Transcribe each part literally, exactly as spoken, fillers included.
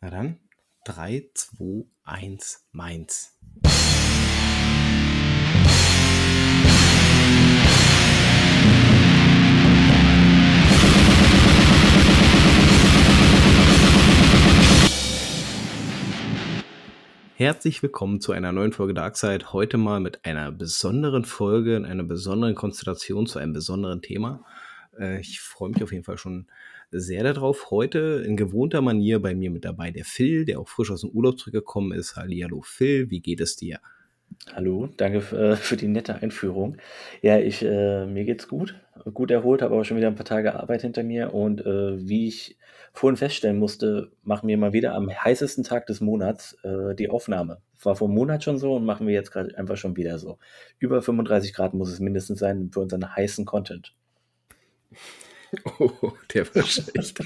Na dann, drei, zwei, eins, Mainz. Herzlich willkommen zu einer neuen Folge Darkside. Heute mal mit einer besonderen Folge, in einer besonderen Konstellation zu einem besonderen Thema. Äh, ich freue mich auf jeden Fall schon sehr darauf. Heute in gewohnter Manier bei mir mit dabei der Phil, der auch frisch aus dem Urlaub zurückgekommen ist. Hallihallo Phil, wie geht es dir? Hallo, danke f- äh, für die nette Einführung. Ja, ich, äh, mir geht's gut, gut erholt, habe aber schon wieder ein paar Tage Arbeit hinter mir und äh, wie ich vorhin feststellen musste, machen wir mal wieder am heißesten Tag des Monats äh, die Aufnahme. War vor einem Monat schon so und machen wir jetzt gerade einfach schon wieder so. Über fünfunddreißig Grad muss es mindestens sein für unseren heißen Content. Oh, der war schlecht.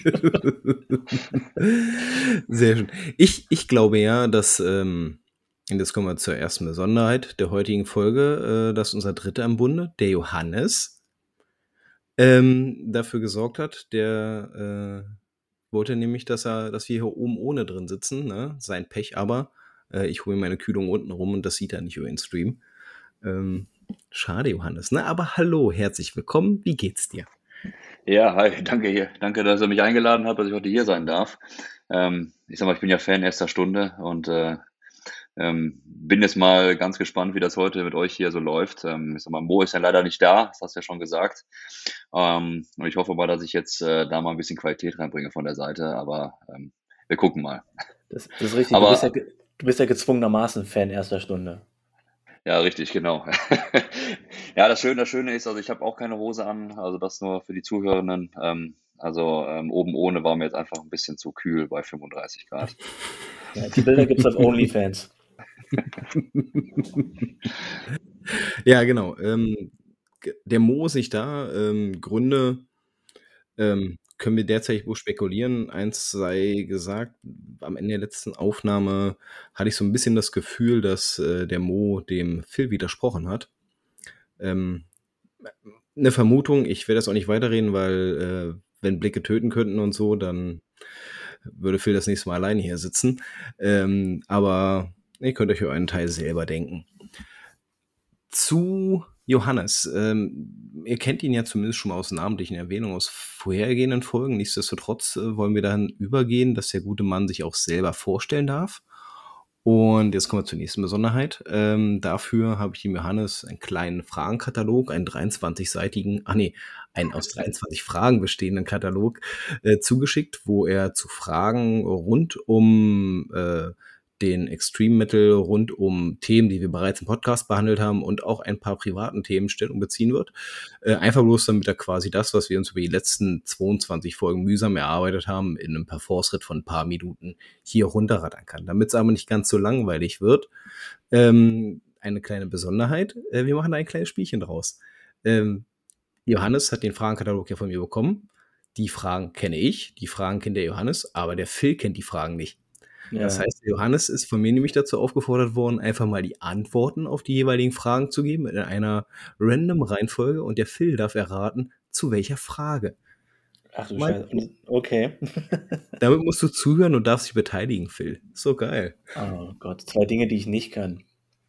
Sehr schön. Ich, ich glaube ja, dass, ähm, und jetzt kommen wir zur ersten Besonderheit der heutigen Folge, äh, dass unser Dritter im Bunde, der Johannes, ähm, dafür gesorgt hat, der äh, wollte nämlich, dass er, dass wir hier oben ohne drin sitzen, ne? Sein Pech aber. Äh, ich hole meine Kühlung unten rum und das sieht er nicht über den Stream. Ähm, schade, Johannes. Ne? Aber hallo, herzlich willkommen. Wie geht's dir? Ja, hi, danke hier. Danke, dass ihr mich eingeladen habt, dass ich heute hier sein darf. Ähm, ich sag mal, ich bin ja Fan erster Stunde und äh, ähm, bin jetzt mal ganz gespannt, wie das heute mit euch hier so läuft. Ähm, ich sag mal, Mo ist ja leider nicht da, das hast du ja schon gesagt. Ähm, und ich hoffe mal, dass ich jetzt äh, da mal ein bisschen Qualität reinbringe von der Seite, aber ähm, wir gucken mal. Das, das ist richtig, du bist ja, Aber ge- du bist ja gezwungenermaßen Fan erster Stunde. ja, richtig, genau. Ja, das Schöne, das Schöne ist, also ich habe auch keine Hose an, also das nur für die Zuhörenden. Ähm, also ähm, oben ohne war mir jetzt einfach ein bisschen zu kühl bei fünfunddreißig Grad. Ja, die Bilder gibt's auf OnlyFans. Ja, genau. Ähm, g- der Mo ist nicht da. Ähm, Gründe ähm, können wir derzeit wohl spekulieren. Eins sei gesagt, am Ende der letzten Aufnahme hatte ich so ein bisschen das Gefühl, dass äh, der Mo dem Phil widersprochen hat. Ähm, eine Vermutung, ich werde das auch nicht weiterreden, weil äh, wenn Blicke töten könnten und so, dann würde Phil das nächste Mal alleine hier sitzen. Ähm, aber ihr könnt euch für einen Teil selber denken. Zu Johannes. Ähm, ihr kennt ihn ja zumindest schon mal aus namentlichen Erwähnungen aus vorhergehenden Folgen. Nichtsdestotrotz äh, wollen wir dann übergehen, dass der gute Mann sich auch selber vorstellen darf. Und jetzt kommen wir zur nächsten Besonderheit. Ähm, dafür habe ich dem Johannes einen kleinen Fragenkatalog, einen dreiundzwanzig-seitigen, ach nee, einen aus dreiundzwanzig Fragen bestehenden Katalog äh, zugeschickt, wo er zu Fragen rund um äh, den Extreme Metal, rund um Themen, die wir bereits im Podcast behandelt haben und auch ein paar privaten Themen Stellung beziehen wird. Äh, einfach bloß, damit er quasi das, was wir uns über die letzten zweiundzwanzig Folgen mühsam erarbeitet haben, in einem Parforce-Ritt von ein paar Minuten hier runterrattern kann. Damit es aber nicht ganz so langweilig wird, ähm, eine kleine Besonderheit, äh, wir machen da ein kleines Spielchen draus. Ähm, Johannes hat den Fragenkatalog ja von mir bekommen. Die Fragen kenne ich, die Fragen kennt der Johannes, aber der Phil kennt die Fragen nicht. Das Ja. heißt, der Johannes ist von mir nämlich dazu aufgefordert worden, einfach mal die Antworten auf die jeweiligen Fragen zu geben in einer random Reihenfolge und der Phil darf erraten, zu welcher Frage. Ach du Mal Scheiße. gucken. Okay. Damit musst du zuhören und darfst dich beteiligen, Phil. So geil. Oh Gott, zwei Dinge, die ich nicht kann.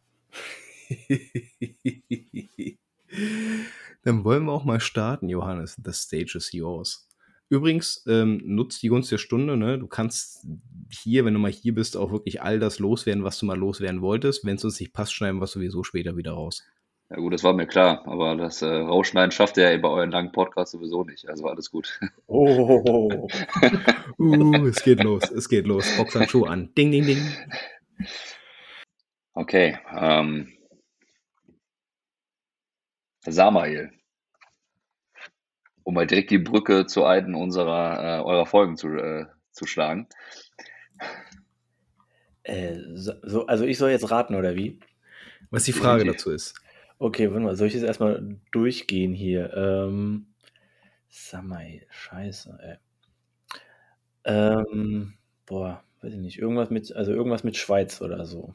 Dann wollen wir auch mal starten, Johannes. The stage is yours. Übrigens, ähm, nutzt die Gunst der Stunde, ne? Du kannst hier, wenn du mal hier bist, auch wirklich all das loswerden, was du mal loswerden wolltest. Wenn es uns nicht passt, schneiden wir es sowieso später wieder raus. Ja gut, das war mir klar, aber das äh, Rausschneiden schafft ihr ja bei euren langen Podcasts sowieso nicht, also alles gut. Oh. Uh, es geht los, es geht los. Boxhandschuh an. Ding, ding, ding. Okay, ähm, Samael, um mal direkt die Brücke zu einen unserer äh, eurer Folgen zu, äh, zu schlagen. Äh, so, so- also ich soll jetzt raten, oder wie? Was die Frage Definitiv. dazu ist. Okay, warte mal, soll ich jetzt erstmal durchgehen hier? Ähm, Samai, scheiße, ey. Ähm, boah, weiß ich nicht, irgendwas mit, also irgendwas mit Schweiz oder so.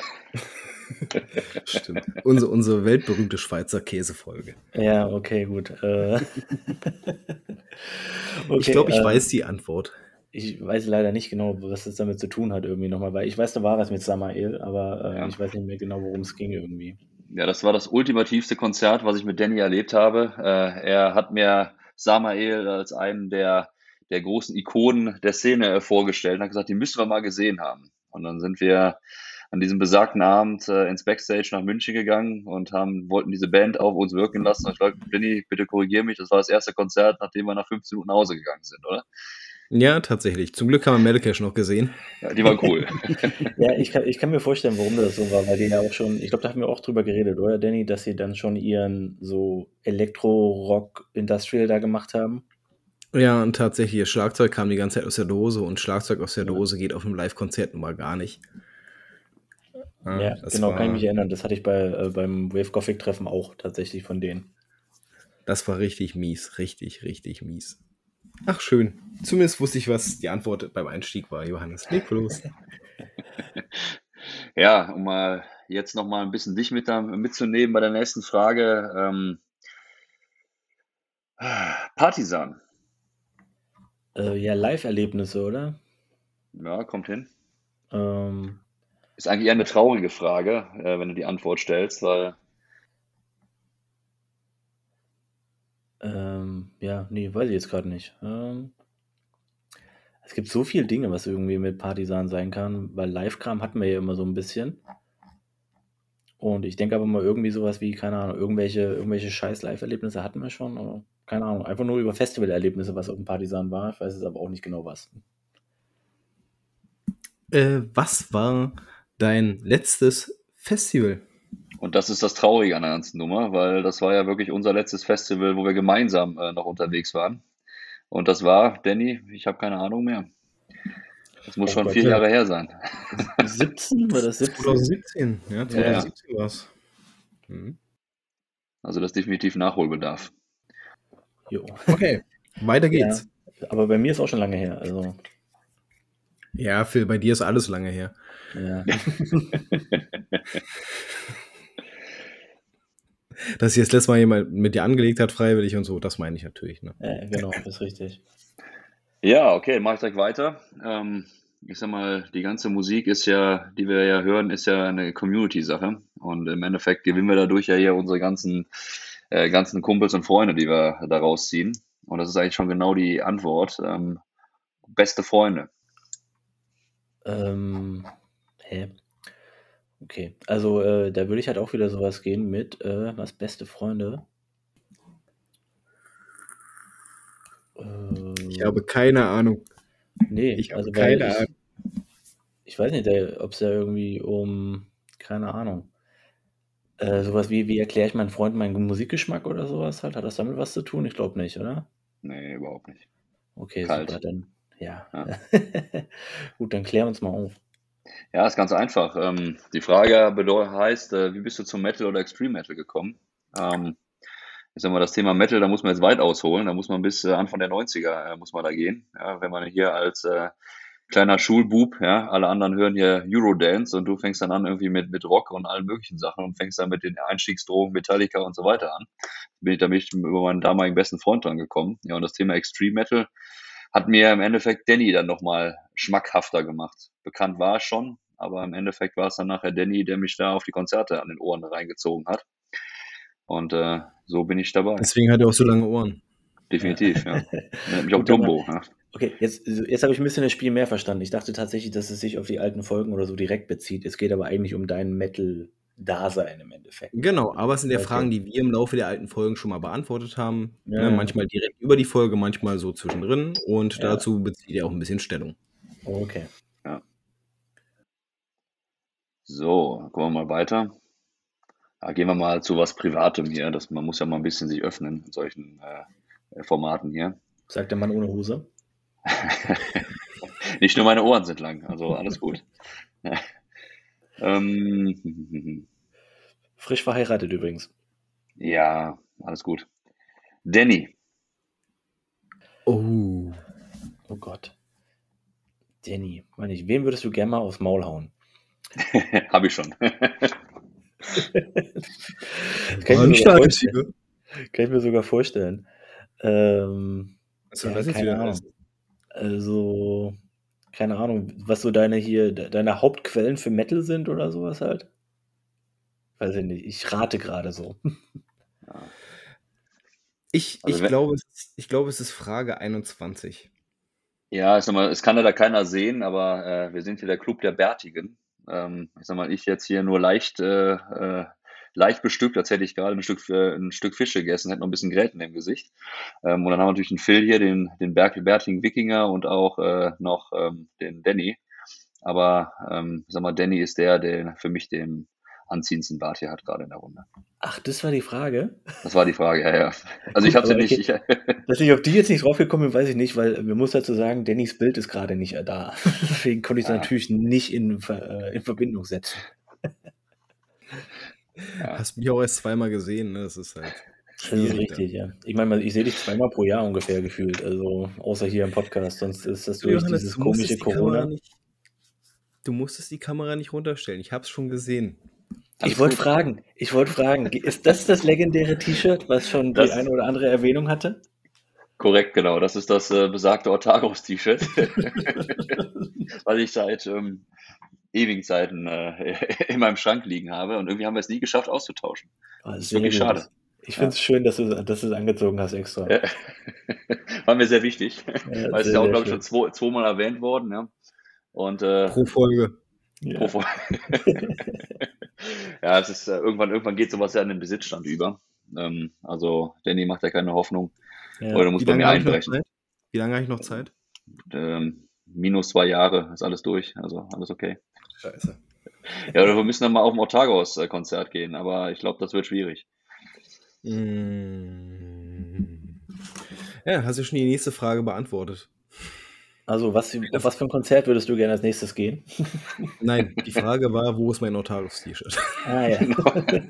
Stimmt. Unsere, unsere weltberühmte Schweizer Käsefolge. Ja, okay, gut. Äh, Ich okay, glaube, ich äh, weiß die Antwort. Ich weiß leider nicht genau, was das damit zu tun hat irgendwie nochmal, weil ich weiß, da war was mit Samael, aber äh, Ja. ich weiß nicht mehr genau, worum es ging irgendwie. Ja, das war das ultimativste Konzert, was ich mit Danny erlebt habe. Äh, er hat mir Samael als einen der, der großen Ikonen der Szene äh, vorgestellt und hat gesagt, die müssen wir mal gesehen haben. Und dann sind wir an diesem besagten Abend äh, ins Backstage nach München gegangen und haben, wollten diese Band auf uns wirken lassen. Und ich glaube, Danny, bitte korrigier mich, das war das erste Konzert, nachdem wir nach fünfzehn Minuten nach Hause gegangen sind, oder? Ja, tatsächlich. Zum Glück haben wir Metalcash noch gesehen. Ja, die waren cool. Ja, ich kann, ich kann mir vorstellen, warum das so war, weil die ja auch schon, ich glaube, da haben wir auch drüber geredet, oder Danny, dass sie dann schon ihren so Elektro-Rock-Industrial da gemacht haben. Ja, und tatsächlich, das Schlagzeug kam die ganze Zeit aus der Dose und Schlagzeug aus der Ja. Dose geht auf einem Live-Konzert nun mal gar nicht. Ja, Ja, das genau, war, kann ich mich erinnern. Das hatte ich bei, äh, beim Wave Gothic Treffen auch tatsächlich von denen. Das war richtig mies, richtig, richtig mies. Ach, schön. Zumindest wusste ich, was die Antwort beim Einstieg war, Johannes. Leg los. Ja, um mal jetzt noch mal ein bisschen dich mit da, mitzunehmen bei der nächsten Frage. Ähm, Partisan. Äh, ja, Live-Erlebnisse, oder? Ja, kommt hin. Ähm, Ist eigentlich eher eine traurige Frage, äh, wenn du die Antwort stellst, weil ähm, ja, nee, weiß ich jetzt gerade nicht. Ähm, es gibt so viele Dinge, was irgendwie mit Partisan sein kann, weil Live-Kram hatten wir ja immer so ein bisschen. Und ich denke aber mal irgendwie sowas wie, keine Ahnung, irgendwelche, irgendwelche scheiß Live-Erlebnisse hatten wir schon. Oder, keine Ahnung, einfach nur über Festival-Erlebnisse, was auf dem Partisan war. Ich weiß es aber auch nicht genau was. Äh, was war dein letztes Festival? und das ist das Traurige an der ganzen Nummer, weil das war ja wirklich unser letztes Festival, wo wir gemeinsam äh, noch unterwegs waren. Und das war, Danny, ich habe keine Ahnung mehr. Das muss Oh schon Gott, vier ja. Jahre her sein. siebzehn? War das siebzehn? zwanzig siebzehn, ja, zwanzig siebzehn war's. Mhm. Also das ist definitiv Nachholbedarf. Jo. Okay, weiter geht's. Ja, aber bei mir ist auch schon lange her. Also, Ja, Phil, bei dir ist alles lange her. ja. Dass sich das letzte Mal jemand mit dir angelegt hat, freiwillig und so, das meine ich natürlich. Ne? ja, genau, das ist richtig. Ja, okay, mache ich direkt weiter. Ähm, ich sag mal, die ganze Musik ist ja, die wir ja hören, ist ja eine Community-Sache. Und im Endeffekt gewinnen wir dadurch ja hier unsere ganzen, äh, ganzen Kumpels und Freunde, die wir da rausziehen. Und das ist eigentlich schon genau die Antwort. Ähm, beste Freunde. Ähm, hä? Okay, also äh, da würde ich halt auch wieder sowas gehen mit, äh, was, beste Freunde? Äh, Ich habe keine Ahnung. nee, Ich habe also weil keine ich, Ahnung. ich weiß nicht, ob es da irgendwie um, keine Ahnung, äh, sowas wie, wie erkläre ich meinen Freunden meinen Musikgeschmack oder sowas halt? Hat das damit was zu tun? Ich glaube nicht, oder? Nee, überhaupt nicht. Okay, Kalt. super, dann, ja. Ja. Gut, dann klär uns mal auf. Ja, ist ganz einfach. Ähm, die Frage bedeu- heißt, äh, wie bist du zum Metal oder Extreme Metal gekommen? Ähm, ich sag mal, das Thema Metal, da muss man jetzt weit ausholen. Da muss man bis äh, Anfang der neunziger äh, muss man da gehen. Ja, wenn man hier als äh, kleiner Schulbub, ja, alle anderen hören hier Eurodance und du fängst dann an irgendwie mit, mit Rock und allen möglichen Sachen und fängst dann mit den Einstiegsdrogen, Metallica und so weiter an. Bin ich, da bin ich über meinen damaligen besten Freund dran gekommen. Ja, und das Thema Extreme Metal hat mir im Endeffekt Danny dann nochmal schmackhafter gemacht. Bekannt war es schon, aber im Endeffekt war es dann nachher Danny, der mich da auf die Konzerte an den Ohren reingezogen hat. Und äh, so bin ich dabei. Deswegen hat er auch so lange Ohren. Definitiv, ja. Nennt mich auch Gut, aber- Dumbo. Ja. Okay, jetzt, jetzt habe ich ein bisschen das Spiel mehr verstanden. Ich dachte tatsächlich, dass es sich auf die alten Folgen oder so direkt bezieht. Es geht aber eigentlich um dein Metal-Dasein im Endeffekt. Genau, aber es sind ja Okay. Fragen, die wir im Laufe der alten Folgen schon mal beantwortet haben. Ja, ne? ja. Manchmal direkt über die Folge, manchmal so zwischendrin. Und Ja. dazu bezieht er auch ein bisschen Stellung. Okay. So, dann kommen wir mal weiter. Ja, gehen wir mal zu was Privatem hier. Das, man muss ja mal ein bisschen sich öffnen in solchen äh, Formaten hier. Sagt der Mann ohne Hose? Nicht nur meine Ohren sind lang, also alles gut. ähm, Frisch verheiratet übrigens. ja, alles gut. Danny, Oh. Oh Gott. Danny, meine ich, wem würdest du gerne mal aufs Maul hauen? habe ich schon. Kann ich, mir sogar vorstellen. Kann ich mir sogar vorstellen. Ähm, Was soll ja, das jetzt keine wieder Ahnung. heißen? Also, keine Ahnung, was so deine hier de deine Hauptquellen für Metal sind oder so was halt? Weiß ich nicht, ich rate grade so. Ja. Ich Also ich we glaube, es ist ich glaube, es ist Frage einundzwanzig. Ja, ich sage mal, es kann leider keiner sehen, aber, äh, wir sind hier der Club der Bärtigen. Ähm, ich sage mal, ich jetzt hier nur leicht äh, äh, leicht bestückt, als hätte ich grade 'n Stück äh, 'n Stück Fisch gegessen, hätte noch 'n bisschen Gräten im Gesicht. Ähm, und dann haben wir natürlich den Phil hier, den den Berk bärtigen Wikinger und auch, äh, noch, ähm, den Danny. Aber, ähm, ich sage mal, Danny ist der, der für mich den anziehendsten Bart hier hat grade in der Runde. Ach, das war die Frage? Das war die Frage, ja, ja. Also, ich Gut, habe sie aber nicht okay. ich Dass ich auf die jetzt nicht drauf gekommen bin, weiß ich nicht, weil man muss dazu sagen, Dannys Bild ist grade nicht, äh, da. Deswegen konnte ich's Ah. natürlich nicht in Ver äh, in Verbindung setzen. Ja. Hast mich auch erst zweimal gesehen, ne? Das ist halt Das ist schwierig dann. richtig, ja. Ich meine mal, ich sehe dich zweimal pro Jahr ungefähr gefühlt, also außer hier im Podcast, sonst ist das Du durch Johannes, dieses du komische musstest die Kamera Corona. nicht du musstest die Kamera nicht runterstellen. Ich habe es schon gesehen. Ich Alles wollte gut. fragen ich wollte fragen, g ist das das legendäre T-Shirt, was schon die eine Das oder andere Erwähnung hatte? Korrekt, genau. Das ist das, äh, besagte Ortagos-T-Shirt, was ich seit, ähm, ewigen Zeiten, äh, in meinem Schrank liegen habe und irgendwie haben wir's nie geschafft auszutauschen. Ah, Das ist sehr wirklich gut. schade. Ich ich finde Ja. es schön, dass du's dass du's angezogen hast extra. Ja. War mir sehr wichtig, Ja, weil es ist sehr, ja auch, sehr glaube ich, schon schön. zwo zweimal erwähnt worden, ja. Und, äh Pro Folge. pro Ja. Fol Ja, es ist, äh irgendwann irgendwann geht so was ja in den Besitzstand über. Ähm, also, Danny macht ja keine Hoffnung Ja. oder muss Wie bei lange mir habe ich noch einbrechen. Zeit? Wie lange habe ich noch Zeit? Ähm, minus zwei Jahre ist alles durch, also alles okay. Scheiße. Ja, oder wir müssen dann mal auf 'n Ortagos, äh, Konzert gehen, aber ich glaube, das wird schwierig. Hm. Ja, hast ja schon die nächste Frage beantwortet. Also, was auf was für 'n Konzert würdest du gerne als Nächstes gehen? Nein, die Frage war: „Wo ist mein Ortagos-T-Shirt?“ Ah ja. Genau.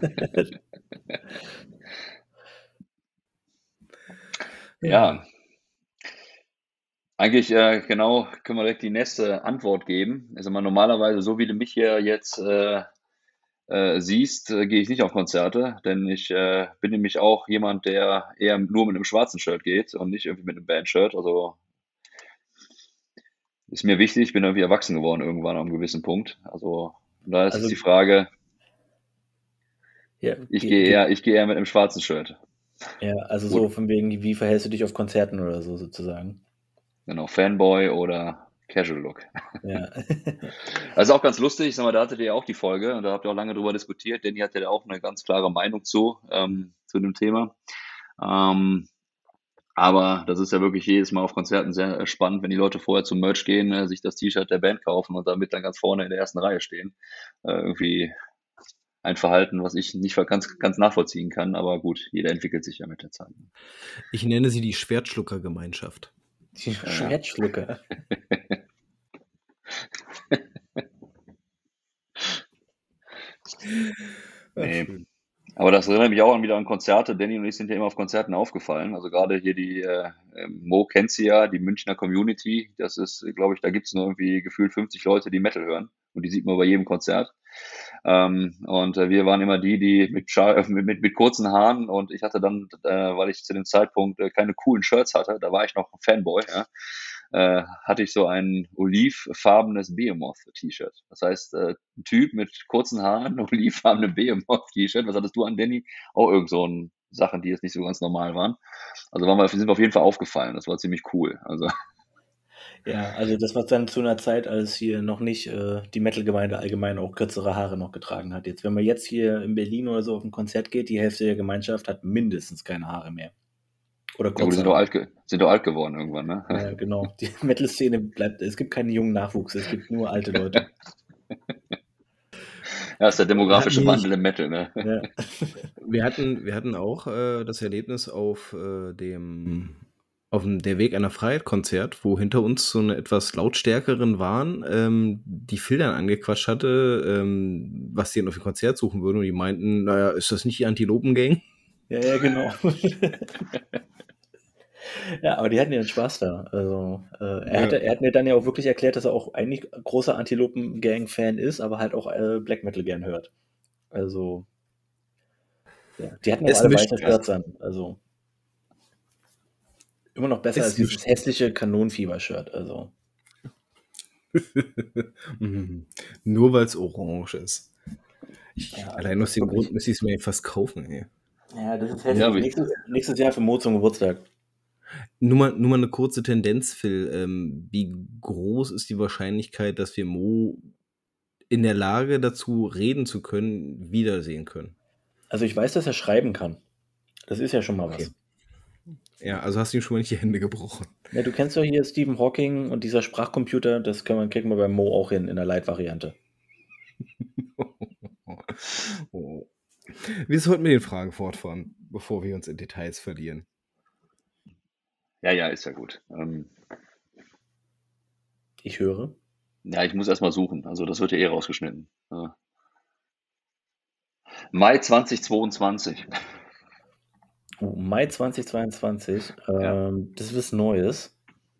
Ja. Eigentlich, äh, genau, können wir direkt die nächste Antwort geben. Ich sage mal, normalerweise, so wie du mich hier jetzt, äh, äh, siehst, äh, gehe ich nicht auf Konzerte, denn ich, äh, bin nämlich auch jemand, der eher nur mit 'nem schwarzen Shirt geht und nicht irgendwie mit 'nem Bandshirt. Also ist mir wichtig. Ich bin irgendwie erwachsen geworden irgendwann an 'nem gewissen Punkt. Also, von daher ist jetzt Also die Frage Ja, ich ge gehe ge eher ich gehe eher mit 'nem schwarzen Shirt. Ja, also so Gut. von wegen, wie verhältst du dich auf Konzerten oder so sozusagen? Genau, Fanboy oder Casual Look. Ja. Das ist auch ganz lustig, ich sage mal, da hattet ihr ja auch die Folge und da habt ihr auch lange drüber diskutiert. Danny hatte da auch 'ne ganz klare Meinung zu, ähm, zu dem Thema. Ähm, aber das ist ja wirklich jedes Mal auf Konzerten sehr, äh, spannend, wenn die Leute vorher zum Merch gehen, äh, sich das T-Shirt der Band kaufen und damit dann ganz vorne in der ersten Reihe stehen. Äh, irgendwie ein Verhalten, was ich nicht ver ganz ganz nachvollziehen kann, aber gut, jeder entwickelt sich ja mit der Zeit. Ich nenne sie die Schwertschlucker-Gemeinschaft. Die Ja, ja. Schwertschlucker. Ach, Ne. schön. Aber das erinnert mich auch an wieder an Konzerte. Danny und ich sind ja immer auf Konzerten aufgefallen. Also, grade hier die, äh, ähm Mo kennt sie ja, die Münchner Community. Das ist, glaube ich da gibt's nur irgendwie gefühlt fünfzig Leute, die Metal hören und die sieht man bei jedem Konzert. Ähm, und, äh, wir waren immer die, die mit Schal äh, mit mit mit kurzen Haaren und ich hatte dann, äh, weil ich zu dem Zeitpunkt, äh, keine coolen Shirts hatte, da war ich noch Fanboy, ja, äh, hatte ich so ein olivfarbenes Behemoth-T-Shirt. Das heißt, äh, 'n Typ mit kurzen Haaren, olivfarbenem Behemoth-T-Shirt. Was hattest du an, Danny? Auch irgend so 'n Sachen, die jetzt nicht so ganz normal waren. Also, waren wir sind wir auf jeden Fall aufgefallen. Das war ziemlich cool. Also Ja, also das war dann zu 'ner Zeit, als hier noch nicht, äh, die Metal-Gemeinde allgemein auch kürzere Haare noch getragen hat. Jetzt, wenn man jetzt hier in Berlin oder so auf 'n Konzert geht, die Hälfte der Gemeinschaft hat mindestens keine Haare mehr. Oder Ja gut, die kurze sind doch Haare. alt ge sind doch alt geworden irgendwann, ne? Ja, genau. Die Metal-Szene bleibt es gibt keinen jungen Nachwuchs, es gibt nur alte Leute. Ja, ist der Wir hatten demografische hier nicht Wandel im Metal, ne? Ja. wir hatten wir hatten auch, äh, das Erlebnis auf, äh, dem auf'm „Der Weg einer Freiheit“-Konzert, wo hinter uns so 'ne etwas Lautstärkeren waren, ähm, die Phil dann angequatscht hatte, ähm, was die denn auf dem Konzert suchen würden und die meinten: „Na ja, ist das nicht die Antilopen-Gang?“ Ja, ja, genau. Ja, aber die hatten ihren Spaß da. Also, äh, er Ja. hatte er hat mir dann ja auch wirklich erklärt, dass er auch eigentlich großer Antilopen-Gang-Fan ist, aber halt auch, äh, Black Metal gern hört. Also ja, die hatten auch Es alle mischt weiße sich. Shirts an, also Immer noch besser Ist als dieses lustig. hässliche Kanonenfieber-Shirt, also. Mhm. Nur weil's orange ist. Ich Ja, also allein das aus ist dem Grund wirklich müsste ich's mir fast kaufen, ey. ja, das ist Ja, hässlich. aber ich, Nächstes nächstes Jahr für Mo zum Geburtstag. Nur mal nur mal 'ne kurze Tendenz, Phil. Ähm, wie groß ist die Wahrscheinlichkeit, dass wir Mo in der Lage dazu reden zu können, wiedersehen können? Also, ich weiß, dass er schreiben kann. Das ist ja schon mal Okay. was. Ja, also hast du ihm schon mal nicht die Hände gebrochen. Ja, du kennst doch hier Stephen Hawking und dieser Sprachcomputer, das können wir kriegen wir bei Mo auch hin in der Light-Variante. Oh. Wir sollten mit den Fragen fortfahren, bevor wir uns in Details verlieren. ja, ja, ist ja gut. Ähm, Ich höre. ja, ich muss erst mal suchen. Also das wird ja eh rausgeschnitten. Ja. Mai zweitausendzweiundzwanzig. Oh, Mai zweitausendzweiundzwanzig, Ja. ähm, das ist was Neues.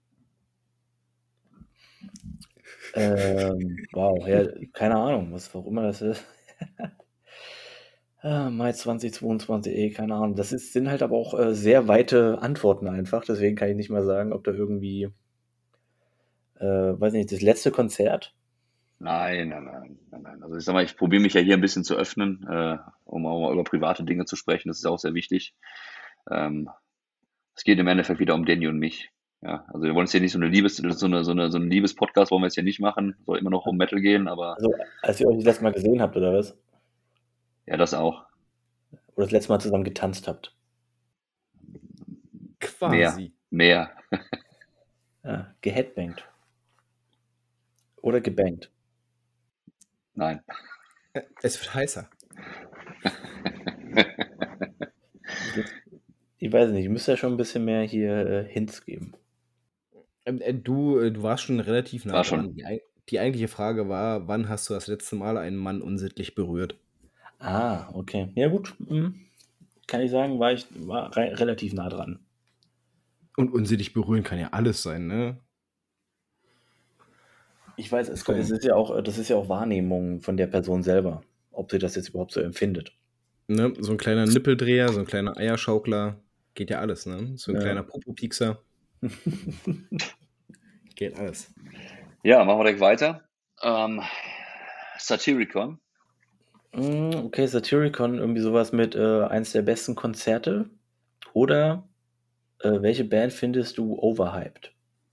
Ähm, wow, ja, keine Ahnung, was auch immer das ist. Ah, Mai zweitausendzweiundzwanzig, ey, keine Ahnung. Das ist sind halt aber auch, äh, sehr weite Antworten einfach, deswegen kann ich nicht mal sagen, ob da irgendwie äh, weiß nicht, das letzte Konzert? Nein, nein, nein, nein, nein. Also ich sage mal, ich probiere mich ja hier ein bisschen zu öffnen, äh, um auch mal über private Dinge zu sprechen. Das ist auch sehr wichtig. Ähm, es geht im Endeffekt wieder um Danny und mich. Ja, also wir wollen jetzt hier nicht so eine Liebes, so eine, so eine, so ein Liebes-Podcast wollen wir jetzt hier nicht machen. Soll immer noch um Metal gehen, aber Also, als ihr euch das letzte Mal gesehen habt, oder was? ja, das auch. Oder das letzte Mal zusammen getanzt habt? Mehr, Quasi. mehr. Ah, geheadbangt. Oder gebankt. Nein. Äh, es wird heißer. Jetzt ich weiß nicht, ich müsste ja schon 'n bisschen mehr hier, äh, Hints geben. Ähm, äh, du äh, du warst schon relativ nah War dran. schon. Die ei die eigentliche Frage war: Wann hast du das letzte Mal einen Mann unsittlich berührt? Ah, okay. Ja gut, mhm. Kann ich sagen, war ich war rei relativ nah dran. Und unsittlich berühren kann ja alles sein, ne? Ich weiß, es ko es So, ist ja auch äh, das ist ja auch Wahrnehmung von der Person selber, ob sie das jetzt überhaupt so empfindet. ne, so 'n kleiner Nippeldreher, so 'n kleiner Eierschaukler, geht ja alles, ne? So 'n Ja. kleiner Popopiekser, geht alles. Ja, machen wir direkt weiter. Ähm, Satyricon. Hm, okay, Satyricon, irgendwie so was mit, äh, eins der besten Konzerte oder, äh, welche Band findest du overhyped?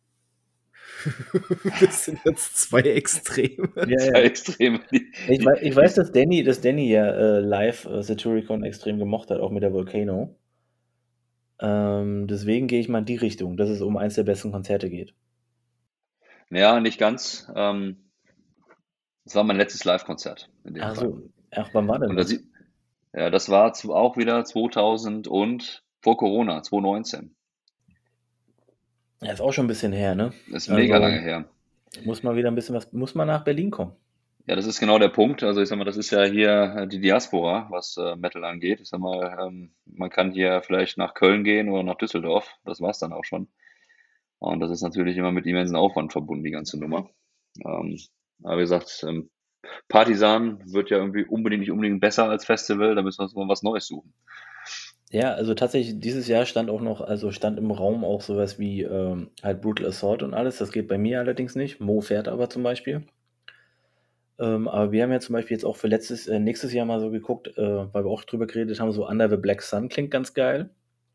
Das sind jetzt zwei Extreme. Ja, Zwei ja. Extreme. Die, Ich die, wei ich weiß, die, dass Danny dass Danny ja, äh, live, äh, Satyricon extrem gemocht hat, auch mit der Volcano. Ähm, deswegen gehe ich mal in die Richtung, dass es um eins der besten Konzerte geht. ja, nicht ganz. Ähm, das war mein letztes Live-Konzert in dem Ach Fall. so. Ach, wann war denn Und da das? sieht, ja, das war zu, auch wieder zweitausend und vor Corona, zwanzig neunzehn. Ja, ist auch schon 'n bisschen her, ne? Das ist mega Also, lange her. muss mal wieder 'n bisschen was muss mal nach Berlin kommen. Ja, das ist genau der Punkt. Also ich sag mal, das ist ja hier äh, die Diaspora, was äh, Metal angeht. Ich sag mal, ähm, man kann hier vielleicht nach Köln gehen oder nach Düsseldorf. Das war's dann auch schon. Und das ist natürlich immer mit immensen Aufwand verbunden, die ganze Nummer. Ähm, aber wie gesagt, ähm, Partisan wird ja irgendwie unbedingt nicht unbedingt besser als Festival, da müssen wir uns mal was Neues suchen. Ja, also tatsächlich, dieses Jahr stand auch noch also stand im Raum auch so was wie, ähm, halt Brutal Assault und alles. Das geht bei mir allerdings nicht. Mo fährt aber zum Beispiel. Ähm, aber wir haben ja zum Beispiel jetzt auch für letztes äh, nächstes Jahr mal so geguckt, äh, weil wir auch drüber geredet haben, so Under the Black Sun klingt ganz geil.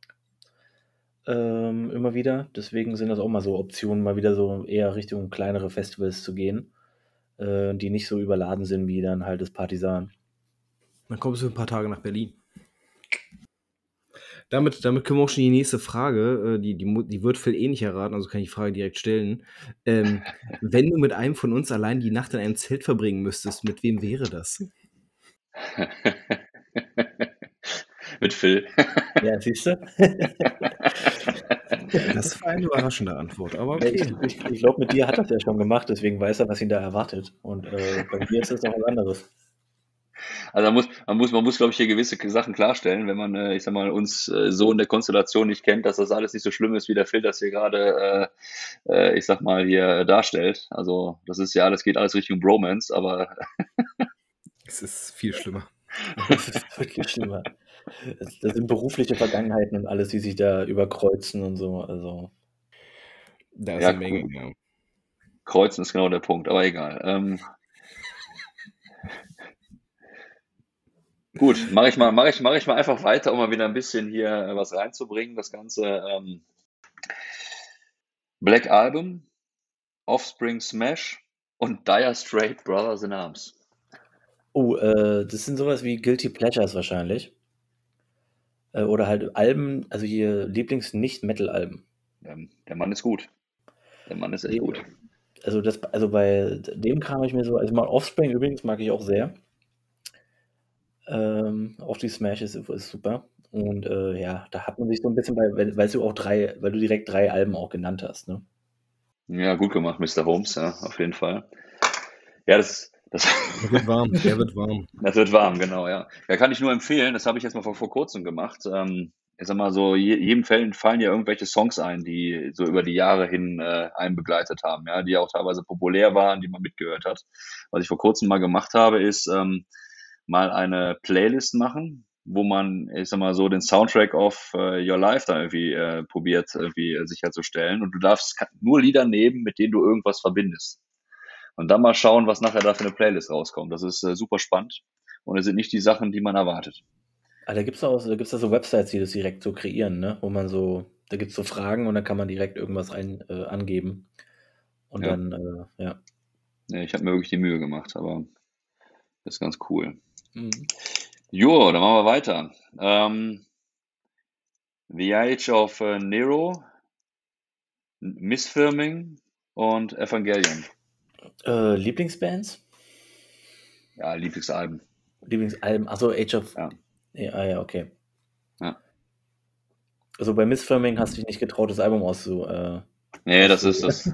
Ähm, immer wieder. Deswegen sind das auch mal so Optionen, mal wieder so eher Richtung kleinere Festivals zu gehen, äh, die nicht so überladen sind wie dann halt das Partisan. Dann kommst du für 'n paar Tage nach Berlin. Damit damit können wir auch schon die nächste Frage, äh, die die mu die wird Phil eh nicht erraten, also kann ich die Frage direkt stellen. Ähm, wenn du mit einem von uns allein die Nacht in einem Zelt verbringen müsstest, mit wem wäre das? Mit Phil. Ja, siehst du? Das war eine überraschende Antwort, aber Ja, ich okay. ich ich glaube, mit dir hat er's ja schon gemacht, deswegen weiß er, was ihn da erwartet. Und, äh, bei mir ist das noch was anderes. Also man muss, man muss, man muss, glaube ich, hier gewisse Sachen klarstellen, wenn man, äh, ich sag mal, uns äh, so in der Konstellation nicht kennt, dass das alles nicht so schlimm ist, wie der Phil das hier gerade, äh, äh, ich sag mal, hier darstellt. Also das ist ja alles, geht alles Richtung Bromance, aber Es ist viel schlimmer. Das ist wirklich schlimmer. Das das sind berufliche Vergangenheiten und alles, die sich da überkreuzen und so, also Da ist Ja, 'ne Menge, cool. ja. Kreuzen ist genau der Punkt, aber egal. Ähm Gut, mache ich mal mache ich mache ich mal einfach weiter, um mal wieder ein bisschen hier, äh, was reinzubringen, das Ganze. Ähm Black Album, Offspring Smash und Dire Straits Brothers in Arms. Oh, äh, das sind so was wie Guilty Pleasures wahrscheinlich. Äh, oder halt Alben, also hier Lieblings-Nicht-Metal-Alben. Ähm, der Mann ist gut. Der Mann ist echt Ne, gut. also das also bei d dem Kram habe ich mir so also mal Offspring übrigens mag ich auch sehr. Ähm, auch die Smash ist ist super. Und, äh, ja, da hat man sich so 'n bisschen bei weil weil du auch drei weil du direkt drei Alben auch genannt hast, ne? Ja, gut gemacht, Mister Holmes, ja, auf jeden Fall. Ja, das das Der wird warm, der wird warm. das wird warm, genau, ja. Ja, kann ich nur empfehlen, das habe ich jetzt mal vor vor Kurzem gemacht. Ähm, ich sage mal so, je jedem Fällen fallen ja irgendwelche Songs ein, die so über die Jahre hin, äh, einen begleitet haben, ja, die auch teilweise populär waren, die man mitgehört hat. Was ich vor Kurzem mal gemacht habe, ist, ähm, mal eine Playlist machen, wo man, ich sage mal so, den Soundtrack of, äh, your life da irgendwie, äh, probiert, irgendwie äh, sicherzustellen. Und du darfst ka nur Lieder nehmen, mit denen du irgendwas verbindest. Und dann mal schauen, was nachher da für 'ne Playlist rauskommt. Das ist, äh, super spannend und es sind nicht die Sachen, die man erwartet. Ah, da gibt's auch so da gibt's da so Websites, die das direkt so kreieren, ne? Wo man so da gibt's so Fragen und dann kann man direkt irgendwas ein äh, angeben und Ja. dann, äh, ja. Ne, ich habe mir wirklich die Mühe gemacht, aber ist ganz cool. Mhm. Jo, dann machen wir weiter. Ähm The Age of, äh, Nero M Missfirming und Evangelion. Äh, Lieblingsbands? Ja, Lieblingsalben. Lieblingsalben, ach so, Age of Ja. ja, ah ja, okay. Ja. Also, bei Missfirming hast du dich nicht getraut, das Album auszu äh, Ne, das auszu ist das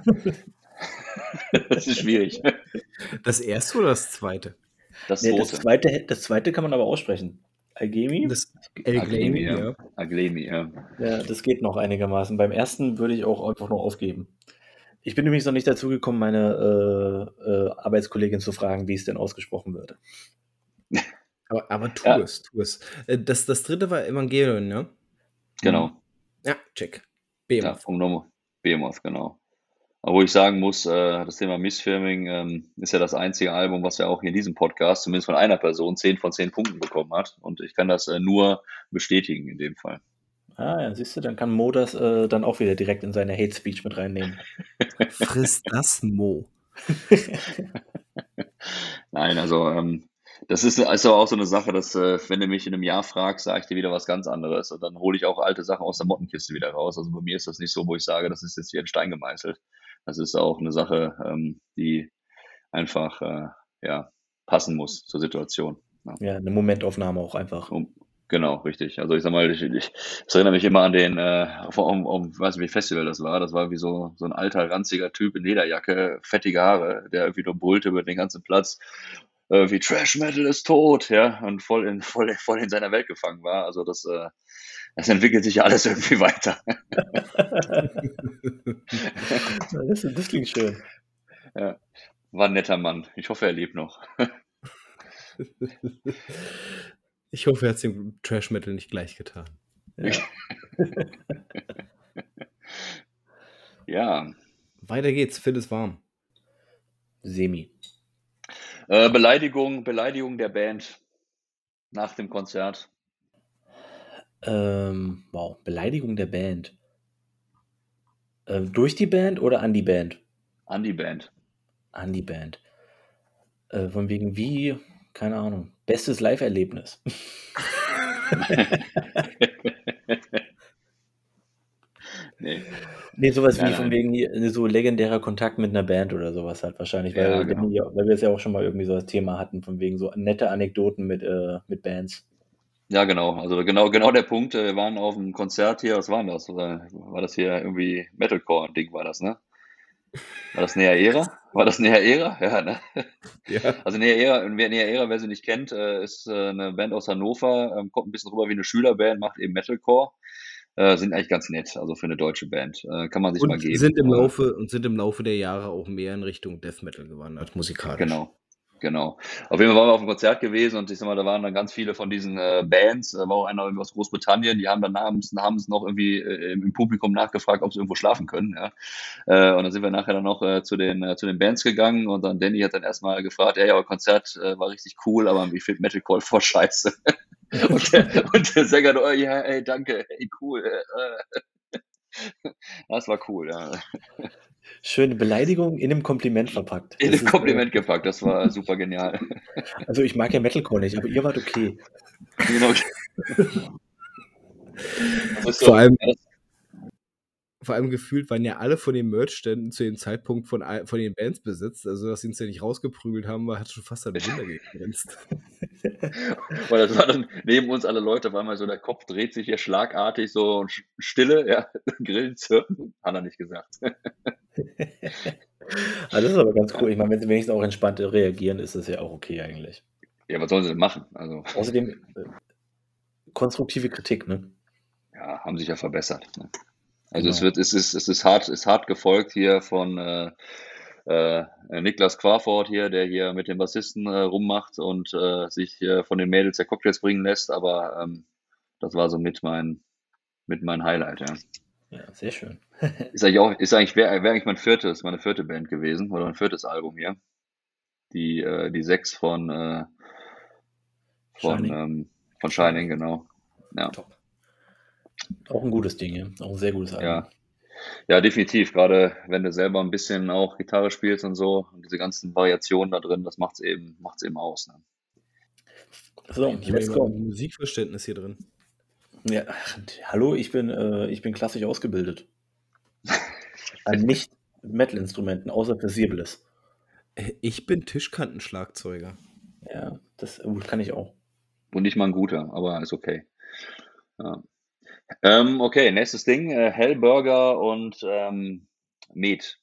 das ist schwierig. Das erste oder das zweite? Das Ne, das zweite zweite hä das zweite kann man aber aussprechen. Algemy? Das Alglemy, Aglemy, ja. ja. Aglemy, ja. Ja, das geht noch einigermaßen. Beim ersten würde ich auch einfach nur aufgeben. Ich bin übrigens noch nicht dazu gekommen, meine, äh, äh, Arbeitskollegin zu fragen, wie es denn ausgesprochen wird. Aber aber tu Ja. es, tu es. Äh, das das dritte war Evangelion, ne? Mhm. Genau. Ja, check. Ja, Behemoth. um noch Behemoth, genau. Aber wo ich sagen muss, äh, das Thema Missfirming, ähm, ist ja das einzige Album, was ja auch hier in diesem Podcast zumindest von einer Person zehn von zehn Punkten bekommen hat. Und ich kann das, äh, nur bestätigen in dem Fall. Ah ja, siehst du, dann kann Mo das, äh, dann auch wieder direkt in seine Hate Speech mit reinnehmen. Friss das, Mo. Nein, also, ähm, das ist ist aber auch so 'ne Sache, dass, äh, wenn du mich in 'nem Jahr fragst, sage ich dir wieder was ganz anderes und dann hole ich auch alte Sachen aus der Mottenkiste wieder raus. Also, bei mir ist das nicht so, wo ich sage, das ist jetzt hier in Stein gemeißelt. Das ist auch 'ne Sache, ähm, die einfach, äh, ja, passen muss zur Situation, ja. Ja, 'ne Momentaufnahme auch einfach. Um genau, richtig. Also, ich sage mal, ich ich das erinnert mich immer an den, äh, um um weiß nicht, wie Festival das war. Das war wie so so 'n alter, ranziger Typ in Lederjacke, fettige Haare, der irgendwie nur brüllte über den ganzen Platz, äh, wie „Thrash Metal ist tot“, ja, und voll in voll voll in seiner Welt gefangen war. Also, das, äh das entwickelt sich ja alles irgendwie weiter. Ja, das das klingt schön. Ja, war 'n netter Mann. Ich hoffe, er lebt noch. Ich hoffe, er hat's dem Thrash Metal nicht gleichgetan. Ja. Ja. Weiter geht's, Phil ist warm. Semi. Äh, Beleidigung Beleidigung der Band nach dem Konzert. Ähm, wow, Beleidigung der Band. Äh, durch die Band oder an die Band? An die Band. An die Band. Äh, von wegen wie keine Ahnung, bestes Live-Erlebnis. Ne. Ne, so was wie Nein, von nein. wegen hier so legendärer Kontakt mit 'ner Band oder so was halt wahrscheinlich, Ja, weil genau. weil wir es ja auch schon mal irgendwie so als Thema hatten, von wegen so nette Anekdoten mit, äh mit Bands. Ja, genau. Also, genau genau der Punkt. Äh, wir waren auf'm Konzert hier, was war 'n das? Äh, war das hier irgendwie Metalcore-Ding war das, ne? War das Nea Era? War das Nea Era? Ja, ne? Ja. Also, Nea Era wer Nea Era, wer sie nicht kennt, äh, ist, äh, 'ne Band aus Hannover, ähm, kommt 'n bisschen rüber wie 'ne Schülerband, macht eben Metalcore. Äh, sind eigentlich ganz nett, also für 'ne deutsche Band. Äh, kann man sich mal Und geben. sind im Äh Laufe und sind im Laufe der Jahre auch mehr in Richtung Death Metal gewandert, musikalisch. Genau. Genau. Auf jeden Fall waren wir auf dem Konzert gewesen und ich sag mal, da waren dann ganz viele von diesen äh, Bands. Da war auch einer irgendwie aus Großbritannien, die haben dann abends, haben es noch irgendwie äh, im Publikum nachgefragt, ob sie irgendwo schlafen können. Ja. Äh, und dann sind wir nachher dann noch äh, zu, den, äh, zu den Bands gegangen und dann Danny hat dann erstmal gefragt, ey, euer Konzert äh, war richtig cool, aber ich finde Metalcore voll scheiße. und, der, und der Sänger, oh, ja, ey, danke, ey, cool. Äh, das war cool, ja. Schöne Beleidigung in einem Kompliment verpackt. In Das ein ist, äh, Kompliment gepackt, das war super genial. also ich mag ja Metalcore nicht, aber ihr wart okay. Genau. Das ist so, Vor allem, ja, das, vor allem gefühlt waren ja alle von den Merch-Ständen zu dem Zeitpunkt von, all- von den Bands besetzt. Also, dass sie uns ja nicht rausgeprügelt haben, war- hat schon fast an Wunder gegrenzt. weil das war dann neben uns alle Leute, war mal so, der Kopf dreht sich hier schlagartig, so Sch- Stille, ja, Grillen zirpen, hat er nicht gesagt. Ah, das ist aber ganz cool. Ich meine, wenn sie wenigstens auch entspannt reagieren, ist das ja auch okay eigentlich. Ja, was sollen sie denn machen? Also, Außerdem äh, konstruktive Kritik, ne? ja, haben sich ja verbessert. Ne? Also es Genau. wird, es ist, es ist hart, ist hart gefolgt hier von äh, äh, Niklas Quafort hier, der hier mit dem Bassisten äh, rummacht und äh, sich äh, von den Mädels der Cocktails bringen lässt, aber ähm, das war so mit mein, mit mein Highlight, ja. Ja, sehr schön. Ist eigentlich auch, ist eigentlich, wäre wär eigentlich mein viertes, meine vierte Band gewesen oder mein viertes Album hier. Die, äh, die sechs von, äh, von, Shining. ähm, von Shining, genau. Ja, Top. Auch ein gutes Ding, ja. Auch ein sehr gutes Album. ja. Ja, definitiv. Gerade wenn du selber ein bisschen auch Gitarre spielst und so, und diese ganzen Variationen da drin, das macht's eben, macht's eben aus. Ne? So, Endlich mal let's jemand go. mit Musikverständnis hier drin. Ja, ach, hallo, ich bin, äh, ich bin klassisch ausgebildet. An nicht Metal-Instrumenten, außer für Siebles. Äh, Ich bin Tischkantenschlagzeuger. Ja, das äh, kann ich auch. Und nicht mal ein guter, aber ist okay. Ja. Ähm, okay, nächstes Ding, äh, Hellburger und ähm, Met.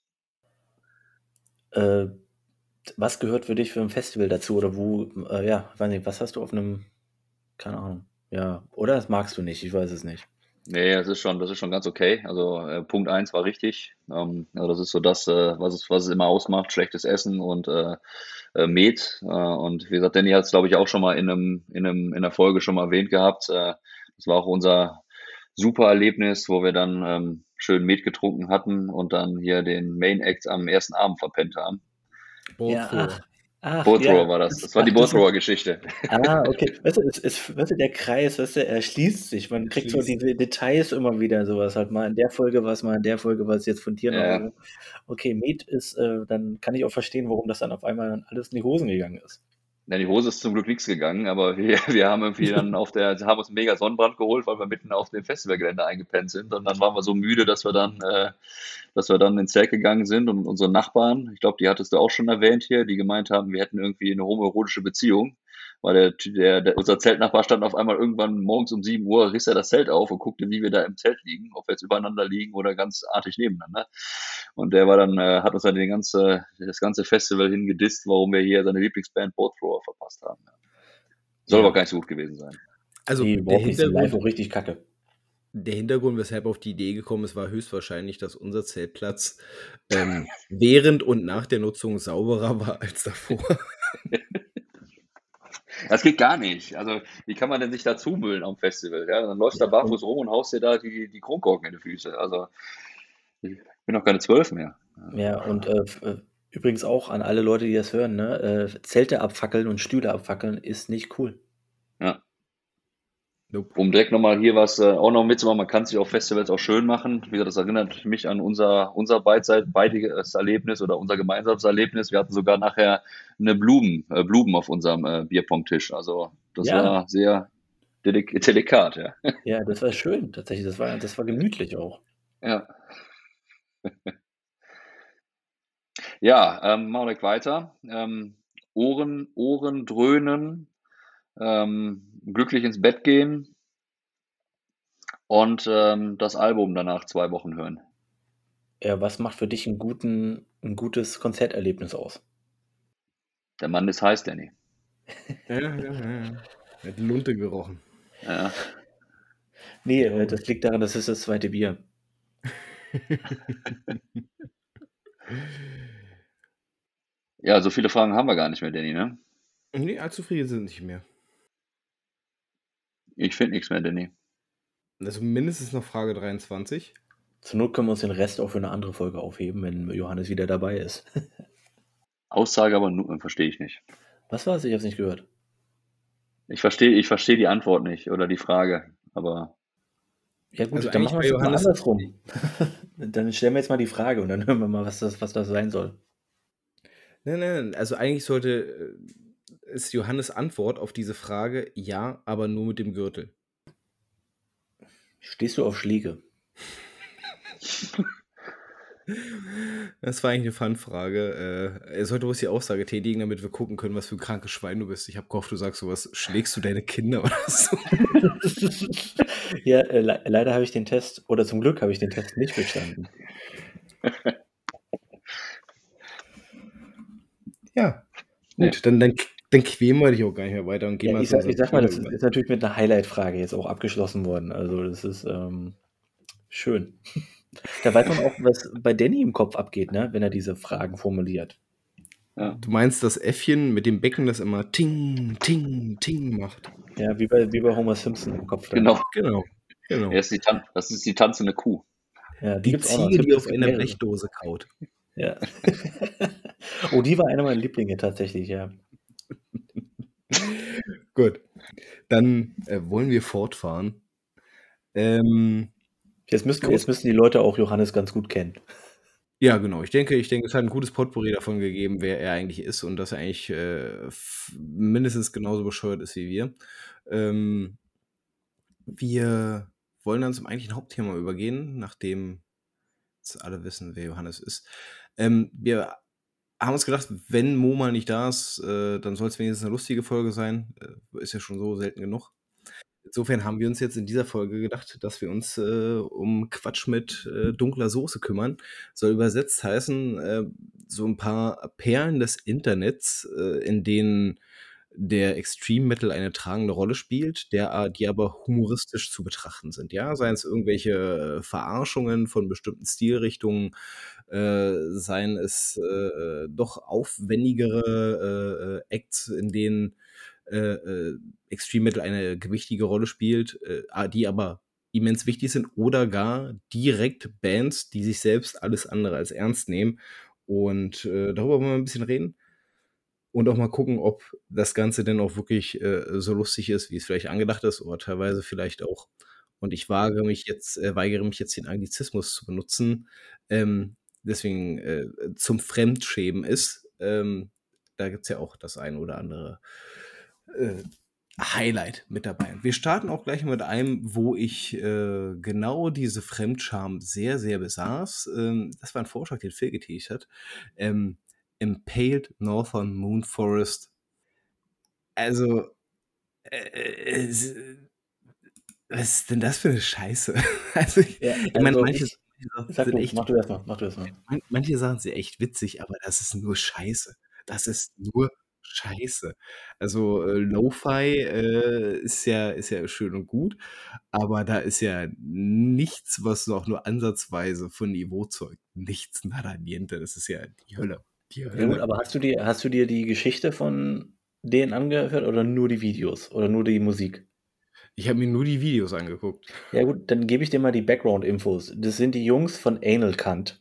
Äh, was gehört für dich für ein Festival dazu? Oder wo, äh, ja, weiß nicht, was hast du auf einem, keine Ahnung. Ja, oder das magst du nicht, ich weiß es nicht. Nee, das ist schon, das ist schon ganz okay. Also äh, Punkt eins war richtig. Ähm, ja, das ist so das, äh, was es, was es immer ausmacht, schlechtes Essen und äh, äh, Met. Äh, und wie gesagt, Danny hat es, glaube ich, auch schon mal in einem, in einem, in der Folge schon mal erwähnt gehabt. Äh, das war auch unser super Erlebnis, wo wir dann ähm, schön Met getrunken hatten und dann hier den Main Act am ersten Abend verpennt haben. Boat Ja, Thrower. ach, ach, Boat ja. Thrower war das. Das, Das war ach, die das Boat ist, Thrower Geschichte. ah, okay. Weißt du, es ist, weißt du, der Kreis, weißt du, er schließt sich. Man kriegt so Schließt. diese Details immer wieder, sowas halt mal in der Folge was, mal in der Folge was, jetzt von dir noch. Ja, So. Okay, Met ist, äh, dann kann ich auch verstehen, warum das dann auf einmal alles in die Hosen gegangen ist. na, die Hose ist zum Glück nichts gegangen, aber wir, wir haben irgendwie dann auf der, haben uns einen mega Sonnenbrand geholt, weil wir mitten auf dem Festivalgelände eingepennt sind. Und dann waren wir so müde, dass wir dann, äh, dass wir dann ins Zelt gegangen sind und unsere Nachbarn, ich glaube, die hattest du auch schon erwähnt hier, die gemeint haben, wir hätten irgendwie eine homoerotische Beziehung. Weil der, der, der, unser Zeltnachbar stand auf einmal irgendwann morgens um sieben Uhr, riss er das Zelt auf und guckte, wie wir da im Zelt liegen, ob wir jetzt übereinander liegen oder ganz artig nebeneinander. Und der war dann, äh, hat uns dann den ganze, das ganze Festival hingedisst, warum wir hier seine Lieblingsband Boat Thrower verpasst haben. Soll Ja. aber gar nicht so gut gewesen sein. Also Nee, der überhaupt nicht. Die live Hintergrund, auch richtig kacke. der Hintergrund, weshalb auf die Idee gekommen ist, war höchstwahrscheinlich, dass unser Zeltplatz ähm, während und nach der Nutzung sauberer war als davor. Das geht gar nicht. Also, wie kann man denn sich da zumüllen am Festival? Ja, dann läufst du Ja, da barfuß rum und haust dir da die, die Kronkorken in die Füße. Also, ich bin noch keine zwölf mehr. Ja, und äh, f- äh, übrigens auch an alle Leute, die das hören, ne? Äh, Zelte abfackeln und Stühle abfackeln ist nicht cool. Ja. Nope. Um direkt nochmal hier was äh, auch noch mitzumachen, man kann sich auf Festivals auch schön machen. Wie gesagt, das erinnert mich an unser, unser beidseit- beidiges Erlebnis oder unser gemeinsames Erlebnis. Wir hatten sogar nachher eine Blumen, äh, Blumen auf unserem äh, Bierpong-Tisch. Also das Ja, war sehr delik delikat, ja. ja, das war schön, tatsächlich. Das war, das war gemütlich auch. Ja, ja ähm, machen wir direkt weiter. Ähm, Ohren, Ohren dröhnen, ähm, glücklich ins Bett gehen und ähm, das Album danach zwei Wochen hören. Ja, was macht für dich einen guten, ein gutes Konzerterlebnis aus? Der Mann ist heiß, Danny. Ja, ja, ja. ja. Hat Lunte gerochen. Ja. Nee, Glaub äh, ich. das liegt daran, das ist das zweite Bier. Ja, so viele Fragen haben wir gar nicht mehr, Danny, ne? Ne, allzu viele sind nicht mehr. Ich finde nichts mehr, Danny. Also mindestens noch Frage dreiundzwanzig. Zur Not können wir uns den Rest auch für eine andere Folge aufheben, wenn Johannes wieder dabei ist. Aussage aber nu verstehe ich nicht. Was war's? Ich habe es nicht gehört. Ich verstehe ich verstehe die Antwort nicht oder die Frage, aber Ja gut, Also dann eigentlich machen wir bei es doch mal Johannes andersrum. Dann stellen wir jetzt mal die Frage und dann hören wir mal, was das was das sein soll. Nein, nein, also eigentlich sollte äh, ist Johannes' Antwort auf diese Frage: „Ja, aber nur mit dem Gürtel.“ Stehst du auf Schläge? Das war eigentlich 'ne Fun-Frage. Äh, er sollte bloß die Aussage tätigen, damit wir gucken können, was für 'n krankes Schwein du bist. Ich habe gehofft, du sagst so was: „Schlägst du deine Kinder?“ oder so. Ja, äh, lei leider habe ich den Test oder zum Glück habe ich den Test nicht bestanden. Ja, Ne. gut, dann dann dann quälen wir dich auch gar nicht mehr weiter und gehen Ja, mal ich zu sage ich unserem sage mal, Thema das ist über. ist natürlich mit 'ner Highlight-Frage jetzt auch abgeschlossen worden. Also, das ist, ähm, schön. Da weiß man auch, was bei Danny im Kopf abgeht, ne, wenn er diese Fragen formuliert. Ja. Du meinst das Äffchen mit dem Becken, das immer Ting, Ting, Ting macht? Ja, wie bei wie bei Homer Simpson im Kopf da. Genau. Genau, genau. Er ist die Tan das ist die tanzende Kuh. Ja, die Die gibt's auch noch. Es Ziege, gibt die es auf gibt einer mehrere. Blechdose kaut. Ja. Oh, die war einer meiner Lieblinge tatsächlich, ja. Gut, dann, äh, wollen wir fortfahren. Ähm, Jetzt müssten groß jetzt müssten die Leute auch Johannes ganz gut kennen. Ja, genau. Ich denke ich denke, es hat 'n gutes Potpourri davon gegeben, wer er eigentlich ist und dass er eigentlich, äh, f mindestens genauso bescheuert ist wie wir. Ähm wir wollen dann zum eigentlichen Hauptthema übergehen, nachdem jetzt alle wissen, wer Johannes ist. Ähm, wir haben uns gedacht, wenn Mo mal nicht da ist, äh, dann soll's wenigstens 'ne lustige Folge sein. Äh, ist ja schon so selten genug. Insofern haben wir uns jetzt in dieser Folge gedacht, dass wir uns, äh, um Quatsch mit, äh, dunkler Soße kümmern. Soll übersetzt heißen, äh, so 'n paar Perlen des Internets, äh, in denen der Extreme Metal eine tragende Rolle spielt, der a die aber humoristisch zu betrachten sind, ja? Seien's irgendwelche Verarschungen von bestimmten Stilrichtungen, äh, seien es, äh, äh, doch aufwendigere, äh, äh, Acts, in denen, äh, äh, Extreme Metal eine gewichtige Rolle spielt, äh, a die aber immens wichtig sind oder gar direkt Bands, die sich selbst alles andere als ernst nehmen. Und, äh, darüber wollen wir 'n bisschen reden und auch mal gucken, ob das Ganze denn auch wirklich, äh, so lustig ist, wie es vielleicht angedacht ist oder teilweise vielleicht auch und ich wage mich jetzt äh, weigere mich jetzt, den Anglizismus zu benutzen, ähm, deswegen, äh, zum Fremdschämen ist. Ähm, da gibt's ja auch das ein oder andere, äh, Highlight mit dabei. Wir starten auch gleich mit einem, wo ich, äh, genau diese Fremdscham sehr, sehr besaß. Ähm, das war 'n Vorschlag, den Phil getätigt hat. Ähm, „Impaled Northern Moon Forest“. Also, äh, äh, s was ist denn das für 'ne Scheiße? Also, ich Ja, ich meine, also manche ich Sachen sag sind du, echt mach du erst mal, mach du erst mal. man manche Sachen sind echt witzig, aber das ist nur Scheiße. Das ist nur Scheiße. Also, äh, Lo-Fi, äh, ist ja ist ja schön und gut, aber da ist ja nichts, was auch nur ansatzweise von Niveau zeugt. Nichts, nada, niente. Das ist ja die Hölle, die Ja gut, Hölle. aber hast du dir hast du dir die Geschichte von denen angehört oder nur die Videos oder nur die Musik? Ich habe mir nur die Videos angeguckt. Ja gut, dann gebe ich dir mal die Background-Infos. Das sind die Jungs von Anal Kant.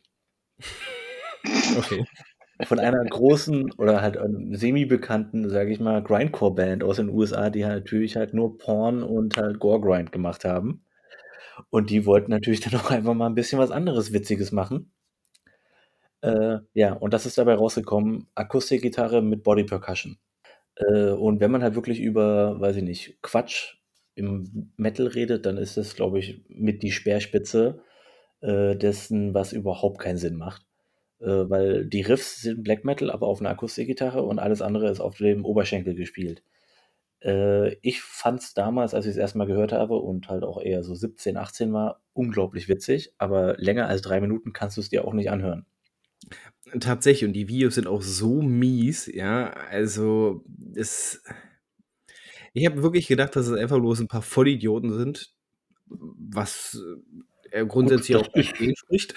Okay. Von einer großen oder halt, ähm, semi-bekannten, sage ich mal, Grindcore-Band aus den U S A, die halt natürlich halt nur Porn und halt Gore-Grind gemacht haben. Und die wollten natürlich dann auch einfach mal 'n bisschen was anderes Witziges machen. Äh, ja, und das ist dabei rausgekommen, Akustikgitarre mit Body Percussion. Äh, und wenn man halt wirklich über, weiß ich nicht, Quatsch im Metal redet, dann ist das, glaube ich, mit die Speerspitze, äh, dessen, was überhaupt keinen Sinn macht. Äh, weil die Riffs sind Black Metal, aber auf 'ner Akustikgitarre und alles andere ist auf dem Oberschenkel gespielt. Äh, ich fand's damals, als ich's erst mal gehört habe und halt auch eher so siebzehn, achtzehn war, unglaublich witzig, aber länger als drei Minuten kannst du's dir auch nicht anhören. Tatsächlich und die Videos sind auch so mies, ja, also, es ich habe wirklich gedacht, dass es einfach bloß 'n paar Vollidioten sind, was, äh, Gut, grundsätzlich das auch gar ist nicht gegen spricht.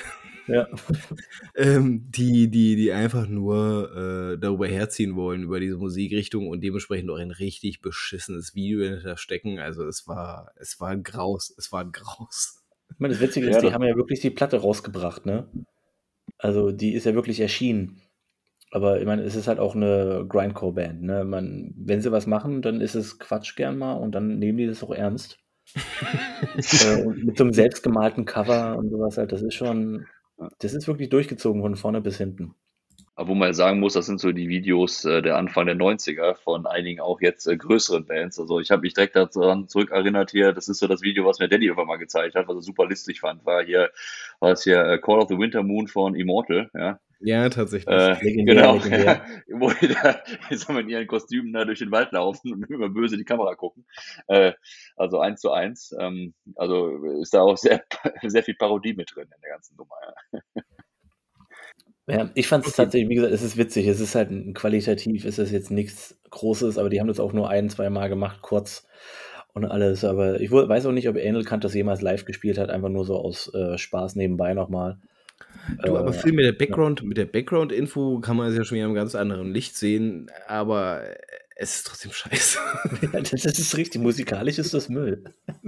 Ja. ähm, die, die, die einfach nur äh, darüber herziehen wollen, über diese Musikrichtung und dementsprechend auch ein richtig beschissenes Video dahinter stecken. Also es war, es war ein Graus, es war ein Graus. Ich meine, das Witzige Ja, ist, die das, haben ja wirklich die Platte rausgebracht, ne? Also die ist ja wirklich erschienen. Aber ich meine, es ist halt auch eine Grindcore-Band, ne? Man, wenn sie was machen, dann ist es Quatsch gern mal und dann nehmen die das auch ernst. Äh, und mit so einem selbstgemalten Cover und sowas halt, das ist schon, das ist wirklich durchgezogen von vorne bis hinten. wo man sagen muss, das sind so die Videos äh, der Anfang der neunziger von einigen auch jetzt äh, größeren Bands. Also ich habe mich direkt daran zurückerinnert hier, das ist so das Video, was mir Daddy irgendwann mal gezeigt hat, was er super listig fand, war hier, war es hier äh, Call of the Winter Moon von Immortal, ja. Ja, tatsächlich. Äh, Legendär, genau, legendär. ja, wo die da ich sag mal, in ihren Kostümen da durch den Wald laufen und immer böse in die Kamera gucken. Äh, also eins zu eins. Ähm, also ist da auch sehr, sehr viel Parodie mit drin in der ganzen Nummer. Ja. Ja, ich fand es Okay. tatsächlich, wie gesagt, es ist witzig. Es ist halt 'n qualitativ ist das jetzt nichts Großes, aber die haben das auch nur ein, zwei Mal gemacht, kurz und alles. Aber ich wo weiß auch nicht, ob Anal Kant das jemals live gespielt hat, einfach nur so aus äh, Spaß nebenbei nochmal. Du, aber Äh, Phil, mit der ja. Background, mit der Background-Info kann man es ja schon wieder im ganz anderen Licht sehen, aber es ist trotzdem scheiße. Ja, das ist richtig. Musikalisch ist das Müll.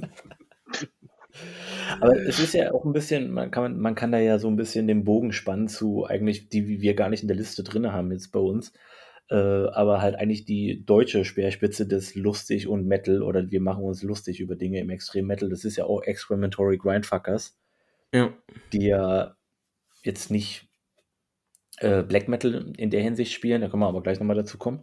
Aber es ist ja auch ein bisschen, man kann, man kann da ja so ein bisschen den Bogen spannen zu eigentlich, die wir gar nicht in der Liste drin haben jetzt bei uns. Äh, aber halt eigentlich die deutsche Speerspitze des Lustig und Metal oder wir machen uns lustig über Dinge im Extrem Metal. Das ist ja auch Excrementory Grindfuckers, Ja. die ja jetzt nicht äh, Black Metal in der Hinsicht spielen, da können wir aber gleich nochmal dazu kommen.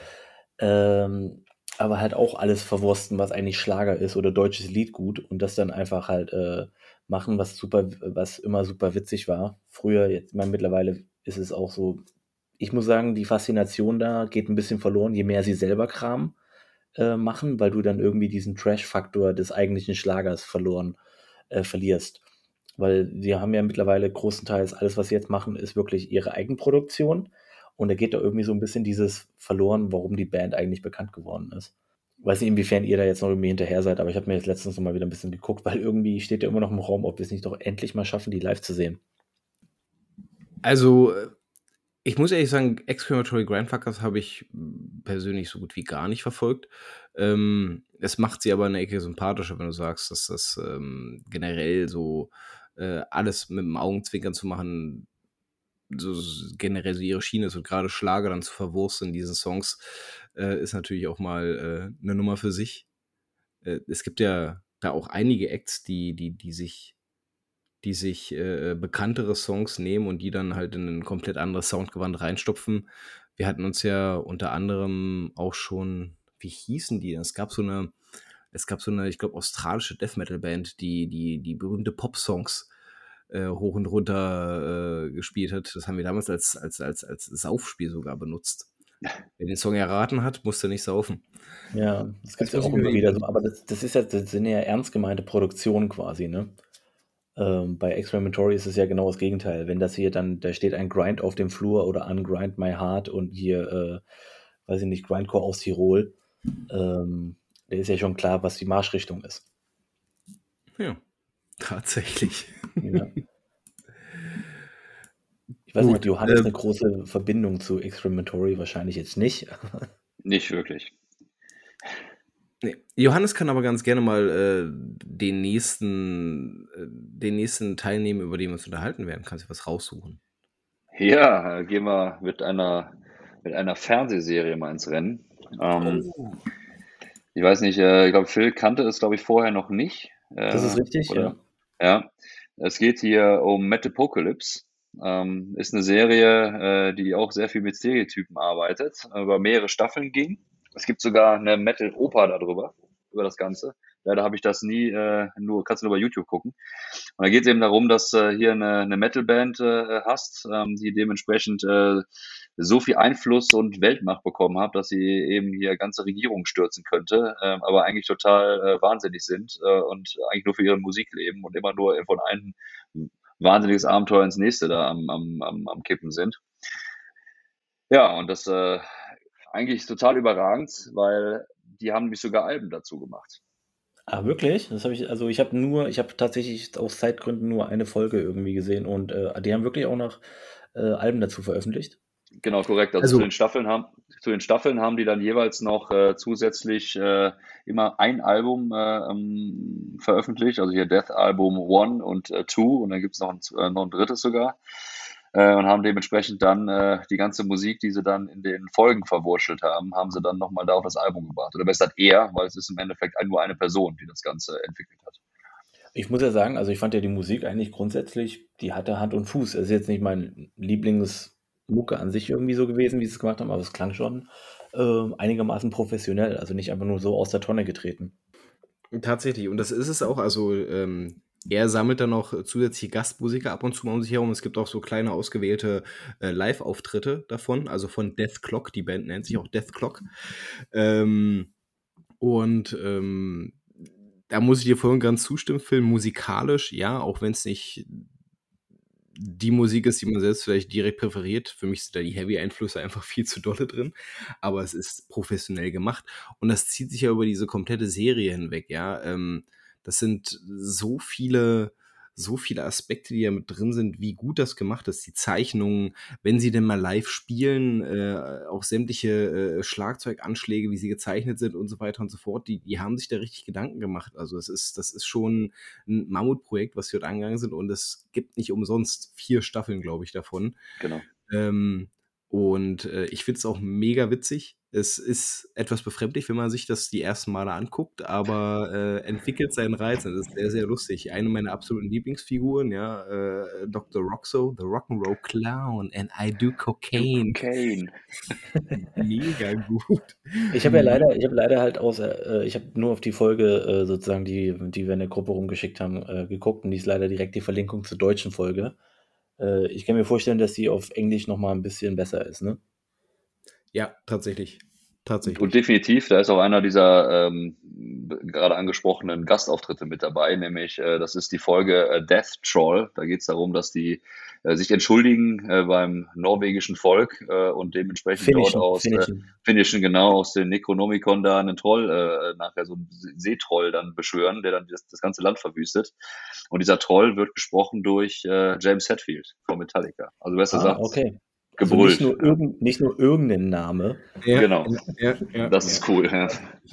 Ähm, aber halt auch alles verwursten, was eigentlich Schlager ist oder deutsches Liedgut und das dann einfach halt äh, machen, was super, was immer super witzig war. Früher, jetzt, ich meine, mittlerweile ist es auch so, ich muss sagen, die Faszination da geht ein bisschen verloren, je mehr sie selber Kram äh, machen, weil du dann irgendwie diesen Trash-Faktor des eigentlichen Schlagers verloren äh, verlierst. Weil die haben ja mittlerweile großenteils alles, was sie jetzt machen, ist wirklich ihre Eigenproduktion. Und da geht da irgendwie so ein bisschen dieses verloren, warum die Band eigentlich bekannt geworden ist. Weiß nicht, inwiefern ihr da jetzt noch irgendwie hinterher seid, aber ich habe mir jetzt letztens noch mal wieder ein bisschen geguckt, weil irgendwie steht ja immer noch im Raum, ob wir es nicht doch endlich mal schaffen, die live zu sehen. Also, äh, ich muss ehrlich sagen, Excrementory Grindfuckers habe ich mm, persönlich so gut wie gar nicht verfolgt. Ähm, es macht sie aber eine Ecke sympathischer, wenn du sagst, dass das ähm, generell so äh, alles mit dem Augenzwinkern zu machen, so s- generell so ihre Schiene ist und gerade Schlager dann zu verwursten in diesen Songs, äh, ist natürlich auch mal äh, eine Nummer für sich. Äh, es gibt ja da auch einige Acts, die, die, die sich die sich äh, bekanntere Songs nehmen und die dann halt in ein komplett anderes Soundgewand reinstopfen. Wir hatten uns ja unter anderem auch schon, wie hießen die denn? Es gab so eine, es gab so eine, ich glaube, australische Death Metal Band, die die, die berühmte Pop-Songs äh, hoch und runter äh, gespielt hat. Das haben wir damals als, als, als, als Saufspiel sogar benutzt. Wer den Song erraten hat, musste nicht saufen. Ja, das gibt's Das ja muss auch ich mir immer mal wieder eben so, aber das, das ist ja, das sind ja ernst gemeinte Produktionen quasi, ne? Ähm, bei Experimentory ist es ja genau das Gegenteil. Wenn das hier dann, da steht ein Grind auf dem Flur oder Ungrind My Heart und hier, äh, weiß ich nicht, Grindcore aus Tirol, ähm, da ist ja schon klar, was die Marschrichtung ist. Ja, tatsächlich. Ja. Ich weiß nicht, hat Gut. Johannes eine Ähm, große Verbindung zu Experimentory? Wahrscheinlich jetzt nicht. Nicht wirklich. nee. Johannes kann aber ganz gerne mal äh, den nächsten, äh, den nächsten teilnehmen, über den wir uns unterhalten werden. Kannst du was raussuchen? Ja, äh, gehen wir mit einer, mit einer Fernsehserie mal ins Rennen. Ähm, Oh. ich weiß nicht, äh, ich glaube, Phil kannte es, glaube ich, vorher noch nicht. Das ist Äh, richtig, ja. oder? Ja. Es geht hier um Metapocalypse. Ähm, ist eine Serie, äh, die auch sehr viel mit Stereotypen arbeitet, über mehrere Staffeln ging. Es gibt sogar eine Metal-Oper darüber, über das Ganze. Leider habe ich das nie, äh, nur, kannst du nur bei YouTube gucken. Und da geht es eben darum, dass äh, hier eine, eine Metalband äh, hast, ähm, die dementsprechend äh, so viel Einfluss und Weltmacht bekommen hat, dass sie eben hier ganze Regierungen stürzen könnte, ähm, aber eigentlich total äh, wahnsinnig sind äh, und eigentlich nur für ihre Musik leben und immer nur von einem wahnsinniges Abenteuer ins nächste da am, am, am, am Kippen sind. Ja, und das äh, eigentlich total überragend, weil die haben nämlich sogar Alben dazu gemacht. Ah, wirklich? Das habe ich also, ich habe nur ich habe tatsächlich aus Zeitgründen nur eine Folge irgendwie gesehen und, äh, die haben wirklich auch noch, äh, Alben dazu veröffentlicht? Genau, korrekt. Also zu Also den Staffeln haben zu den Staffeln haben die dann jeweils noch äh, zusätzlich äh, immer ein Album äh, ähm, veröffentlicht, also hier Death Album One und äh, Two und dann gibt's noch ein, z- äh, noch ein drittes sogar äh, und haben dementsprechend dann äh, die ganze Musik, die sie dann in den Folgen verwurschtelt haben, haben sie dann nochmal da auf das Album gebracht. Oder besser gesagt er, weil es ist im Endeffekt nur eine Person, die das Ganze entwickelt hat. Ich muss ja sagen, also, ich fand ja die Musik eigentlich grundsätzlich, die hatte Hand und Fuß. Es ist jetzt nicht mein Lieblingsmucke an sich irgendwie so gewesen, wie sie's gemacht haben, aber es klang schon, ähm, einigermaßen professionell, also, nicht einfach nur so aus der Tonne getreten. tatsächlich, und das ist es auch. Also, ähm, er sammelt dann noch zusätzliche Gastmusiker ab und zu mal um sich herum. Es gibt auch so kleine ausgewählte äh, Live-Auftritte davon, also von Death Clock. Die Band nennt sich auch Death Clock. Ähm, und ähm, da muss ich dir voll und ganz zustimmen, Phil. Musikalisch, ja, auch wenn es nicht die Musik ist, die man selbst vielleicht direkt präferiert. Für mich sind da die Heavy-Einflüsse einfach viel zu dolle drin, aber es ist professionell gemacht und das zieht sich ja über diese komplette Serie hinweg, ja. Ähm, das sind so viele, so viele Aspekte, die da mit drin sind, wie gut das gemacht ist. Die Zeichnungen, wenn sie denn mal live spielen, äh, auch sämtliche äh, Schlagzeuganschläge, wie sie gezeichnet sind und so weiter und so fort, die, die haben sich da richtig Gedanken gemacht. Also es ist, das ist schon ein Mammutprojekt, was wir dort angegangen sind und es gibt nicht umsonst vier Staffeln, glaube ich, davon. Genau. Ähm, und äh, ich finde es auch mega witzig. Es ist etwas befremdlich, wenn man sich das die ersten Male anguckt, aber äh, entwickelt seinen Reiz. Und das ist sehr, sehr lustig. Eine meiner absoluten Lieblingsfiguren, ja, äh, Doktor Roxo, the Rock'n'Roll Clown, and I do Du cocaine. Cocaine. Mega gut. Ich habe ja leider ich habe leider halt außer äh, ich habe nur auf die Folge, äh, sozusagen, die die wir in der Gruppe rumgeschickt haben, äh, geguckt und die ist leider direkt die Verlinkung zur deutschen Folge. Äh, ich kann mir vorstellen, dass die auf Englisch noch mal 'n bisschen besser ist, ne? Ja, tatsächlich. Und Tatsächlich. definitiv, da ist auch einer dieser ähm, b- gerade angesprochenen Gastauftritte mit dabei, nämlich äh, das ist die Folge äh, Death Troll. Da geht es darum, dass die äh, sich entschuldigen äh, beim norwegischen Volk äh, und dementsprechend dort Finnischen aus äh, Finnischen. finnischen, genau, aus den Necronomicon da einen Troll, äh, nachher so einen See- Seetroll dann beschwören, der dann das, das ganze Land verwüstet. Und dieser Troll wird gesprochen durch äh, James Hetfield von Metallica. Also besser Ah, gesagt, okay. Also, nicht gebrüllt. nur Ja. irgend nicht nur irgend 'nen Name. Ja, Genau, ja, ja, das ja. ist cool. Ja.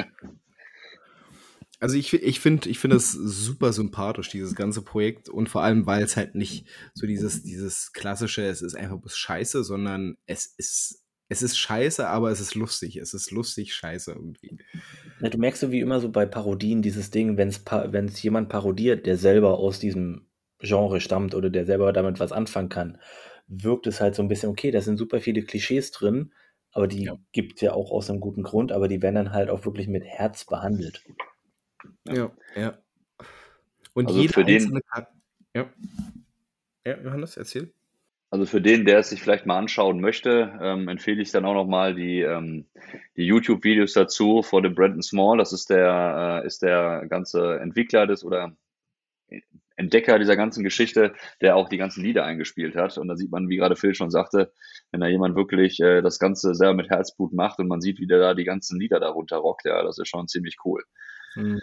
Also ich, fi- ich finde ich find das super sympathisch, dieses ganze Projekt. Und vor allem, weil es halt nicht so dieses, dieses klassische, es ist einfach bloß scheiße, sondern es ist, es ist scheiße, aber es ist lustig. Es ist lustig scheiße irgendwie. Ja, du merkst so wie immer so bei Parodien dieses Ding, wenn's pa wenn's jemand parodiert, der selber aus diesem Genre stammt oder der selber damit was anfangen kann, wirkt es halt so 'n bisschen: okay, da sind super viele Klischees drin, aber Ja. die gibt's ja auch aus 'nem guten Grund, aber die werden dann halt auch wirklich mit Herz behandelt. Ja. Ja, ja. Und Also jeder für den, einzelne Char- Ja, ja, Johannes, erzähl. also für den, der es sich vielleicht mal anschauen möchte, ähm, empfehle ich dann auch nochmal die, ähm, die YouTube-Videos dazu von dem Brandon Small. Das ist der, äh, ist der ganze Entwickler des oder Entdecker dieser ganzen Geschichte, der auch die ganzen Lieder eingespielt hat. Und da sieht man, wie gerade Phil schon sagte, wenn da jemand wirklich äh, das Ganze selber mit Herzblut macht und man sieht, wie der da die ganzen Lieder darunter rockt, ja, das ist schon ziemlich cool. Mhm.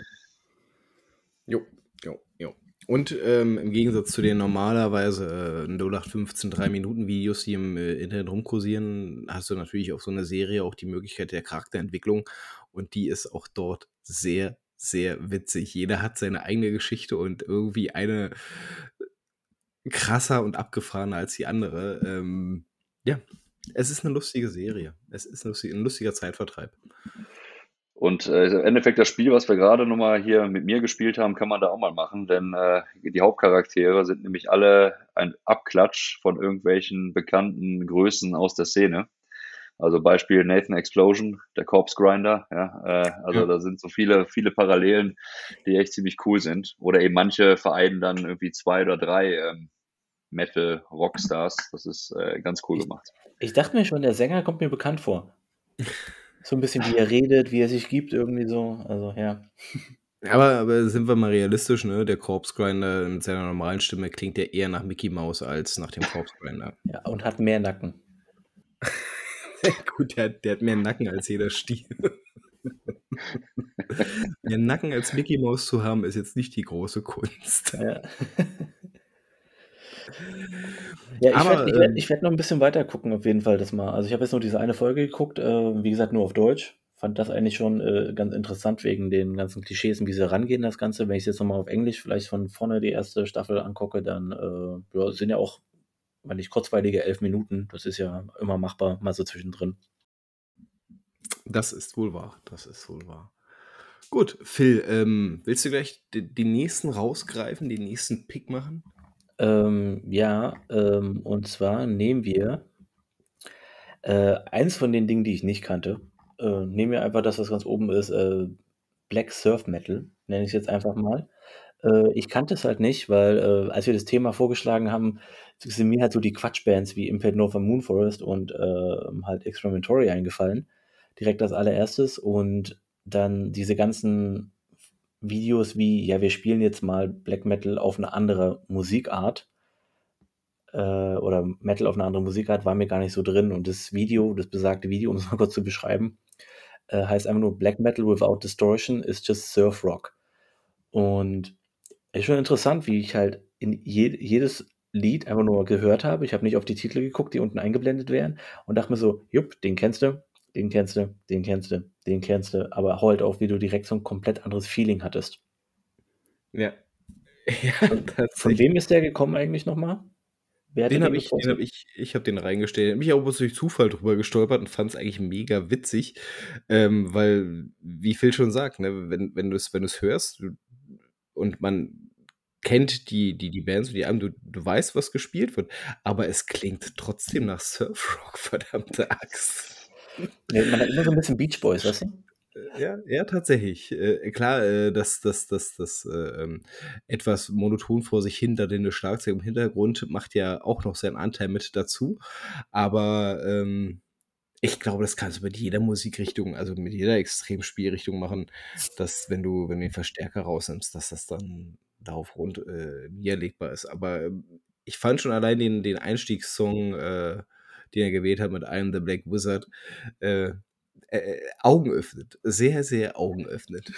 Jo, jo, jo. Und ähm, im Gegensatz zu den normalerweise äh, null acht fünfzehn drei Minuten Videos, die im äh, Internet rumkursieren, hast du natürlich auf so eine Serie auch die Möglichkeit der Charakterentwicklung und die ist auch dort sehr, sehr witzig. Jeder hat seine eigene Geschichte und irgendwie eine krasser und abgefahrener als die andere. Ähm, ja, es ist eine lustige Serie. Es ist ein lustiger, ein lustiger Zeitvertreib. Und äh, im Endeffekt das Spiel, was wir gerade nochmal hier mit mir gespielt haben, kann man da auch mal machen, denn äh, die Hauptcharaktere sind nämlich alle ein Abklatsch von irgendwelchen bekannten Größen aus der Szene. Also Beispiel Nathan Explosion, der Corpse Grinder, ja, äh, also Ja. da sind so viele, viele Parallelen, die echt ziemlich cool sind. Oder eben manche vereinen dann irgendwie zwei oder drei ähm, Metal Rockstars. Das ist äh, ganz cool Ich gemacht. ich dachte mir schon, der Sänger kommt mir bekannt vor. So 'n bisschen, wie er redet, wie er sich gibt irgendwie so, also ja. Aber, aber sind wir mal realistisch, ne? Der Corpse Grinder mit seiner normalen Stimme klingt ja eher nach Mickey Mouse als nach dem Corpse Grinder. Ja, und hat mehr Nacken. Gut, der, hat- der hat mehr Nacken als jeder Stier. Den Nacken als Mickey Maus zu haben, ist jetzt nicht die große Kunst. Ja. Ja, ich werde Aber, ich werde ähm ich werde noch 'n bisschen weiter gucken auf jeden Fall das mal. Also, ich habe jetzt nur diese eine Folge geguckt, äh, wie gesagt, nur auf Deutsch. Fand das eigentlich schon, äh, ganz interessant wegen den ganzen Klischees und wie sie rangehen, das Ganze. Wenn ich's jetzt noch mal auf Englisch vielleicht von vorne die erste Staffel angucke, dann, äh, ja, sind ja auch, meine ich, kurzweilige elf Minuten. Das ist ja immer machbar, mal so zwischendrin. Das ist wohl wahr, das ist wohl wahr. Gut, Phil, ähm, willst du gleich d den nächsten rausgreifen, den nächsten Pick machen? Ähm, ja, ähm, und zwar nehmen wir äh, eins von den Dingen, die ich nicht kannte. Äh, nehmen wir einfach das, was ganz oben ist, äh, Black Surf Metal, nenne ich's jetzt einfach mal. Äh, ich kannte es halt nicht, weil, äh, als wir das Thema vorgeschlagen haben, sind mir halt so die Quatschbands wie Impaled North and Moonforest und, ähm, halt Experimentory eingefallen, direkt als Allererstes. Und dann diese ganzen Videos wie: „Ja, wir spielen jetzt mal Black Metal auf 'ne andere Musikart“ äh, oder Metal auf 'ne andere Musikart, war mir gar nicht so drin. Und das Video, das besagte Video, um's mal kurz zu beschreiben, äh, heißt einfach nur: „Black Metal without distortion is just surf rock.“ Und ist schon interessant, wie ich halt in je jedes Lied einfach nur gehört habe. Ich habe nicht auf die Titel geguckt, die unten eingeblendet werden und dachte mir so: „Jupp, den kennst du, den kennst du, den kennst du, den kennst du“, aber halt auch, wie du direkt so 'n komplett anderes Feeling hattest. Ja. Ja, Von von tatsächlich. wem ist der gekommen eigentlich noch mal? Wer hatte Den den habe ich den gepostet? habe ich ich habe den reingestellt. Bin ich auch bloß durch Zufall drüber gestolpert und fand's eigentlich mega witzig, ähm, weil, wie Phil schon sagt, ne, wenn wenn du's wenn du's hörst und man kennt die die die Bands und die Alben, du du weißt, was gespielt wird, aber es klingt trotzdem nach Surfrock, verdammte Axt. Ja, man hat immer so 'n bisschen Beach Boys, weißt du? Äh, ja, ja, tatsächlich. Äh, klar, äh, das das das das, äh, ähm, etwas monoton vor sich hin daddelnde Schlagzeug im Hintergrund macht ja auch noch seinen Anteil mit dazu. Aber, ähm, ich glaube, das kannst du mit jeder Musikrichtung, also mit jeder Extremspielrichtung machen, dass wenn du wenn du den Verstärker rausnimmst, dass das dann darauf rund äh, niederlegbar ist. Aber, ähm, ich fand schon allein den den Einstiegssong, äh, den er gewählt hat mit „I am the Black Wizard“, äh, äh, augenöffnend. Sehr, sehr augenöffnend.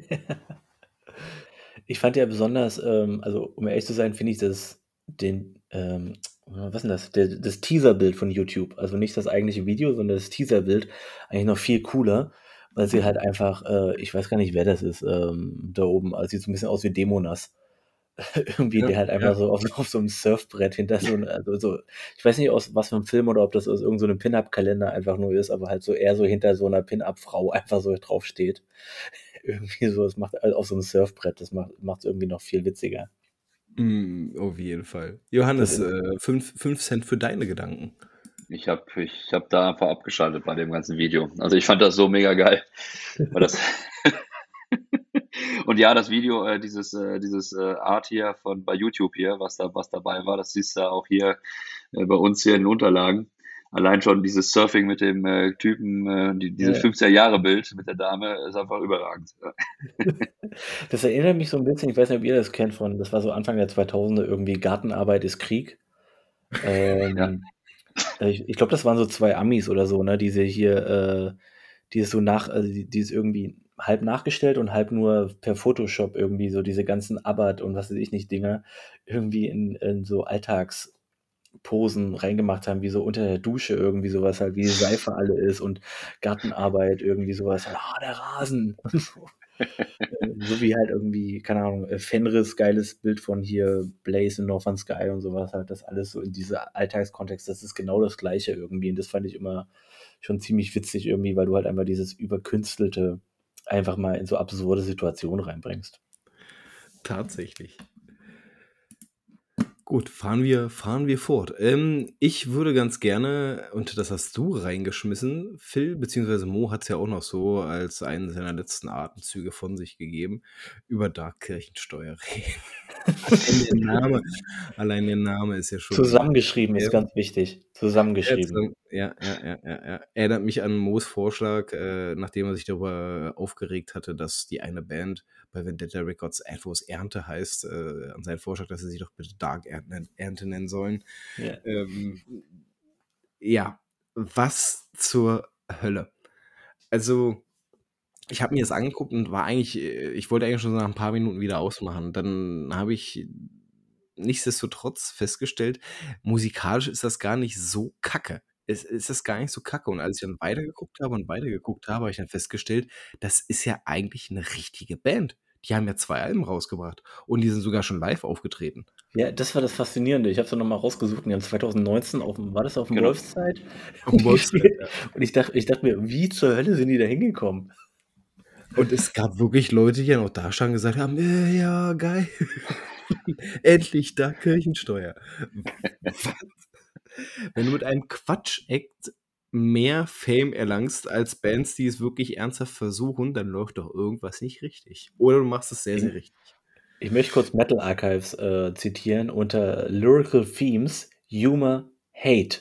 Ich fand ja besonders, ähm also, um ehrlich zu sein, finde ich das den, ähm was ist 'n das? Der das Teaserbild von YouTube, also nicht das eigentliche Video, sondern das Teaserbild eigentlich noch viel cooler, weil sie halt einfach äh, ich weiß gar nicht, wer das ist, ähm, da oben. Also, sieht so 'n bisschen aus wie Demonas. Irgendwie, Ja, der halt ja. einfach so auf auf so 'nem Surfbrett hinter so 'n also so ich weiß nicht, aus was für 'nem Film oder ob das aus irgend so 'nem Pin-Up-Kalender einfach nur ist, aber halt so er so hinter so 'ner Pin-Up-Frau einfach so drauf steht. Irgendwie so, das macht al auf so 'nem Surfbrett, das macht macht's irgendwie noch viel witziger. Mhm, auf jeden Fall. Das Johannes, in äh, fünf fünf Cent für deine Gedanken. Ich habe ich habe da einfach abgeschaltet bei dem ganzen Video. Also, ich fand das so mega geil, weil das und ja, das Video, äh, dieses äh, dieses, äh, Art hier von bei YouTube hier, was da was dabei war, das siehst du auch hier, äh, bei uns hier in den Unterlagen. Allein schon dieses Surfing mit dem, äh, Typen, äh, die dieses Ja. fünfziger Jahre Bild mit der Dame ist einfach überragend, ja. Das erinnert mich so 'n bisschen ich weiß nicht, ob ihr das kennt von das war so Anfang der zweitausender irgendwie „Gartenarbeit ist Krieg“. Ja. Ähm, äh, ich ich glaube, das waren so zwei Amis oder so, ne, die sie hier, äh die es so nach also die die es irgendwie halb nachgestellt und halb nur per Photoshop irgendwie so diese ganzen Abbott und was weiß ich nicht Dinger irgendwie in in so Alltagsposen reingemacht haben, wie so unter der Dusche irgendwie so was halt, wie die Seife alle ist und Gartenarbeit irgendwie so was: „Ah, der Rasen“ und so. Äh, so wie halt irgendwie, keine Ahnung, äh, Fenris geiles Bild von hier „Blaze in Northern Sky“ und so was halt, das alles so in dieser Alltagskontext, das ist genau das Gleiche irgendwie und das fand ich immer schon ziemlich witzig irgendwie, weil du halt einfach dieses Überkünstelte einfach mal in so absurde Situationen reinbringst. Tatsächlich. Gut, fahren wir fahren wir fort. Ähm, ich würde ganz gerne und das hast du reingeschmissen, Phil, beziehungsweise Mo hat's ja auch noch so als einen seiner letzten Atemzüge von sich gegeben, über Dark Kirchensteuer reden. Allein der Name allein der Name ist ja schon Zusammengeschrieben ist ganz wichtig. Ja, Zusammengeschrieben. zusammen ja, ja, ja, ja, ja. Erinnert mich an Mo's Vorschlag, äh, nachdem er sich darüber aufgeregt hatte, dass die eine Band bei Vendetta Records Endlos Ernte heißt, äh, an seinen Vorschlag, dass sie sich doch bitte Dark Ernte Ernte nennen sollen. Ja. Ähm, ja, was zur Hölle? Also Ich habe mir das angeguckt und war eigentlich äh, ich wollte eigentlich schon nach 'n paar Minuten wieder ausmachen. Dann habe ich nichtsdestotrotz festgestellt, musikalisch ist das gar nicht so kacke. Es ist das gar nicht so kacke. Und als ich dann weitergeguckt habe und weitergeguckt habe, habe ich dann festgestellt, das ist ja eigentlich 'ne richtige Band. Die haben ja zwei Alben rausgebracht und die sind sogar schon live aufgetreten. Ja, das war das Faszinierende. Ich habe es dann noch mal rausgesucht und die haben zwanzig neunzehn auf'm war das auf'm Genau. Wolfszeit Auf'm Wolfszeit, gespielt ja. und ich dachte ich dachte mir: „Wie zur Hölle sind die da hingekommen?“ Und es gab wirklich Leute, die dann auch da standen und gesagt haben: „Äh, ja, geil. Endlich da Kirchensteuer.“ Was? Wenn du mit einem Quatsch-Act mehr Fame erlangst als Bands, die es wirklich ernsthaft versuchen, dann läuft doch irgendwas nicht richtig. Oder du machst es sehr, Ich sehr richtig. ich möchte kurz Metal Archives, äh, zitieren unter Lyrical Themes, Humor, Hate.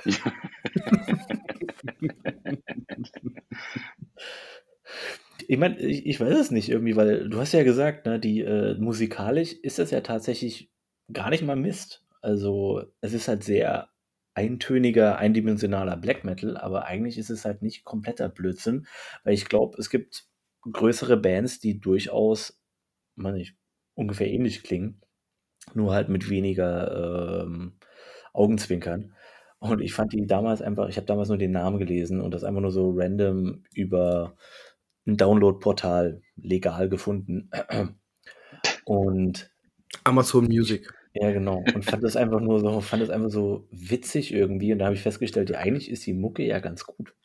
Ich meine, ich ich weiß es nicht irgendwie, weil du hast ja gesagt, ne, die äh, musikalisch ist das ja tatsächlich gar nicht mal Mist. Also, es ist halt sehr eintöniger, eindimensionaler Black Metal, aber eigentlich ist es halt nicht kompletter Blödsinn, weil ich glaube, es gibt größere Bands, die durchaus, meine ich, ungefähr ähnlich klingen, nur halt mit weniger, ähm, Augenzwinkern. Und ich fand die damals einfach ich habe damals nur den Namen gelesen und das einfach nur so random über 'n Downloadportal legal gefunden. Und Amazon ich Music. ja, genau. Und fand das einfach nur so fand das einfach so witzig irgendwie und da habe ich festgestellt, ja, eigentlich ist die Mucke ja ganz gut.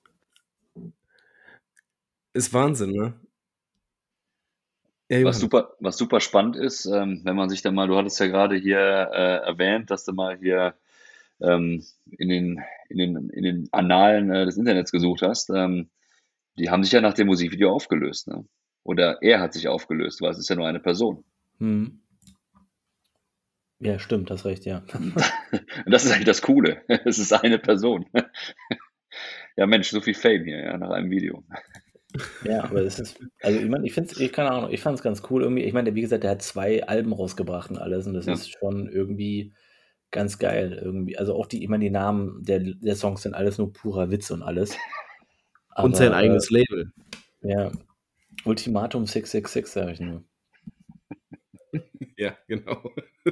Ist Wahnsinn, ne? Ja, Was Johannes. super was super spannend ist, ähm, wenn man sich dann mal du hattest ja grade hier, äh, erwähnt, dass du mal hier, ähm, in den in den in den Annalen, äh, des Internets gesucht hast. Ähm, die haben sich ja nach dem Musikvideo aufgelöst, ne? Oder er hat sich aufgelöst, weil es ist ja nur eine Person. Mhm. Ja, stimmt, hast recht, ja. Und das ist eigentlich das Coole. Es ist eine Person. Ja, Mensch, so viel Fame hier, ja, nach einem Video. Ja, aber es ist also, ich meine, ich finde es ich keine Ahnung, ich fand's ganz cool irgendwie. Ich meine, wie gesagt, der hat zwei Alben rausgebracht und alles und das Ja. ist schon irgendwie ganz geil irgendwie. Also, auch die ich meine, die Namen der der Songs sind alles nur purer Witz und alles. Und sein Aber, eigenes Label. äh ja, Ultimatum six six six, sage ich nur. Ja, genau.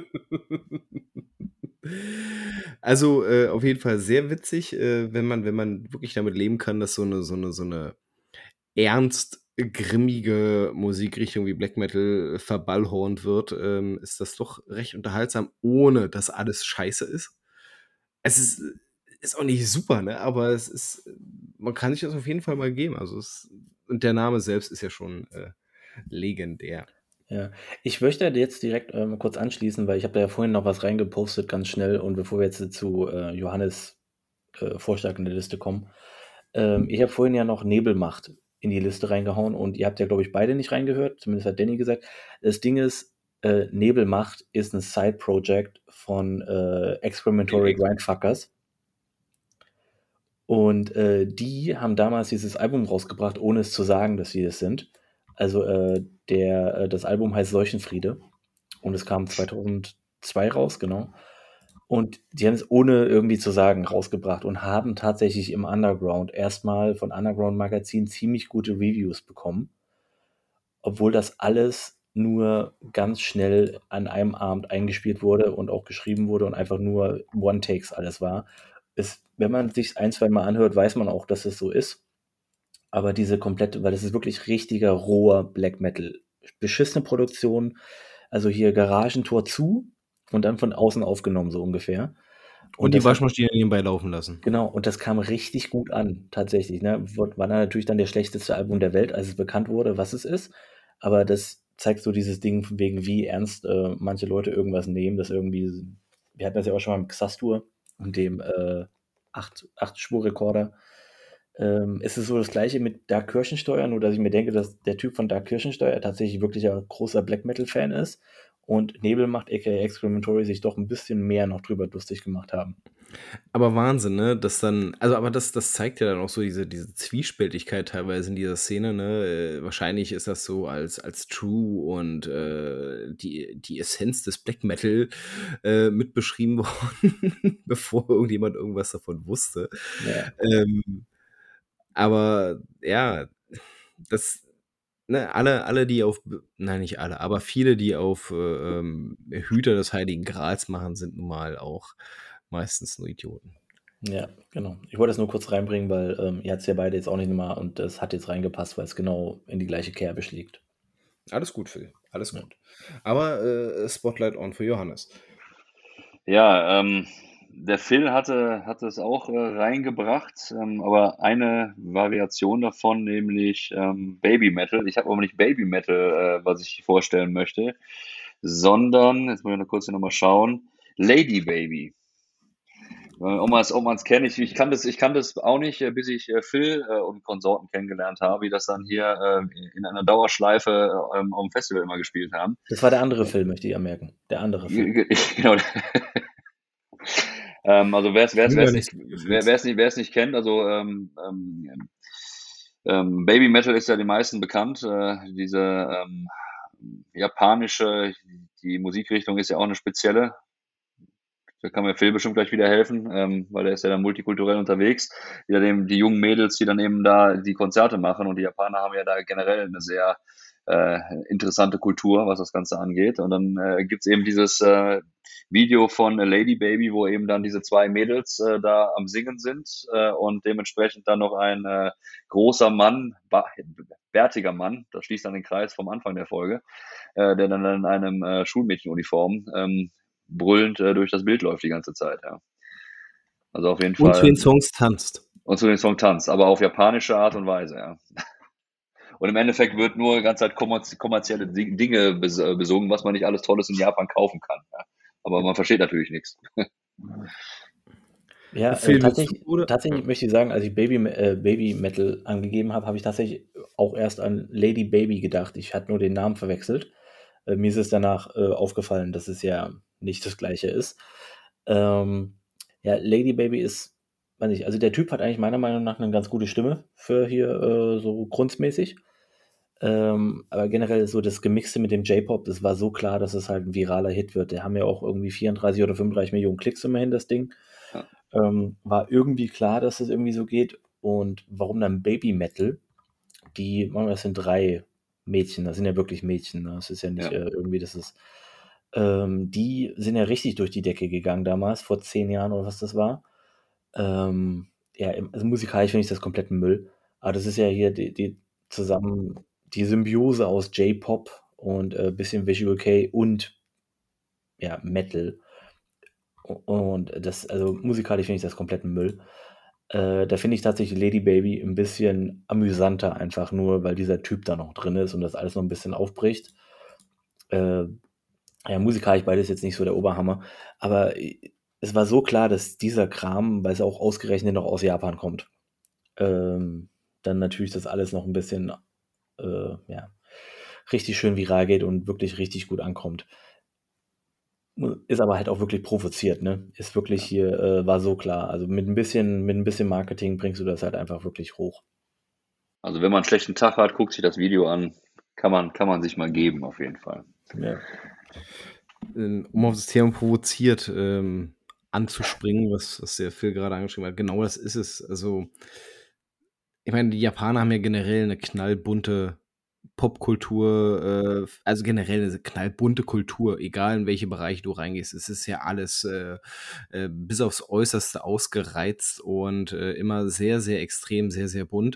Also, äh, auf jeden Fall sehr witzig, äh, wenn man wenn man wirklich damit leben kann, dass so 'ne so 'ne so 'ne ernst grimmige Musikrichtung wie Black Metal verballhornt wird, ähm, ist das doch recht unterhaltsam, ohne dass alles scheiße ist. Es ist ist auch nicht super, ne, aber es ist man kann sich das auf jeden Fall mal geben. Also, es und der Name selbst ist ja schon, äh, legendär. Ja. Ich möchte jetzt direkt, ähm, kurz anschließen, weil ich habe da ja vorhin noch was reingepostet ganz schnell und bevor wir jetzt zu, äh, Johannes, äh, Vorschlag in der Liste kommen. Ähm, ich habe vorhin ja noch Nebelmacht in die Liste reingehauen und ihr habt ja, glaube ich, beide nicht reingehört, zumindest hat Danny gesagt. Das Ding ist, äh, Nebelmacht ist 'n Side-Project von, äh, Excrementory Grindfuckers. Und, äh, die haben damals dieses Album rausgebracht, ohne es zu sagen, dass sie es sind. Also, äh, der äh, das Album heißt Seuchenfriede und es kam zweitausendzwei raus, genau. Und die haben es ohne irgendwie zu sagen rausgebracht und haben tatsächlich im Underground erst mal von Underground Magazin ziemlich gute Reviews bekommen. Obwohl das alles nur ganz schnell an einem Abend eingespielt wurde und auch geschrieben wurde und einfach nur One-Takes alles war. Es wenn man sich's ein, zweimal anhört, weiß man auch, dass es so ist. Aber diese komplette weil das ist wirklich richtiger, roher Black Metal. Beschissene Produktion, also hier Garagentor zu und dann von außen aufgenommen, so ungefähr. Und Und die das hat Waschmaschine nebenbei laufen lassen. Genau, und das kam richtig gut an, tatsächlich, ne? Wur war dann natürlich dann der schlechteste Album der Welt, als es bekannt wurde, was es ist. Aber das zeigt so dieses Ding von wegen, wie ernst, äh, manche Leute irgendwas nehmen, das irgendwie s wir hatten das ja auch schon mal mit Xastur und dem, äh, acht Acht-Spur-Rekorder. Ähm, es ist so das Gleiche mit Dark Kirchensteuer, nur dass ich mir denke, dass der Typ von Dark Kirchensteuer tatsächlich wirklicher großer Black Metal-Fan ist und Nebelmacht, aka Excrementory, sich doch 'n bisschen mehr noch drüber lustig gemacht haben. Aber Wahnsinn, ne, dass dann also, aber das das zeigt ja dann auch so diese diese Zwiespältigkeit teilweise in dieser Szene, ne? Äh, wahrscheinlich ist das so als als True und, äh, die die Essenz des Black Metal, äh, mit beschrieben worden, bevor irgendjemand irgendwas davon wusste. Ja. Ähm, aber ja. das ne, alle alle, die auf b nein, nicht alle, aber viele, die auf, äh, ähm, Hüter des Heiligen Grals machen, sind nun mal auch meistens nur Idioten. Ja, genau. Ich wollte das nur kurz reinbringen, weil, ähm, ihr hat's ja beide jetzt auch nicht immer und das hat jetzt reingepasst, weil's genau in die gleiche Kerbe schlägt. Alles gut, Phil, alles Ja. gut. Aber, äh, Spotlight on für Johannes. Ja, ähm, der Phil hatte hatte es auch, äh, reingebracht, ähm, aber eine Variation davon, nämlich, ähm, Babymetal. Ich habe aber nicht Babymetal, äh, was ich vorstellen möchte, sondern jetzt muss ich noch kurz hier noch mal schauen, Ladybaby. Äh, ob man's ob man's kennt, ich ich kann das ich kann das auch nicht, äh, bis ich, äh, Phil, äh, und Konsorten kennengelernt habe, die das dann hier, ähm, in einer Dauerschleife, ähm, aufm Festival immer gespielt haben. Das war der andere Phil, möchte ich anmerken. Der andere Phil. G g genau. Ähm, also wer's wer's Früher wer's nicht nicht so viele wer Phils. wer's nicht wer's nicht kennt, also, ähm, ähm, ähm, Babymetal ist ja den meisten bekannt. Äh, diese, ähm, japanische die Musikrichtung ist ja auch 'ne spezielle. Da kann mir Phil bestimmt gleich wieder helfen, ähm, weil der ist ja da multikulturell unterwegs. Ja, dem die jungen Mädels, die dann eben da die Konzerte machen und die Japaner haben ja da generell 'ne sehr, äh, interessante Kultur, was das Ganze angeht. Und dann, äh, gibt's eben dieses, äh, Video von Ladybaby, wo eben dann diese zwei Mädels, äh, da am Singen sind, äh, und dementsprechend dann noch ein, äh, großer Mann, ba bärtiger Mann, das schließt dann den Kreis vom Anfang der Folge, äh, der dann in einem, äh, Schulmädchenuniform, ähm, brüllend, äh, durch das Bild läuft die ganze Zeit, ja. Also auf jeden Und zu Fall den Songs tanzt. und zu dem Song tanzt, aber auf japanische Art und Weise, ja. Und im Endeffekt wird nur die ganze Zeit kommerz kommerzielle Di Dinge bes äh, besungen, was man nicht alles Tolles in Japan kaufen kann, ja. Aber man versteht natürlich nix. Ja, äh, Phil, willst du tatsächlich oder ja. tatsächlich möchte ich sagen, als ich Babyme äh, Babymetal angegeben habe, habe ich tatsächlich auch erst an Ladybaby gedacht. Ich hatte nur den Namen verwechselt. Äh, mir ist es danach, äh, aufgefallen, dass es ja nicht das Gleiche ist. Ähm, ja, Ladybaby ist weiß nicht, also der Typ hat eigentlich meiner Meinung nach 'ne ganz gute Stimme für hier, äh, so grunzmäßig. Ähm, aber generell so das Gemixte mit dem J-Pop, das war so klar, dass es halt 'n viraler Hit wird. Die haben ja auch irgendwie vierunddreißig oder fünfunddreißig Millionen Klicks immerhin, das Ding. Ja. Ähm, war irgendwie klar, dass es irgendwie so geht. Und warum dann Babymetal? Die das sind drei Mädchen, das sind ja wirklich Mädchen, ne? Das ist ja nicht, Ja. äh, irgendwie das ist ähm, die sind ja richtig durch die Decke gegangen damals, vor zehn Jahren oder was das war. Ähm, ja, im also musikalisch finde ich das kompletten Müll. Aber das ist ja hier die die zusammen die Symbiose aus J-Pop und, äh, bisschen Visual Kei und ja, Metal. U und das also musikalisch finde ich das kompletten Müll. Äh, da finde ich tatsächlich Ladybaby 'n bisschen amüsanter, einfach nur, weil dieser Typ da noch drin ist und das alles noch 'n bisschen aufbricht. Äh, ja, musikalisch beides jetzt nicht so der Oberhammer, aber, äh, es war so klar, dass dieser Kram, weil's auch ausgerechnet noch aus Japan kommt, ähm, dann natürlich das alles noch 'n bisschen, äh, ja, richtig schön viral geht und wirklich richtig gut ankommt. Hm, ist aber halt auch wirklich provoziert, ne? Ist wirklich Ja. hier äh, war so klar. Also mit 'n bisschen mit 'n bisschen Marketing bringst du das halt einfach wirklich hoch. Also wenn man 'n schlechten Tag hat, guckt sich das Video an. Kann man kann man sich mal geben, auf jeden Fall. Ja. Ähm, um auf das Thema provoziert, ähm, anzuspringen, was was der Phil grade angeschrieben hat. Genau das ist es. Also ich meine, die Japaner haben ja generell 'ne knallbunte Popkultur, äh, f also generell 'ne knallbunte Kultur, egal in welche Bereiche du reingehst. Es ist ja alles, äh, äh, bis aufs Äußerste ausgereizt und, äh, immer sehr, sehr extrem, sehr, sehr bunt.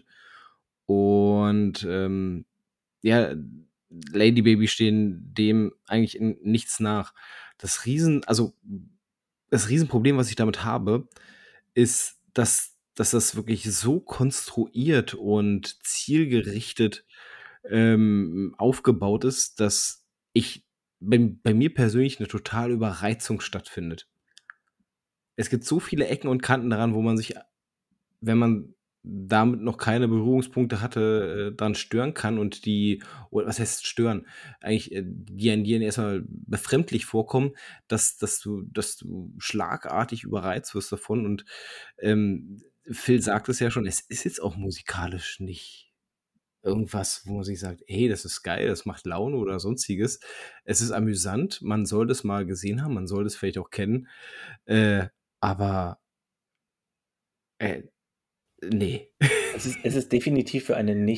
Und, ähm, ja, Ladybaby stehen dem eigentlich in nichts nach. Das Riesen also das Riesenproblem, was ich damit habe, ist, dass dass das wirklich so konstruiert und zielgerichtet, ähm, aufgebaut ist, dass ich bei bei mir persönlich 'ne totale Überreizung stattfindet. Es gibt so viele Ecken und Kanten daran, wo man sich, wenn man damit noch keine Berührungspunkte hatte, äh, dran stören kann und die oder was heißt stören? Eigentlich, äh, die einen die einen erst mal befremdlich vorkommen, dass dass du dass du schlagartig überreizt wirst davon. Und, ähm, Phil sagt es ja schon, es ist jetzt auch musikalisch nicht irgendwas, wo man sich sagt: „Hey, das ist geil, das macht Laune“ oder Sonstiges. Es ist amüsant, man soll das mal gesehen haben, man soll das vielleicht auch kennen, äh, aber Äh, ne. Es ist es ist definitiv für eine nicht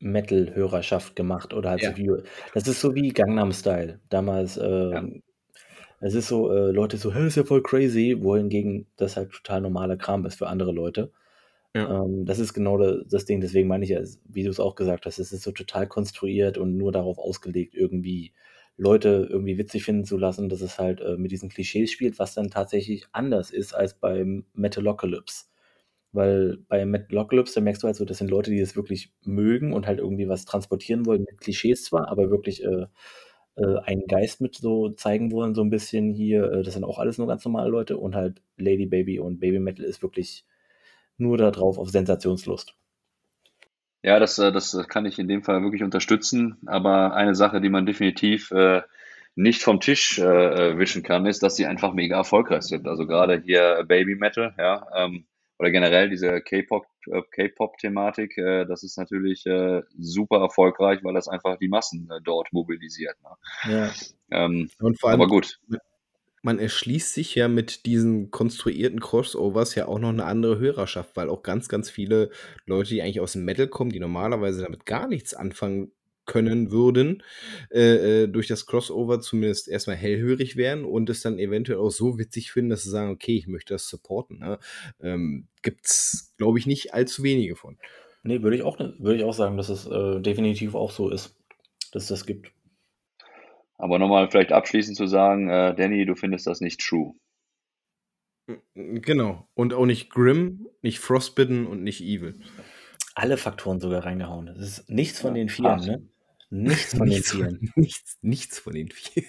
Metal-Hörerschaft gemacht oder halt Ja. so wie das ist so wie Gangnam Style. Damals, Ja. ähm es ist so, äh, Leute so: „Hä, das ist ja voll crazy", wohingegen das halt total normaler Kram ist für andere Leute. Ja. Ähm, das ist genau da das Ding, deswegen meine ich ja, es wie du's auch gesagt hast, es ist so total konstruiert und nur darauf ausgelegt, irgendwie Leute irgendwie witzig finden zu lassen, dass es halt, äh, mit diesen Klischees spielt, was dann tatsächlich anders ist als beim Metalocalypse. Weil bei Metalocalypse, da merkst du halt so, das sind Leute, die das wirklich mögen und halt irgendwie was transportieren wollen mit Klischees zwar, aber wirklich, äh, äh, einen Geist mit so zeigen wollen, so 'n bisschen hier. Äh, das sind auch alles nur ganz normale Leute und halt Lady Baby und Babymetal ist wirklich nur da drauf auf Sensationslust. Ja, das äh, das kann ich in dem Fall wirklich unterstützen. Aber eine Sache, die man definitiv, äh, nicht vom Tisch, äh, äh, wischen kann, ist, dass sie einfach mega erfolgreich sind. Also grade hier Babymetal, ja, ähm, oder generell diese K-Pop äh, K-Pop-Thematik, äh, das ist natürlich, äh, super erfolgreich, weil das einfach die Massen, äh, dort mobilisiert, ne? Ja. Ähm, Und vor allem, aber gut. m man erschließt sich ja mit diesen konstruierten Crossovers ja auch noch 'ne andere Hörerschaft, weil auch ganz, ganz viele Leute, die eigentlich aus'm Metal kommen, die normalerweise damit gar nichts anfangen können würden, äh, äh, durch das Crossover zumindest erst mal hellhörig werden und es dann eventuell auch so witzig finden, dass sie sagen: „Okay, ich möchte das supporten", ne? Ähm, gibt's, glaube ich, nicht allzu wenige von. Ne, würde ich auch ne würde ich auch sagen, dass es, äh, definitiv auch so ist, dass es das gibt. Aber noch mal vielleicht abschließend zu sagen, äh, Danny, du findest das nicht true. Hm, genau. Und auch nicht Grimm, nicht Frostbitten und nicht Evil. Alle Faktoren sogar reingehauen. Das ist nichts von Ja, den Vieren, ach. ne? Nichts von den Nichts von Vieren. nichts nichts von den Vieren.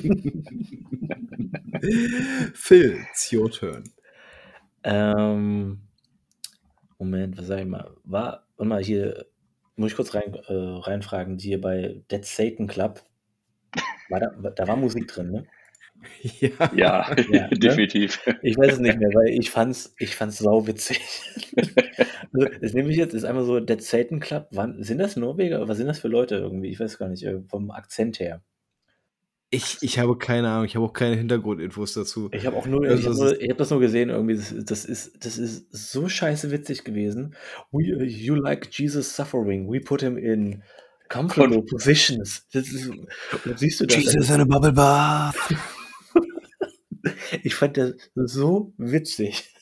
Phil, it's your turn. Ähm Moment, was sage ich mal? War warte mal hier, muss ich kurz rein äh, reinfragen, hier bei Dead Satan Club war da da war Musik drin, ne? Ja. Ja, Ja, ne? definitiv. Ich weiß es nicht mehr, weil ich fand's ich fand's sauwitzig. Also, das nehme ich jetzt ist einfach so Dead Satan Club. Wann sind das Norweger? Was sind das für Leute irgendwie? Ich weiß gar nicht, äh, vom Akzent her. Ich ich habe keine Ahnung. Ich habe auch keine Hintergrundinfos dazu. Ich habe auch nur ich Also, habe es nur ist ich habe das nur gesehen irgendwie. Das das ist das ist so scheiße witzig gewesen. „We you like Jesus suffering, we put him in Und comfortable positions." Das ist und dann siehst du das Jesus in a bubble bath. Ich fand das so witzig.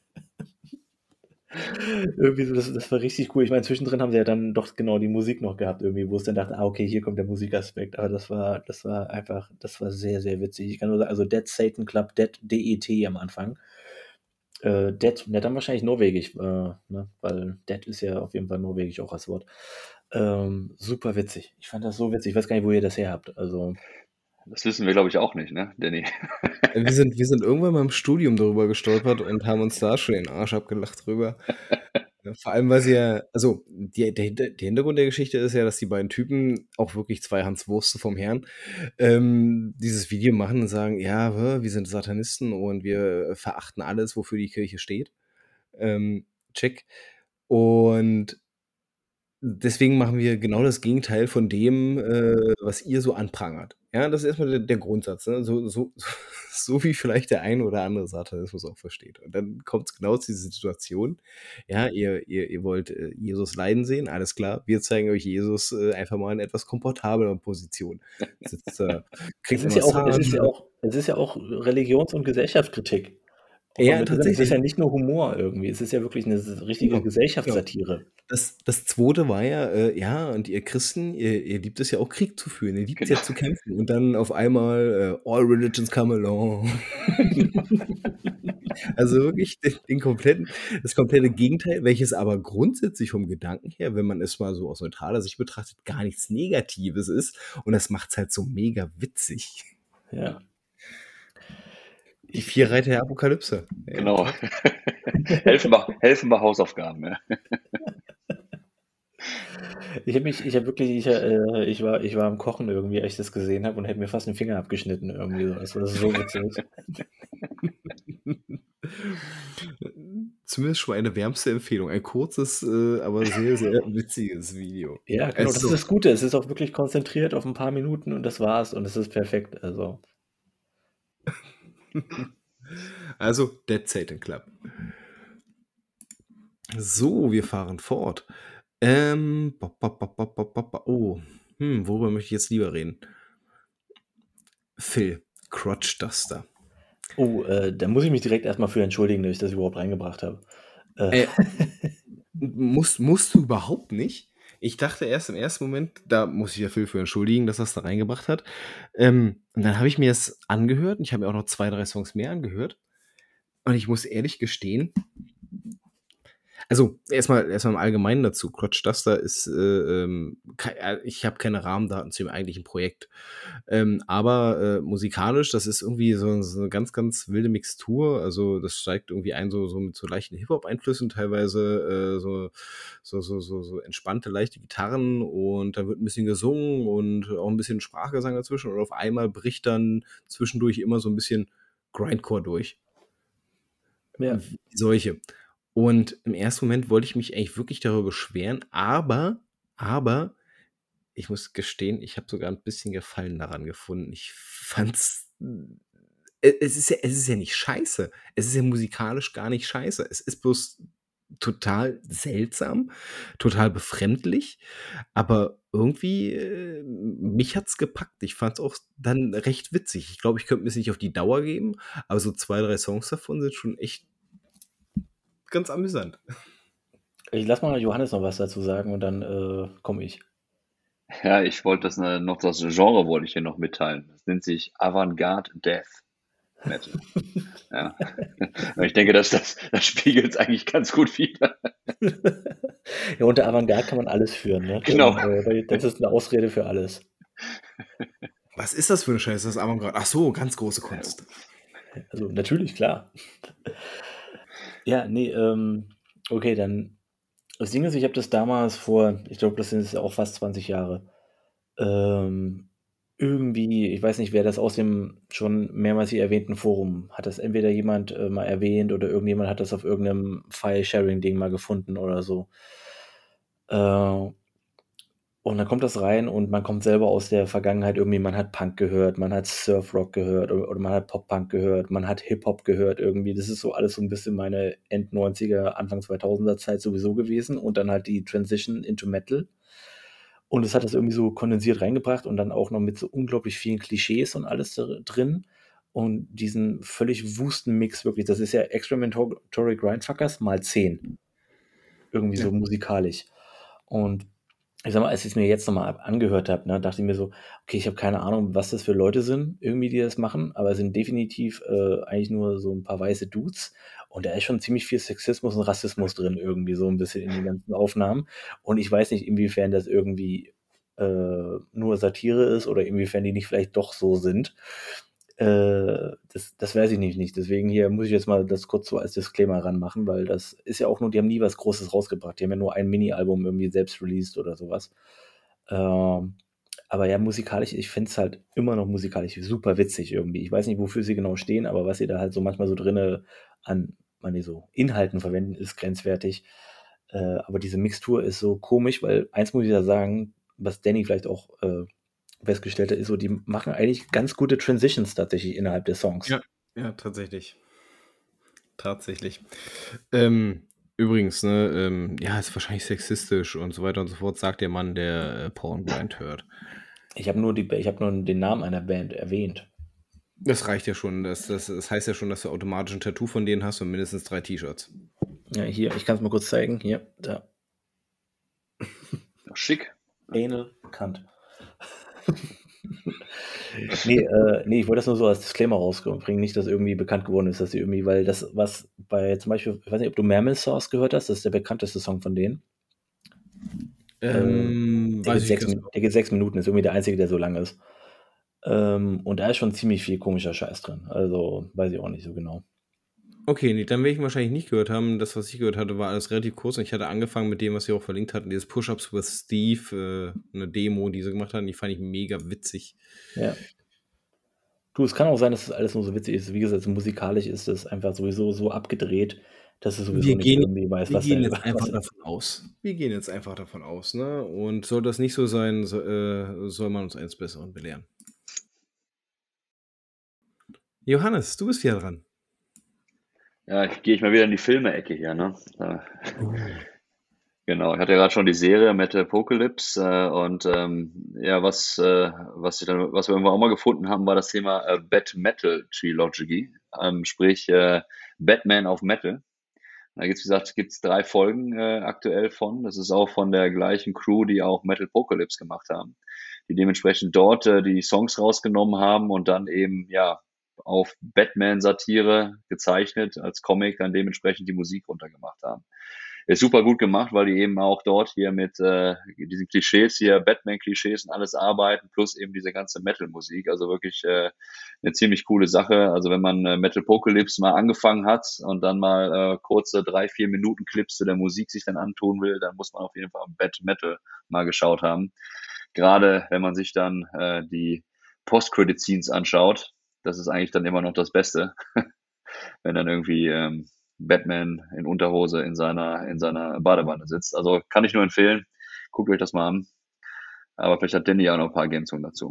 Irgendwie so, das das war richtig cool. Ich meine, zwischendrin haben sie ja dann doch genau die Musik noch gehabt irgendwie, wo es dann dachte: „Ah, okay, hier kommt der Musikaspekt." Aber das war das war einfach das war sehr, sehr witzig. Ich kann nur sagen, also Dead Satan Club, Dead D E T am Anfang. Äh, Dead, ja dann wahrscheinlich norwegisch, äh, ne, weil Dead ist ja auf jeden Fall norwegisch auch als Wort. Ähm, super witzig. Ich fand das so witzig. Ich weiß gar nicht, wo ihr das her habt. Also Das wissen wir, glaube ich, auch nicht, ne, Danny? Äh, wir sind wir sind irgendwann mal im Studium darüber gestolpert und haben uns da schon den Arsch abgelacht drüber. Ja, vor allem, weil sie ja also, die der Hinter der Hintergrund der Geschichte ist ja, dass die beiden Typen, auch wirklich zwei Hanswurste vom Herrn, ähm, dieses Video machen und sagen: „Ja, hä, wir sind Satanisten und wir verachten alles, wofür die Kirche steht." Ähm, check. Und deswegen machen wir genau das Gegenteil von dem, äh, was ihr so anprangert. Ja, das ist erst mal der der Grundsatz, ne? So so so wie vielleicht der ein oder andere Satanismus auch versteht. Und dann kommt's genau zu dieser Situation. Ja, ihr ihr ihr wollt, äh, Jesus leiden sehen, alles klar. Wir zeigen euch Jesus, äh, einfach mal in etwas komfortableren Position. Sitzt da, Es kriegt 'ne ist ja auch es ist ja Massage. auch es ist ja auch Religions und Gesellschaftskritik. Auch Ja, mit drin. Es ist tatsächlich. ja nicht nur Humor irgendwie. Es ist ja wirklich 'ne s richtige Genau, genau. Gesellschaftssatire. Das das zweite war ja, äh, ja, und ihr Christen, ihr ihr liebt es ja auch Krieg zu führen. Ihr liebt's Genau. ja zu kämpfen und dann auf einmal, äh: „All religions come along." Also, wirklich den den kompletten das komplette Gegenteil, welches aber grundsätzlich vom Gedanken her, wenn man es mal so aus neutraler Sicht betrachtet, gar nichts Negatives ist. Und das macht's halt so mega witzig. Ja. Die Ich vier Reiter der Apokalypse. Ja, Genau. top. Helfen bei helfen bei Hausaufgaben, ja. Ich habe mich ich habe wirklich ich äh, ich war ich war am Kochen irgendwie, als ich das gesehen habe und hätte mir fast 'n Finger abgeschnitten irgendwie so. Das war so witzig. Zumindest schon mal eine wärmste Empfehlung. Ein kurzes, äh, aber sehr, sehr witziges Video. Ja, genau, das ist Also das Gute. Es ist auch wirklich konzentriert auf 'n paar Minuten und das war's und es ist perfekt, also Also, Dead Satan Club. So, wir fahren fort. Ähm, ba, ba, ba, ba, ba, ba, ba. Oh, hm, worüber möchte ich jetzt lieber reden? Phil, Crotch Duster. Oh, äh, da muss ich mich direkt erstmal für entschuldigen, dass ich das überhaupt reingebracht habe. Äh, Äh, musst, musst du überhaupt nicht. Ich dachte erst im ersten Moment, da muss ich ja Phil für entschuldigen, dass er es da reingebracht hat. Ähm, und dann habe ich mir das angehört und ich habe mir auch noch zwei, drei Songs mehr angehört. Und ich muss ehrlich gestehen, also erstmal erstmal im Allgemeinen dazu. Crotch Duster ist, äh, ähm, kei- äh, ich habe keine Rahmendaten zu dem eigentlichen Projekt. Ähm, aber äh, musikalisch, das ist irgendwie so, so eine ganz, ganz wilde Mixtur. Also das steigt irgendwie ein, so, so mit so leichten Hip-Hop-Einflüssen, teilweise äh, so, so, so, so, so entspannte, leichte Gitarren und da wird ein bisschen gesungen und auch ein bisschen Sprachgesang dazwischen. Und auf einmal bricht dann zwischendurch immer so ein bisschen Grindcore durch. ja. Wie solche. Und im ersten Moment wollte ich mich eigentlich wirklich darüber beschweren, aber, aber, ich muss gestehen, ich habe sogar ein bisschen Gefallen daran gefunden. Ich fand's. äh, Es ist ja, es ist ja nicht scheiße. Es ist ja musikalisch gar nicht scheiße. Es ist bloß total seltsam, total befremdlich, aber irgendwie, äh, mich hat's gepackt. Ich fand's auch dann recht witzig. Ich glaube, ich könnte mir's nicht auf die Dauer geben, aber so zwei, drei Songs davon sind schon echt ganz amüsant. Ich lass mal Johannes noch was dazu sagen und dann äh, komme ich. Ja, ich wollte das äh, noch, das Genre wollte ich hier noch mitteilen. Das nennt sich Avantgarde Death Metal. Ja. Und ich denke, dass das, das spiegelt es eigentlich ganz gut wider. Ja, unter Avantgarde kann man alles führen, ne? Genau. Dann, äh, das ist eine Ausrede für alles. Was ist das für eine Scheiße, das Avantgarde? Ach so, ganz große Kunst. Also natürlich, klar. Ja, nee, ähm, okay, dann. Das Ding ist, ich habe das damals vor, ich glaube, das sind jetzt auch fast zwanzig Jahre, ähm, irgendwie, ich weiß nicht, wer das aus dem schon mehrmals hier erwähnten Forum, hat das entweder jemand äh, mal erwähnt oder irgendjemand hat das auf irgendeinem File-Sharing-Ding mal gefunden oder so. Äh, und dann kommt das rein und man kommt selber aus der Vergangenheit irgendwie, man hat Punk gehört, man hat Surfrock gehört oder, oder man hat Pop-Punk gehört, man hat Hip-Hop gehört irgendwie. Das ist so alles so ein bisschen meine End-neunziger, Anfang zweitausender Zeit sowieso gewesen und dann halt die Transition into Metal. Und es hat das irgendwie so kondensiert reingebracht und dann auch noch mit so unglaublich vielen Klischees und alles da drin. Und diesen völlig wusten Mix wirklich, das ist ja Experimentory Grindfuckers mal zehn. Irgendwie Ja. so musikalisch. Und ich sag mal, als ich es mir jetzt nochmal angehört habe, ne, dachte ich mir so, okay, ich habe keine Ahnung, was das für Leute sind, irgendwie, die das machen, aber es sind definitiv äh, eigentlich nur so ein paar weiße Dudes. Und da ist schon ziemlich viel Sexismus und Rassismus drin, irgendwie so ein bisschen in den ganzen Aufnahmen. Und ich weiß nicht, inwiefern das irgendwie äh, nur Satire ist oder inwiefern die nicht vielleicht doch so sind. Äh, das, das weiß ich nicht, nicht. Deswegen hier muss ich jetzt mal das kurz so als Disclaimer ranmachen, weil das ist ja auch nur, die haben nie was Großes rausgebracht. Die haben ja nur ein Mini-Album irgendwie selbst released oder sowas. Ähm, aber ja, musikalisch, ich finde es halt immer noch musikalisch super witzig irgendwie. Ich weiß nicht, wofür sie genau stehen, aber was sie da halt so manchmal so drinne an, man die so Inhalten verwenden, ist grenzwertig. Äh, aber diese Mixtur ist so komisch, weil eins muss ich da sagen, was Danny vielleicht auch äh, festgestellt hat, ist so, die machen eigentlich ganz gute Transitions tatsächlich innerhalb der Songs. Ja, ja, tatsächlich. Tatsächlich. Ähm, übrigens, ne, ähm, ja, ist wahrscheinlich sexistisch und so weiter und so fort, sagt der Mann, der äh, Porn Grind hört. Ich habe nur, die, ich hab nur den Namen einer Band erwähnt. Das reicht ja schon. Das, das, das heißt ja schon, dass du automatisch ein Tattoo von denen hast und mindestens drei T-Shirts. Ja, hier, ich kann es mal kurz zeigen. Hier, da. Schick. Anal Kant. nee, äh, nee, ich wollte das nur so als Disclaimer rausbringen, nicht, dass irgendwie bekannt geworden ist, dass sie irgendwie, weil das, was bei zum Beispiel, ich weiß nicht, ob du Mammal Sauce gehört hast, das ist der bekannteste Song von denen. Ähm, Der weiß geht, ich sechs, nicht. Min- der geht sechs Minuten, ist irgendwie der einzige, der so lang ist. Ähm, und da ist schon ziemlich viel komischer Scheiß drin. Also weiß ich auch nicht so genau. Okay, nee, dann werde ich ihn wahrscheinlich nicht gehört haben. Das, was ich gehört hatte, war alles relativ kurz. Und ich hatte angefangen mit dem, was sie auch verlinkt hatten, dieses Push-Ups with Steve, äh, eine Demo, die sie gemacht hatten. Die fand ich mega witzig. Ja. Du, es kann auch sein, dass das alles nur so witzig ist. Wie gesagt, so musikalisch ist es einfach sowieso so abgedreht, dass es sowieso Wir nicht gehen, irgendwie weiß, wir was da. gehen jetzt einfach Was, davon aus. Wir gehen jetzt einfach davon aus, ne? Und soll das nicht so sein, so, äh, soll man uns eins Besseren belehren. Johannes, du bist wieder dran. Ja, ich gehe ich mal wieder in die Filme-Ecke hier, ne? Da, Genau, ich hatte ja grad schon die Serie Metalopocalypse, äh, und, ähm, ja, was, äh was ich dann was wir irgendwann auch mal gefunden haben, war das Thema, äh, Bat Metal Trilogy, ähm, sprich, äh, Batman auf Metal. Da gibt's, wie gesagt gibt's drei Folgen, äh, aktuell von. Das ist auch von der gleichen Crew, die auch Metalopocalypse gemacht haben, die dementsprechend dort, äh, die Songs rausgenommen haben und dann eben, ja, auf Batman-Satire gezeichnet als Comic dann dementsprechend die Musik runtergemacht haben. Ist super gut gemacht, weil die eben auch dort hier mit, äh, diesen Klischees hier, Batman-Klischees und alles arbeiten, plus eben diese ganze Metal-Musik. Also wirklich, äh, 'ne ziemlich coole Sache. Also, wenn man, äh, Metalopocalypse mal angefangen hat und dann mal, äh, kurze drei, vier Minuten Clips zu der Musik sich dann antun will, dann muss man auf jeden Fall Bat Metal mal geschaut haben. Grade wenn man sich dann, äh, die Post-Credit-Scenes anschaut, das ist eigentlich dann immer noch das Beste, wenn dann irgendwie, ähm, Batman in Unterhose in seiner in seiner Badewanne sitzt. Also, kann ich nur empfehlen. Guckt euch das mal an. Aber vielleicht hat Danny ja noch 'n paar Ergänzungen dazu.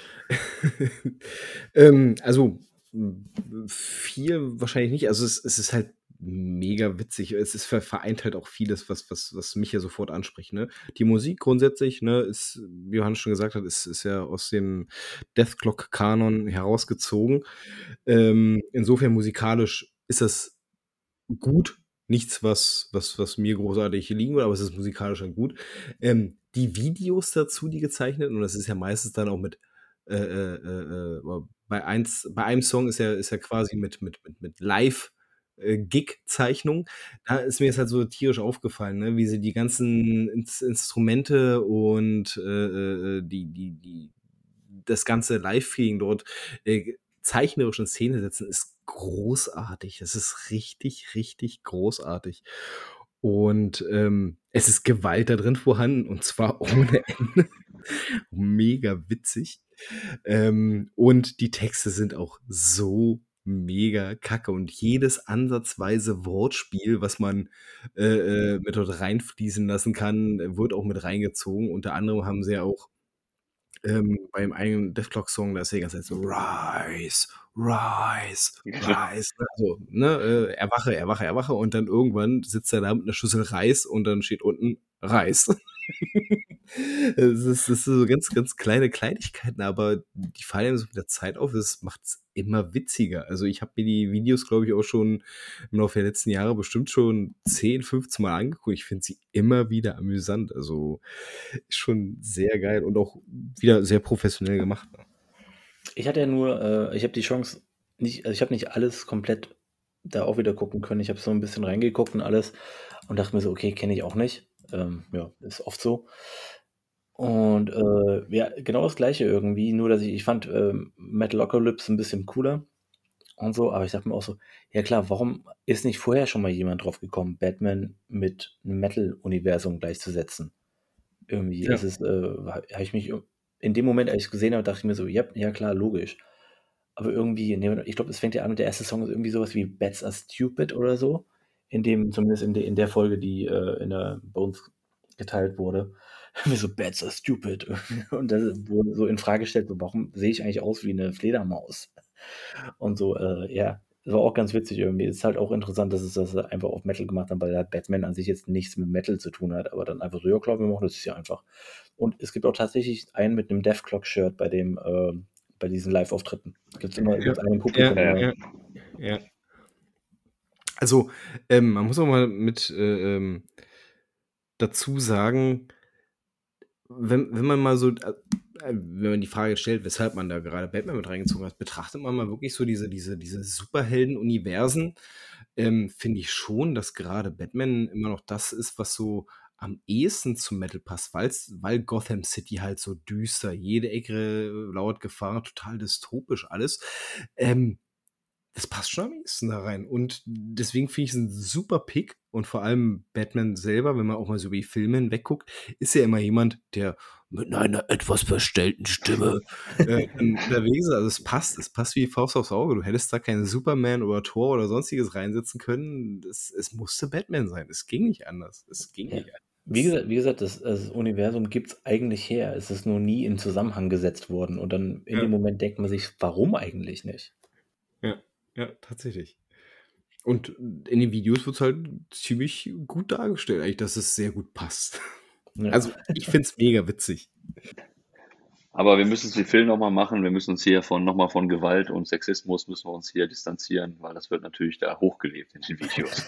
Ähm, also, hm, viel wahrscheinlich nicht. Also, es es ist halt mega witzig. Es ist ver vereint halt auch vieles, was was was mich ja sofort anspricht, ne? Die Musik grundsätzlich, ne, ist, wie Johannes schon gesagt hat, ist ist ja aus dem Dethklok-Kanon herausgezogen. Ähm, insofern musikalisch ist das gut. Nichts, was was was mir großartig liegen würde, aber es ist musikalisch halt gut. Ähm, die Videos dazu, die gezeichneten und das ist ja meistens dann auch mit, äh, äh, äh, äh bei eins bei einem Song ist ja ist ja quasi mit mit mit mit Live äh, Gig-Zeichnung. Da ist mir jetzt halt so tierisch aufgefallen, ne, wie sie die ganzen Ins Instrumente und, äh, äh, äh, die die die das ganze Live-Feeling dort, äh, zeichnerisch in Szene setzen, ist großartig. Es ist richtig, richtig großartig. Und, ähm, es ist Gewalt da drin vorhanden und zwar ohne Ende. Mega witzig. Ähm, und die Texte sind auch so mega kacke und jedes ansatzweise Wortspiel, was man, äh, äh, mit dort reinfließen lassen kann, wird auch mit reingezogen. Unter anderem haben sie ja auch, ähm, beim einen Dethklok-Song, da ist ja die ganze Zeit so: „Rise, rise, rise“, ne? Also, ne, äh, erwache, erwache, erwache und dann irgendwann sitzt er da mit 'ner Schüssel Reis und dann steht unten Reis. Es ist das sind so ganz, ganz kleine Kleinigkeiten, aber die fallen einem so mit der Zeit auf. Das macht's immer witziger. Also, ich habe mir die Videos, glaube ich, auch schon im Laufe der letzten Jahre bestimmt schon zehn, fünfzehn Mal angeguckt. Ich finde sie immer wieder amüsant. Also, ist schon sehr geil und auch wieder sehr professionell gemacht, ne? Ich hatte ja nur äh, ich habe die Chance nicht also, ich habe nicht alles komplett da auch wieder gucken können. Ich habe so 'n bisschen reingeguckt und alles und dachte mir so: „Okay, kenne ich auch nicht.“ Ähm, ja, ist oft so. Und, äh, ja, genau das Gleiche irgendwie, nur dass ich ich fand, ähm, Metalocalypse 'n bisschen cooler und so, aber ich dachte mir auch so: „Ja klar, warum ist nicht vorher schon mal jemand drauf gekommen, Batman mit 'nem Metal-Universum gleichzusetzen?“ Irgendwie ist Ja. es, äh ha habe ich mich ir in dem Moment, als ich's gesehen habe, dachte ich mir so: „Jap, ja klar, logisch.“ Aber irgendwie, ne, ich glaube, es fängt ja an und der erste Song ist irgendwie so was wie „Bats are stupid“ oder so, in dem zumindest in de in der Folge, die, äh, in der bei uns geteilt wurde. Irgendwie so: „Bats are stupid.“ Und dann wurde so infrage gestellt: „So, warum sehe ich eigentlich aus wie 'ne Fledermaus?“ Und so, äh, ja, das war auch ganz witzig irgendwie. Ist halt auch interessant, dass es das einfach auf Metal gemacht haben, weil halt Batman an sich jetzt nichts mit Metal zu tun hat, aber dann einfach so: „Ja klar, wir machen das jetzt hier einfach.“ Und es gibt auch tatsächlich einen mit 'nem Dethklok-Shirt bei dem, ähm bei diesen Liveauftritten. Gibt's immer Ja, gibt's einen im ja, Publikum Ja, ja. immer. ja, ja. Also, ähm, man muss auch mal mit, äh, ähm dazu sagen wenn wenn man mal so d äh, wenn man die Frage stellt, weshalb man da gerade Batman mit reingezogen hat, betrachtet man mal wirklich so diese diese diese Superhelden-Universen, ähm, finde ich schon, dass gerade Batman immer noch das ist, was so am ehesten zu Metal passt, weil's weil Gotham City halt so düster, jede Ecke lauert Gefahr, total dystopisch alles. Ähm, das passt schon am ehesten da rein und deswegen finde ich's 'n super Pick und vor allem Batman selber, wenn man auch mal so über die Filme hinwegguckt, ist ja immer jemand, der mit einer etwas verstellten Stimme, äh, dann unterwegs ist. Also, es passt. Es passt wie die Faust aufs Auge. Du hättest da keinen Superman oder Thor oder Sonstiges reinsetzen können. Es es musste Batman sein. Es ging nicht anders. Es ging Ja. nicht Wie anders. gesa wie gesagt, das das Universum gibt's eigentlich her. Es ist nur nie in Zusammenhang gesetzt worden und dann in dem Ja. Moment denkt man sich: „Warum eigentlich nicht?“ Ja, ja, tatsächlich. Und in den Videos wird's halt ziemlich gut dargestellt eigentlich, dass es sehr gut passt. Ja. Also, ich finde es mega witzig. Aber wir müssen es wie Phil noch mal machen. Wir müssen uns hier von noch mal von Gewalt und Sexismus müssen wir uns hier distanzieren, weil das wird natürlich da hochgelebt in den Videos.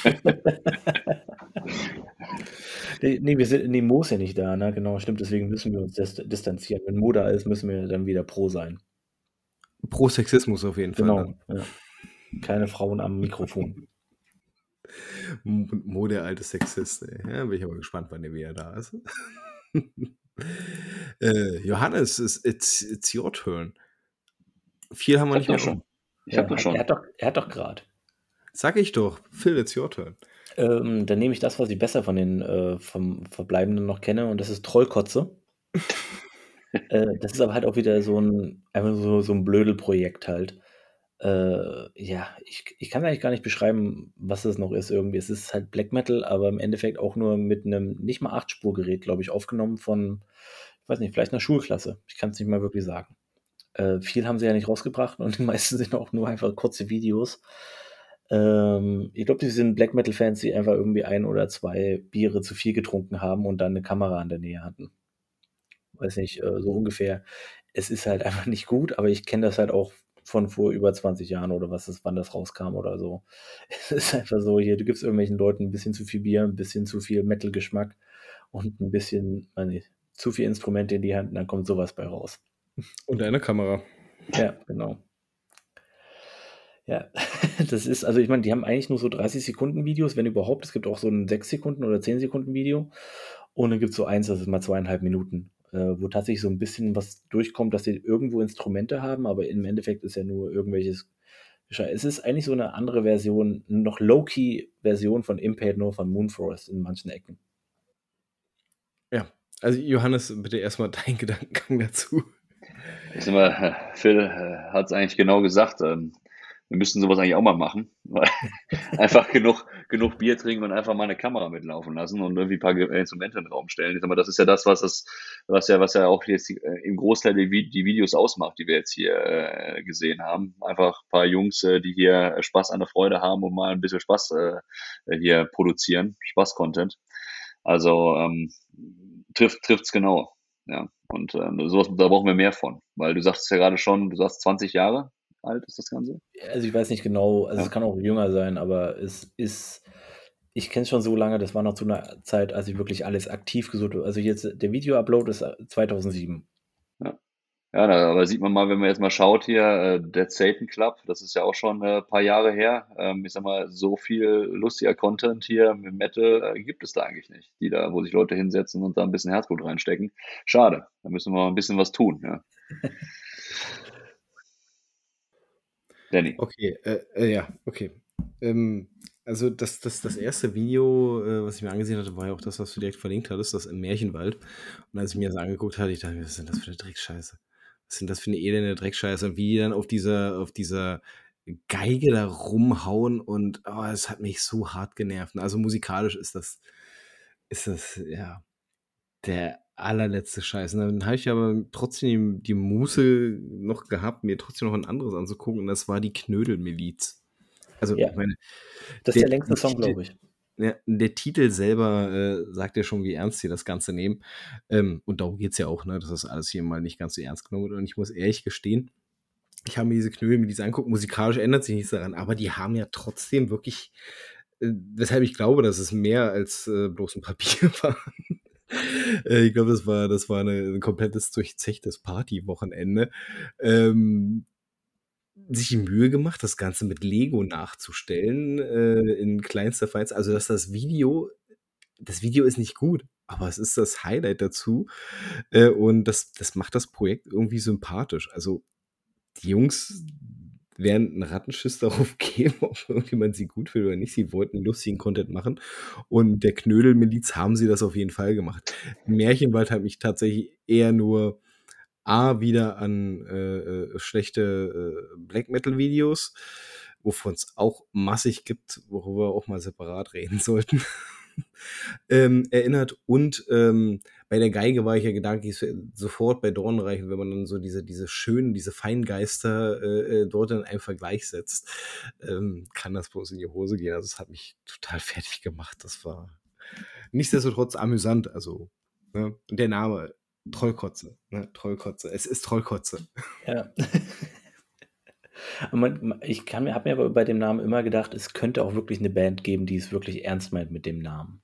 Ne, ne, wir sind ne, Mo ist ja nicht da, ne? Genau, stimmt, deswegen müssen wir uns dis distanzieren. Wenn Mo da ist, müssen wir dann wieder pro sein. Pro Sexismus auf jeden Fall Genau, dann. ja. Keine Frauen am Mikrofon. M Mo, der alte Sexist, ey. Ja, bin ich aber gespannt, wann der wieder da ist. Äh, Johannes, it's it's it's your turn. Viel haben wir Ich nicht habe mehr doch schon. um. Ich Ja, habe doch hat er schon. hat doch er hat doch grad. Sag ich doch. Phil, it's your turn. Ähm, dann nehme ich das, was ich besser von den, äh vom Verbleibenden noch kenne, und das ist Trollkotze. Äh, das ist aber halt auch wieder so 'n einfach so so 'n Blödelprojekt halt. Äh, ja, ich ich kann eigentlich gar nicht beschreiben, was es noch ist irgendwie. Es ist halt Black Metal, aber im Endeffekt auch nur mit 'nem nicht mal acht-Spurgerät, glaube ich, aufgenommen von, ich weiß nicht, vielleicht 'ner Schulklasse. Ich kann's nicht mal wirklich sagen. Äh, viel haben sie ja nicht rausgebracht und die meisten sind auch nur einfach kurze Videos. Ähm, ich glaube, die sind Black Metal-Fans, die einfach irgendwie ein oder zwei Biere zu viel getrunken haben und dann 'ne Kamera in der Nähe hatten. Weiß nicht, äh, so ungefähr. Es ist halt einfach nicht gut, aber ich kenne das halt auch von vor über zwanzig Jahren oder was das wann das rauskam oder so. Es ist einfach so, hier, du gibst irgendwelchen Leuten 'n bisschen zu viel Bier, 'n bisschen zu viel Metal-Geschmack und 'n bisschen, weiß nicht, zu viel Instrumente in die Hand und dann kommt so was bei raus. Und eine Kamera. Ja, genau. Ja, das ist also, ich meine, die haben eigentlich nur so dreißig Sekunden Videos, wenn überhaupt. Es gibt auch so 'n sechs Sekunden oder zehn Sekunden Video. Und dann gibt's so eins, das ist mal zweieinhalb Minuten, äh, wo tatsächlich so 'n bisschen was durchkommt, dass sie irgendwo Instrumente haben, aber im Endeffekt ist ja nur irgendwelches Geschei. Es ist eigentlich so 'ne andere Version, noch Low-Key-Version von Impaled, nur von Moonforest in manchen Ecken. Ja, also, Johannes, bitte erst mal dein Gedankengang dazu. Ich sage mal, Phil, äh, hat's eigentlich genau gesagt. Ähm, wir müssten so was eigentlich auch mal machen, weil einfach genug genug Bier trinken und einfach mal 'ne Kamera mitlaufen lassen und irgendwie paar Ge äh, Instrumente in 'n Raum stellen. Ich sage mal, das ist ja das, was das was ja was ja auch jetzt die äh, im Großteil die Vi die Videos ausmacht, die wir jetzt hier, äh, gesehen haben. Einfach paar Jungs, äh, die hier Spaß an der Freude haben und mal 'n bisschen Spaß, äh, hier produzieren, Spaß-Content. Also, ähm, trifft trifft's genau, ja. Und, ähm, so was da brauchen wir mehr von, weil du sagtest ja grade schon, du sagst zwanzig Jahre alt ist das Ganze? Also, ich weiß nicht genau, also, es Ja. kann auch jünger sein, aber es ist ich kenne es schon so lange, das war noch zu 'ner Zeit, als ich wirklich alles aktiv gesucht habe. Also, jetzt der Video-Upload ist, äh, zweitausendsieben. Ja. Ja, da da sieht man mal, wenn man jetzt mal schaut hier, äh, Dead Satan Club, das ist ja auch schon, äh, paar Jahre her. Ähm, ich sage mal, so viel lustiger Content hier mit Metal, äh, gibt es da eigentlich nicht, die da wo sich Leute hinsetzen und da 'n bisschen Herzblut reinstecken. Schade, da müssen wir mal 'n bisschen was tun, ja. Danny. Okay, äh, äh, ja, okay. Ähm, also, das das das erste Video, äh, was ich mir angesehen hatte, war ja auch das, was du direkt verlinkt hattest, das im Märchenwald. Und als ich mir das angeguckt hatte, ich dachte mir: „Was ist denn das für 'ne Dreckscheiße? Was ist denn das für 'ne elende Dreckscheiße?“ Und wie die dann auf dieser auf dieser Geige da rumhauen und, oh, es hat mich so hart genervt. Also, musikalisch ist das ist das, ja, der allerletzte Scheiß. Und dann habe ich aber trotzdem die Muße noch gehabt, mir trotzdem noch 'n anderes anzugucken und das war die Knödel-Miliz. Also, Ja. ich meine, Das ist der der längste der Song, Titel glaube ich. ja, der Titel selber, äh, sagt ja schon, wie ernst die das Ganze nehmen. Ähm, und darum geht's ja auch, ne, dass das alles hier mal nicht ganz so ernst genommen wird. Und ich muss ehrlich gestehen, ich habe mir diese Knödel-Miliz angeguckt, musikalisch ändert sich nichts daran, aber die haben ja trotzdem wirklich äh, weshalb ich glaube, dass es mehr als, äh, bloß 'n Papier war. Äh, ich glaube, das war das war 'ne 'n komplettes durchzechtes Partywochenende. Ähm, sich die Mühe gemacht, das Ganze mit Lego nachzustellen, äh, in kleinster Feinst also, dass das Video das Video ist nicht gut, aber es ist das Highlight dazu. Äh, und das das macht das Projekt irgendwie sympathisch. Also, die Jungs werden 'n Rattenschiss darauf geben, ob irgendjemand sie gut findet oder nicht. Sie wollten lustigen Content machen und der Knödel-Miliz haben sie das auf jeden Fall gemacht. Märchenwald hat mich tatsächlich eher nur A wieder an, äh, äh, schlechte, äh, Black-Metal-Videos, wovon's auch massig gibt, worüber wir auch mal separat reden sollten. ähm, erinnert. Und ähm, bei der Geige war ich ja gedanklich so- sofort bei Dornreich, wenn man dann so diese, diese schönen, diese Feingeister äh, äh, dort in einem Vergleich setzt, ähm, kann das bloß in die Hose gehen. Also es hat mich total fertig gemacht. Das war nichtsdestotrotz amüsant. Also, ne? Und der Name, Trollkotze, ne? Trollkotze. Es ist Trollkotze. Ja. Und man, man- ich kann mir, habe mir aber bei dem Namen immer gedacht, es könnte auch wirklich eine Band geben, die es wirklich ernst meint mit dem Namen.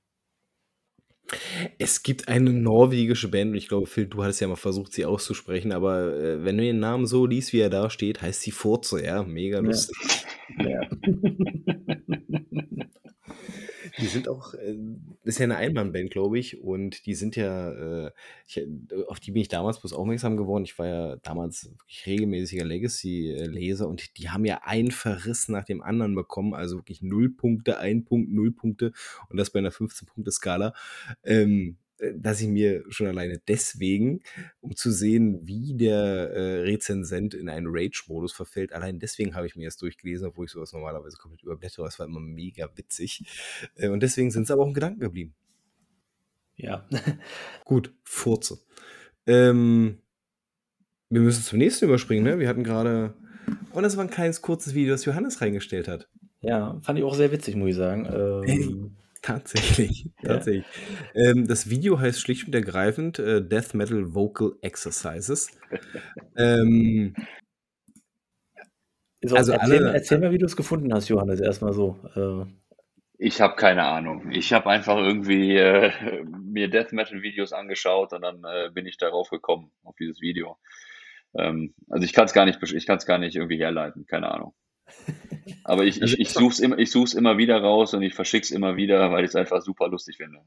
Es gibt eine norwegische Band, und ich glaube, Phil, du hattest ja mal versucht, sie auszusprechen, aber äh, wenn du den Namen so liest, wie er da steht, heißt sie Furze, ja, mega Ja. lustig. Ja. Die sind auch, äh, das ist ja eine Einmannband, glaube ich, und die sind ja, äh, ich, auf die bin ich damals bloß aufmerksam geworden. Ich war ja damals wirklich regelmäßiger Legacy-Leser und die haben ja einen Verriss nach dem anderen bekommen, also wirklich null Punkte, ein Punkt, null Punkte und das bei einer fünfzehn-Punkte-Skala. Ähm, äh, dass ich mir schon alleine deswegen, um zu sehen, wie der äh, Rezensent in einen Rage-Modus verfällt, allein deswegen habe ich mir das durchgelesen, obwohl ich sowas normalerweise komplett überblättere. Das war immer mega witzig. Äh, und deswegen sind sie aber auch im Gedanken geblieben. Ja. Gut, Furze. Ähm, wir müssen zum nächsten überspringen, ne? Wir hatten gerade. Und das war ein kleines kurzes Video, das Johannes reingestellt hat. Ja, fand ich auch sehr witzig, muss ich sagen. Hey, Ähm, tatsächlich, Ja. tatsächlich. Ähm, das Video heißt schlicht und ergreifend äh, Death Metal Vocal Exercises. ähm, ist auch, also erzähl, alle, erzähl mal, wie du es gefunden hast, Johannes, erstmal so. Äh, Ich habe keine Ahnung. Ich habe einfach irgendwie äh, mir Death Metal Videos angeschaut und dann äh, bin ich darauf gekommen, auf dieses Video. Ähm, also ich kann es gar nicht, besch- ich kann es gar nicht irgendwie herleiten, keine Ahnung. Aber ich, also ich, ich suche es immer, ich such's immer wieder raus und ich verschicke es immer wieder, weil ich es einfach super lustig finde.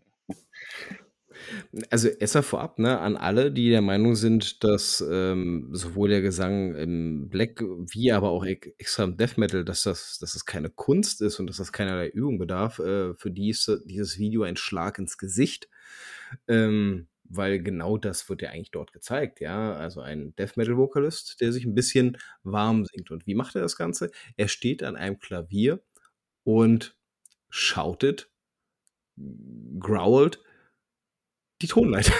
Also erstmal vorab, ne, an alle, die der Meinung sind, dass ähm, sowohl der Gesang im Black wie aber auch ex- extra im Death Metal, dass das, dass das keine Kunst ist und dass das keinerlei Übung bedarf, äh, für die ist dieses Video ein Schlag ins Gesicht. Ähm, weil genau das wird ja eigentlich dort gezeigt, ja. Also ein Death Metal Vokalist, der sich ein bisschen warm singt. Und wie macht er das Ganze? Er steht an einem Klavier und shoutet, growlt die Tonleiter.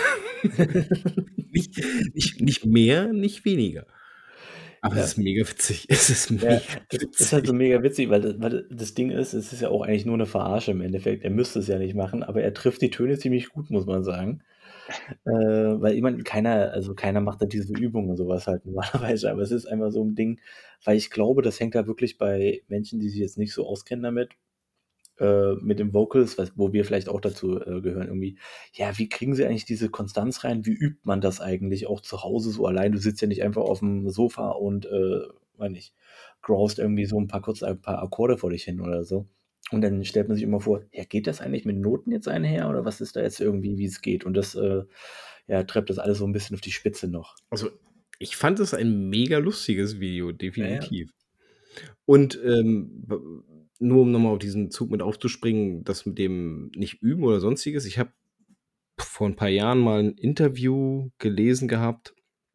nicht, nicht, nicht mehr, nicht weniger. Aber Ja. es ist mega witzig. Es ist mega Ja, es witzig. ist halt so mega witzig, weil, das- weil das Ding ist, es ist ja auch eigentlich nur eine Verarsche im Endeffekt. Er müsste es ja nicht machen, aber er trifft die Töne ziemlich gut, muss man sagen. Äh, weil ich meine, keiner, also keiner macht da diese Übungen und sowas halt normalerweise, aber es ist einfach so ein Ding, weil ich glaube, das hängt da wirklich bei Menschen, die sich jetzt nicht so auskennen damit, äh, mit den Vocals, was, wo wir vielleicht auch dazu äh, gehören, irgendwie, ja, wie kriegen sie eigentlich diese Konstanz rein? Wie übt man das eigentlich auch zu Hause so allein? Du sitzt ja nicht einfach auf dem Sofa und, äh, weiß nicht, growlst irgendwie so ein paar kurz ein paar Akkorde vor dich hin oder so. Und dann stellt man sich immer vor, ja, geht das eigentlich mit Noten jetzt einher oder was ist da jetzt irgendwie, wie es geht? Und das, äh, ja, treibt das alles so ein bisschen auf die Spitze noch. Also, ich fand es ein mega lustiges Video, Ja, ja. definitiv. Und ähm, b- nur um nochmal auf diesen Zug mit aufzuspringen, das mit dem nicht üben oder sonstiges. Ich habe vor ein paar Jahren mal ein Interview gelesen gehabt.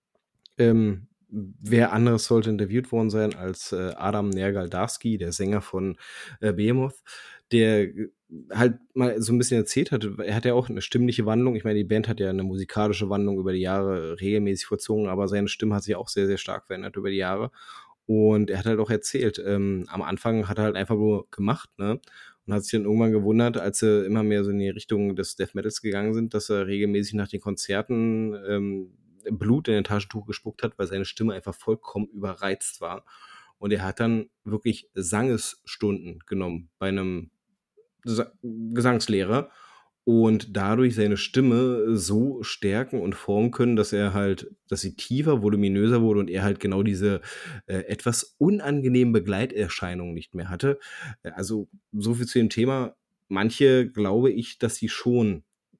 Ähm, wer anderes sollte interviewt worden sein als äh, Adam Nergaldarski, der Sänger von äh, Behemoth, der äh, halt mal so ein bisschen erzählt hat, er hat ja auch eine stimmliche Wandlung. Ich meine, die Band hat ja eine musikalische Wandlung über die Jahre regelmäßig vollzogen, aber seine Stimme hat sich auch sehr, sehr stark verändert über die Jahre. Und er hat halt auch erzählt, ähm, am Anfang hat er halt einfach nur gemacht, ne? Und hat sich dann irgendwann gewundert, als sie immer mehr so in die Richtung des Death Metals gegangen sind, dass er regelmäßig nach den Konzerten ähm, Blut in ein Taschentuch gespuckt hat, weil seine Stimme einfach vollkommen überreizt war. Und er hat dann wirklich Sangesstunden genommen bei einem Sa Gesangslehrer und dadurch seine Stimme so stärken und formen können, dass er halt dass sie tiefer, voluminöser wurde und er halt genau diese, äh, etwas unangenehmen Begleiterscheinungen nicht mehr hatte. Äh, also, so viel zu dem Thema. Manche glaube ich, dass sie schon,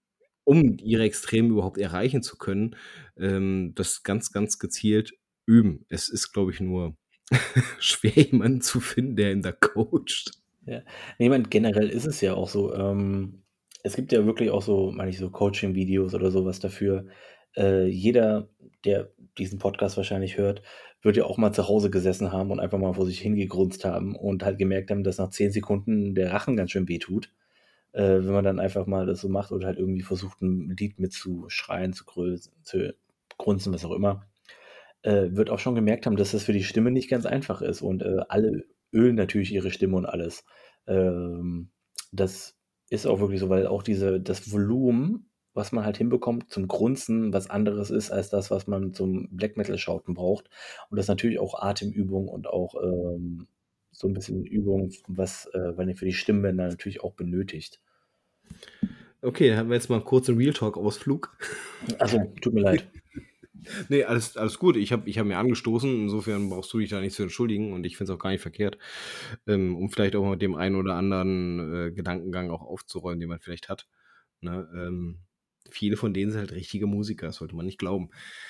um ihre Extreme überhaupt erreichen zu können, ähm, das ganz, ganz gezielt üben. Es ist, glaube ich, nur schwer, jemanden zu finden, der ihn da coacht. Ja. Ne, ich meine, generell ist es ja auch so, ähm, es gibt ja wirklich auch so, meine ich, so Coaching-Videos oder sowas dafür. Äh, jeder, der diesen Podcast wahrscheinlich hört, wird ja auch mal zu Hause gesessen haben und einfach mal vor sich hingegrunzt haben und halt gemerkt haben, dass nach zehn Sekunden der Rachen ganz schön wehtut. äh, wenn man dann einfach mal das so macht oder halt irgendwie versucht, ein Lied mitzuschreien, zu gröl zu grunzen, was auch immer, äh, wird auch schon gemerkt haben, dass das für die Stimme nicht ganz einfach ist und, äh, alle ölen natürlich ihre Stimme und alles. Ähm, das ist auch wirklich so, weil auch diese das Volumen, was man halt hinbekommt zum Grunzen, was anderes ist als das, was man zum Black Metal Schauten braucht. Und das ist natürlich auch Atemübung und auch, ähm, so 'n bisschen Übung, was, äh, man für die Stimmbänder natürlich auch benötigt. Okay, dann haben wir jetzt mal 'n kurzen Real Talk-Ausflug. Ach so, tut mir leid. Ne, alles alles gut. Ich habe ich habe mir angestoßen, insofern brauchst du dich da nicht zu entschuldigen und ich finde es auch gar nicht verkehrt, ähm, um vielleicht auch mal mit dem einen oder anderen, äh, Gedankengang auch aufzuräumen, den man vielleicht hat, ne? Ähm, viele von denen sind halt richtige Musiker, das sollte man nicht glauben.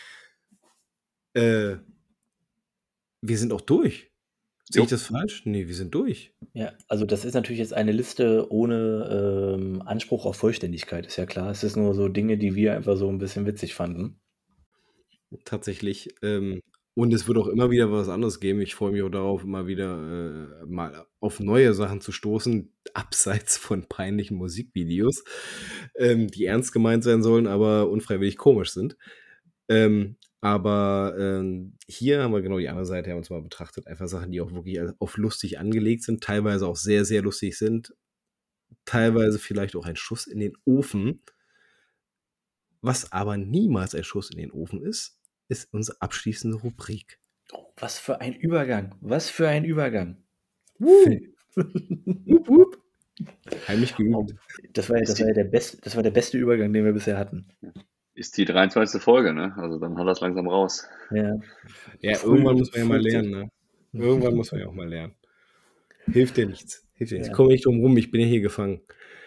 Äh wir sind auch durch. Sehe ich Jo. das falsch? Ne, wir sind durch. Ja, also das ist natürlich jetzt eine Liste ohne, ähm, Anspruch auf Vollständigkeit, ist ja klar. Es ist nur so Dinge, die wir einfach so 'n bisschen witzig fanden. Tatsächlich, ähm, und es wird auch immer wieder was anderes geben. Ich freue mich auch darauf, immer wieder, äh, mal auf neue Sachen zu stoßen, abseits von peinlichen Musikvideos, ähm, die ernst gemeint sein sollen, aber unfreiwillig komisch sind. Ähm, aber, ähm, hier haben wir genau die andere Seite haben wir uns mal betrachtet. Einfach Sachen, die auch wirklich al auf lustig angelegt sind, teilweise auch sehr, sehr lustig sind, teilweise vielleicht auch ein Schuss in den Ofen. Was aber niemals ein Schuss in den Ofen ist, ist unsere abschließende Rubrik. Oh, was für ein Übergang. Was für ein Übergang. Wuh. Phil. Wup, wup. Heimlich Oh, geübt. das war ja Ist das war die ja der best das war der beste Übergang, den wir bisher hatten. ist die dreiundzwanzigste Folge, ne? Also, dann haut das langsam raus. Ja. Ja, irgendwann Früh muss man ja mal frühzeitig. lernen, ne? Irgendwann muss man ja auch mal lernen. Hilft ja nichts. Hilft ja nichts. Ich Ja. komme nicht drum rum, ich bin ja hier gefangen.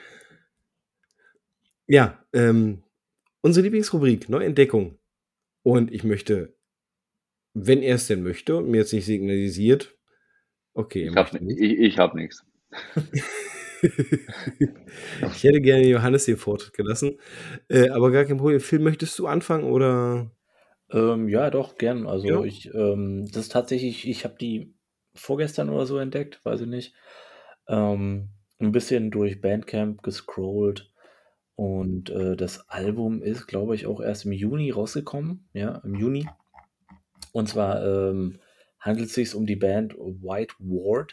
Ja, ähm, unsere Lieblingsrubrik, Neuentdeckung. Und ich möchte, wenn er es denn möchte und mir jetzt nicht signalisiert okay, er Ich habe möchte ni nicht. ich ich habe nix. Ich hätte gerne Johannes den Vortritt gelassen, äh, aber gar kein Problem. Phil, möchtest du anfangen oder? Ähm, ja, doch, gern. Ja? Also, ich, ähm das ist tatsächlich ich habe die vorgestern oder so entdeckt, weiß ich nicht. Ähm, 'n bisschen durch Bandcamp gescrollt und, äh, das Album ist, glaube ich, auch erst im Juni rausgekommen, ja, im Juni. Und zwar, ähm, handelt sich's um die Band White Ward.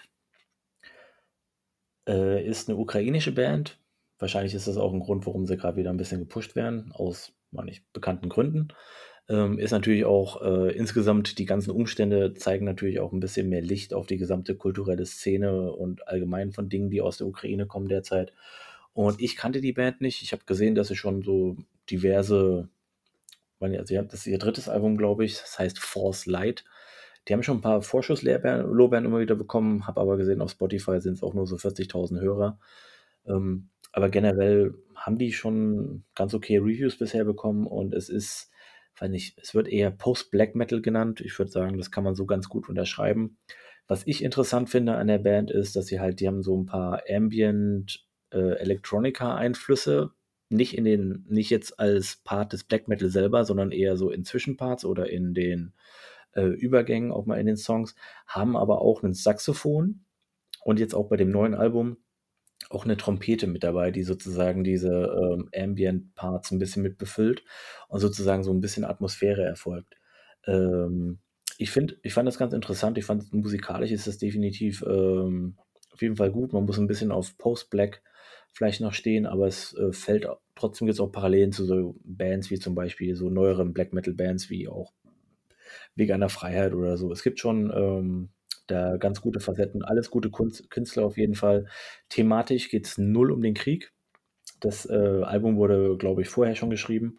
Äh, ist 'ne ukrainische Band. Wahrscheinlich ist das auch 'n Grund, warum sie grad wieder 'n bisschen gepusht werden, aus, meine ich, bekannten Gründen. Ähm, ist natürlich auch, äh insgesamt die ganzen Umstände zeigen natürlich auch 'n bisschen mehr Licht auf die gesamte kulturelle Szene und allgemein von Dingen, die aus der Ukraine kommen derzeit. Und ich kannte die Band nicht. Ich habe gesehen, dass sie schon so diverse meine, also, sie haben das ist ihr drittes Album, glaube ich. Das heißt „False Light“. Die haben schon 'n paar Vorschusslärbeer Lorbeeren immer wieder bekommen, habe aber gesehen, auf Spotify sind's auch nur so vierzigtausend Hörer. Ähm, aber generell haben die schon ganz okay Reviews bisher bekommen und es ist weiß nicht, es wird eher Post-Black Metal genannt. Ich würde sagen, das kann man so ganz gut unterschreiben. Was ich interessant finde an der Band ist, dass sie halt die haben so 'n paar Ambient, äh, Electronica-Einflüsse, nicht in den nicht jetzt als Part des Black Metal selber, sondern eher so in Zwischenparts oder in den, äh, Übergängen auch mal in den Songs, haben aber auch 'nen Saxophon und jetzt auch bei dem neuen Album auch 'ne Trompete mit dabei, die sozusagen diese, ähm, Ambient-Parts 'n bisschen mit befüllt und sozusagen so 'n bisschen Atmosphäre erzeugt. Ähm, ich finde ich fand das ganz interessant. Ich fand, musikalisch ist das definitiv, ähm, auf jeden Fall gut. Man muss 'n bisschen auf Post-Black vielleicht noch stehen, aber es, äh, fällt a trotzdem gibt's auch Parallelen zu so Bands wie zum Beispiel so neueren Black-Metal-Bands wie auch Weg an der Freiheit oder so. Es gibt schon, ähm, da ganz gute Facetten, alles gute Kunst Künstler auf jeden Fall. Thematisch geht's null um den Krieg. Das, äh, Album wurde, glaube ich, vorher schon geschrieben.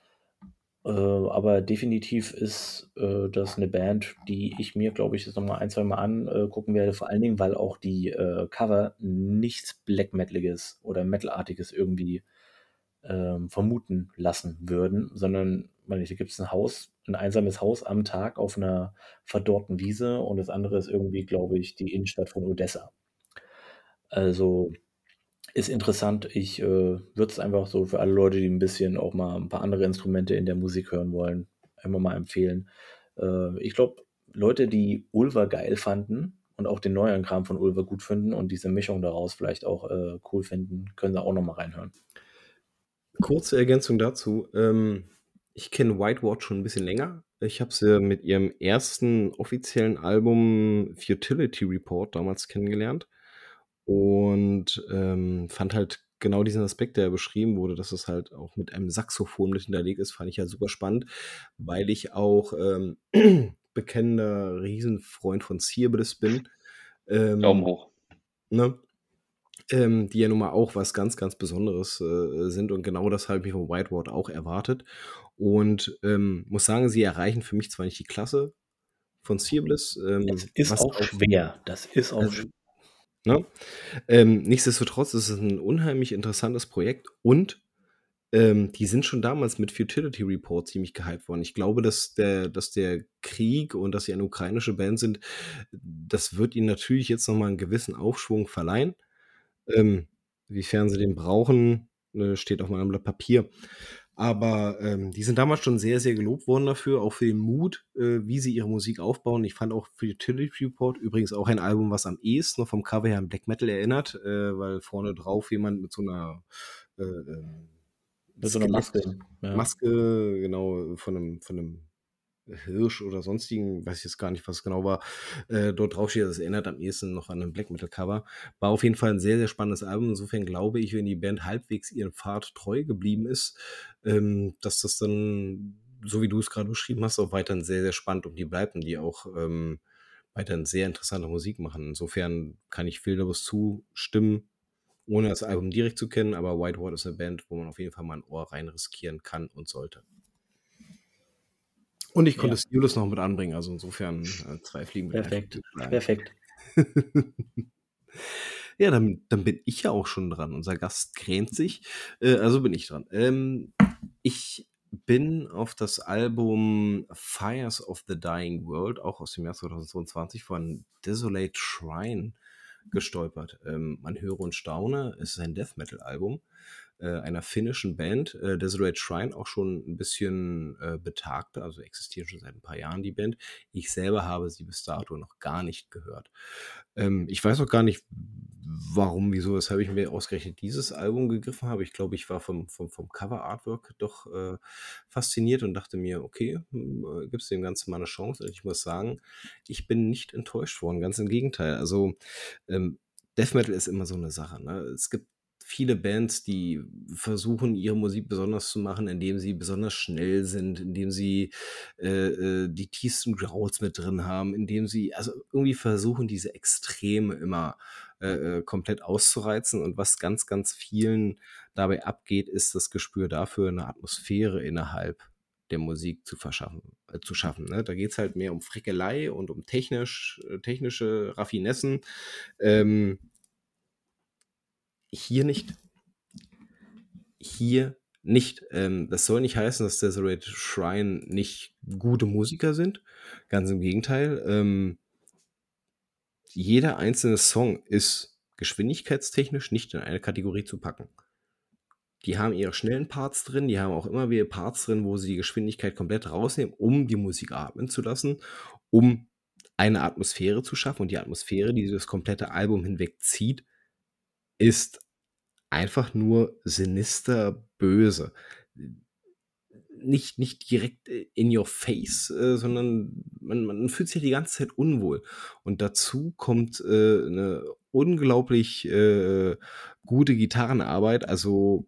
Äh, aber definitiv ist, äh, das 'ne Band, die ich mir, glaube ich, jetzt noch mal ein, zweimal an äh, gucken werde, vor allen Dingen, weil auch die, äh, Cover nichts Black Metaliges oder Metalartiges irgendwie, ähm, vermuten lassen würden, sondern meine ich, da gibt's 'n Haus 'n einsames Haus am Tag auf 'ner verdorrten Wiese und das andere ist irgendwie, glaube ich, die Innenstadt von Odessa. Also, ist interessant. Ich, äh, würde es einfach so für alle Leute, die 'n bisschen auch mal 'n paar andere Instrumente in der Musik hören wollen, einfach mal empfehlen. Äh, ich glaube, Leute, die Ulver geil fanden und auch den neueren Kram von Ulver gut finden und diese Mischung daraus vielleicht auch äh, cool finden, können sie auch noch mal reinhören. Kurze Ergänzung dazu. Ähm, ich kenne White Watch schon ein bisschen länger. Ich habe sie mit ihrem ersten offiziellen Album Futility Report damals kennengelernt und ähm, fand halt genau diesen Aspekt, der beschrieben wurde, dass es halt auch mit einem Saxophon mit hinterlegt ist, fand ich halt super spannend, weil ich auch ähm, bekennender Riesenfreund von Searbliss bin. Daumen Ähm, hoch. ne? Ähm, die ja nun mal auch was ganz, ganz Besonderes äh, sind und genau das habe ich mir von Whiteward auch erwartet und ähm, muss sagen, sie erreichen für mich zwar nicht die Klasse von Searbliss, Das ähm, ist was auch auch schwer. Das ist auch also, schwer. ne? Ähm, nichtsdestotrotz ist es ein unheimlich interessantes Projekt und ähm, die sind schon damals mit Futility Report ziemlich gehypt worden. Ich glaube, dass der, dass der Krieg und dass sie eine ukrainische Band sind, das wird ihnen natürlich jetzt noch mal einen gewissen Aufschwung verleihen. Ähm, wiefern sie den brauchen, äh, steht auf meinem Blatt Papier. Aber ähm, die sind damals schon sehr, sehr gelobt worden dafür, auch für den Mut, äh, wie sie ihre Musik aufbauen. Ich fand auch Futility Report übrigens auch ein Album, was am ehesten noch vom Cover her an Black Metal erinnert, äh, weil vorne drauf jemand mit so einer äh, ähm, Mit so einer Skelett, Maske. Ja. Maske, genau, von einem, von einem Hirsch oder sonstigen, weiß ich jetzt gar nicht, was es genau war, äh, dort drauf steht, das erinnert am ehesten noch an ein Black Metal Cover. War auf jeden Fall ein sehr, sehr spannendes Album. Insofern glaube ich, wenn die Band halbwegs ihren Pfad treu geblieben ist, ähm, dass das dann, so wie du es gerade beschrieben hast, auch weiterhin sehr, sehr spannend um die bleibt und die auch ähm, weiterhin sehr interessante Musik machen. Insofern kann ich Wildebus zustimmen, ohne das Album direkt zu kennen, aber Whiteward ist eine Band, wo man auf jeden Fall mal ein Ohr rein riskieren kann und sollte. Und ich konnte Ja. Stilus noch mit anbringen, also insofern äh, zwei Fliegen mit einer Perfekt. Klappe geschlagen. Perfekt. Ja, dann, dann bin ich ja auch schon dran. Unser Gast gränt sich. Äh, also bin ich dran. Ähm, ich bin auf das Album Fires of the Dying World, auch aus dem Jahr zweitausendzweiundzwanzig, von Desolate Shrine gestolpert. Ähm, man höre und staune, es ist ein Death Metal Album äh, einer finnischen Band, äh, Desolate Shrine, auch schon ein bisschen äh, betagter, also existiert schon seit ein paar Jahren die Band. Ich selber habe sie bis dato noch gar nicht gehört. Ähm, ich weiß auch gar nicht, warum, wieso, weshalb ich mir ausgerechnet dieses Album gegriffen habe. Ich glaube, ich war vom, vom, vom Cover-Artwork doch äh, fasziniert und dachte mir, okay, hm, äh, gibst dem Ganzen mal eine Chance. Und ich muss sagen, ich bin nicht enttäuscht worden, ganz im Gegenteil. Also ähm, Death Metal ist immer so eine Sache. Ne? Es gibt viele Bands, die versuchen, ihre Musik besonders zu machen, indem sie besonders schnell sind, indem sie äh, äh, die tiefsten Growls mit drin haben, indem sie also irgendwie versuchen, diese Extreme immer äh, äh, komplett auszureizen. Und was ganz, ganz vielen dabei abgeht, ist das Gespür dafür, eine Atmosphäre innerhalb der Musik zu verschaffen, äh, zu schaffen. Ne? Da geht es halt mehr um Frickelei und um technisch, äh, technische Raffinessen. Ähm, hier nicht. Hier nicht. Ähm, das soll nicht heißen, dass Desolate Shrine nicht gute Musiker sind. Ganz im Gegenteil. Ähm, jeder einzelne Song ist geschwindigkeitstechnisch nicht in eine Kategorie zu packen. Die haben ihre schnellen Parts drin, die haben auch immer wieder Parts drin, wo sie die Geschwindigkeit komplett rausnehmen, um die Musik atmen zu lassen, um eine Atmosphäre zu schaffen. Und die Atmosphäre, die das komplette Album hinweg zieht, ist einfach nur sinister böse. Nicht, nicht direkt in your face, äh, sondern man, man fühlt sich die ganze Zeit unwohl. Und dazu kommt äh, eine unglaublich äh, gute Gitarrenarbeit. Also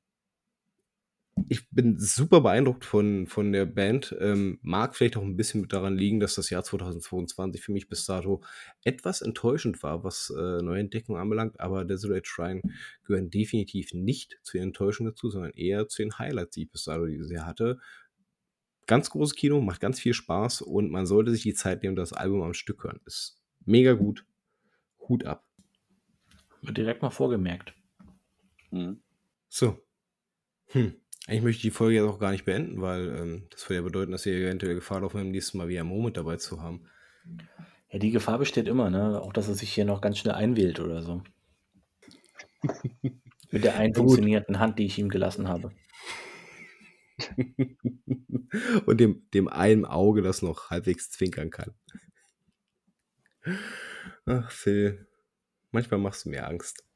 ich bin super beeindruckt von, von der Band. Ähm, mag vielleicht auch ein bisschen mit daran liegen, dass das Jahr zweitausendzweiundzwanzig für mich bis dato etwas enttäuschend war, was äh, Neuentdeckungen anbelangt. Aber Desolate Shrine gehören definitiv nicht zu den Enttäuschungen dazu, sondern eher zu den Highlights, die ich bis dato dieses Jahr hatte. Ganz großes Kino, macht ganz viel Spaß und man sollte sich die Zeit nehmen, das Album am Stück hören. Ist mega gut. Hut ab. Wird direkt mal vorgemerkt. Mhm. So. Hm. Eigentlich möchte ich die Folge jetzt auch gar nicht beenden, weil ähm, das würde ja bedeuten, dass ihr eventuell Gefahr laufen, beim nächsten Mal wieder einen Moment dabei zu haben. Ja, die Gefahr besteht immer, ne? Auch, dass er sich hier noch ganz schnell einwählt oder so. Mit der einen Ja, gut. funktionierenden Hand, die ich ihm gelassen habe. Und dem, dem einen Auge, das noch halbwegs zwinkern kann. Ach, Phil, manchmal machst du mir Angst.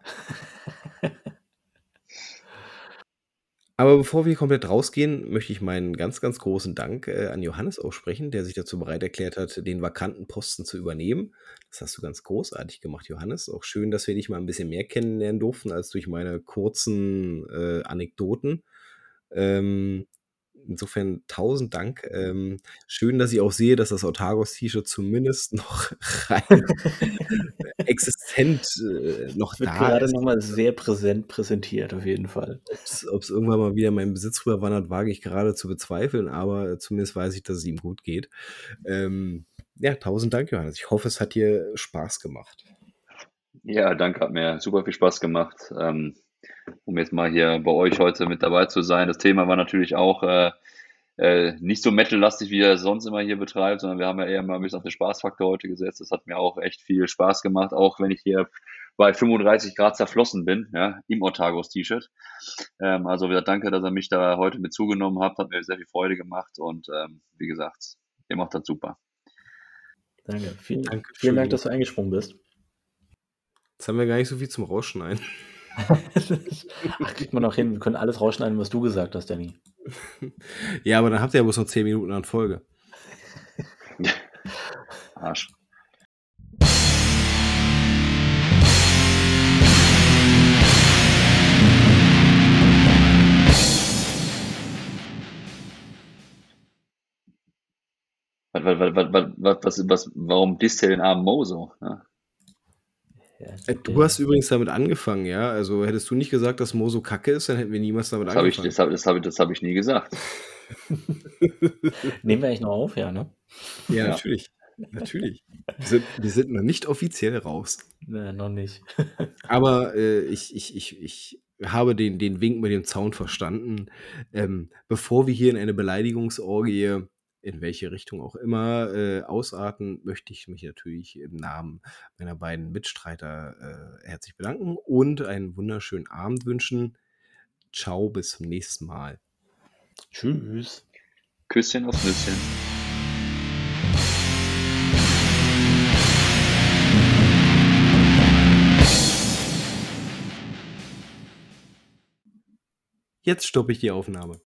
Aber bevor wir komplett rausgehen, möchte ich meinen ganz, ganz großen Dank äh, an Johannes aussprechen, der sich dazu bereit erklärt hat, den vakanten Posten zu übernehmen. Das hast du ganz großartig gemacht, Johannes. Auch schön, dass wir dich mal ein bisschen mehr kennenlernen durften als durch meine kurzen äh, Anekdoten. Ähm, insofern tausend Dank. Ähm, schön, dass ich auch sehe, dass das Autargos-T-Shirt zumindest noch rein existent äh, noch Es wird da gerade ist. nochmal sehr präsent präsentiert, auf jeden Fall. Ob es irgendwann mal wieder in meinen Besitz rüberwandert, wage ich gerade zu bezweifeln, aber zumindest weiß ich, dass es ihm gut geht. Ähm, ja, tausend Dank, Johannes. Ich hoffe, es hat dir Spaß gemacht. Ja, danke, hat mir super viel Spaß gemacht, ähm, um jetzt mal hier bei euch heute mit dabei zu sein. Das Thema war natürlich auch äh, äh, nicht so metal-lastig, wie er sonst immer hier betreibt, sondern wir haben ja eher mal ein bisschen auf den Spaßfaktor heute gesetzt. Das hat mir auch echt viel Spaß gemacht, auch wenn ich hier bei fünfunddreißig Grad zerflossen bin, ja, im Ortagos-T-Shirt. Ähm, also wieder danke, dass ihr mich da heute mit zugenommen habt, hat mir sehr viel Freude gemacht und ähm, wie gesagt, ihr macht das super. Danke. Vielen, Danke, vielen Dank, dass du eingesprungen bist. Jetzt haben wir gar nicht so viel zum Rausschneiden. Ach, kriegt man noch hin. Wir können alles rausschneiden, was du gesagt hast, Danny. Ja, aber dann habt ihr ja bloß noch zehn Minuten an Folge. Arsch. Was, was, was, was, was, was, was, warum disst ihr den armen Mo so? Ja? Ja, Äh, Du hast übrigens damit angefangen, ja? Also hättest du nicht gesagt, dass Mo so kacke ist, dann hätten wir niemals damit Das habe ich, angefangen. das hab, das hab, ich- das hab ich nie gesagt. Nehmen wir eigentlich noch auf, ja, ne? Ja, Ja. natürlich. Natürlich. Wir sind, wir sind noch nicht offiziell raus. Ne, noch nicht. Aber äh, ich, ich, ich, ich habe den, den Wink mit dem Zaun verstanden. Ähm, bevor wir hier in eine Beleidigungsorgie, in welche Richtung auch immer, äh, ausarten, möchte ich mich natürlich im Namen meiner beiden Mitstreiter äh, herzlich bedanken und einen wunderschönen Abend wünschen. Ciao, bis zum nächsten Mal. Tschüss. Küsschen aufs Nüsschen. Jetzt stoppe ich die Aufnahme.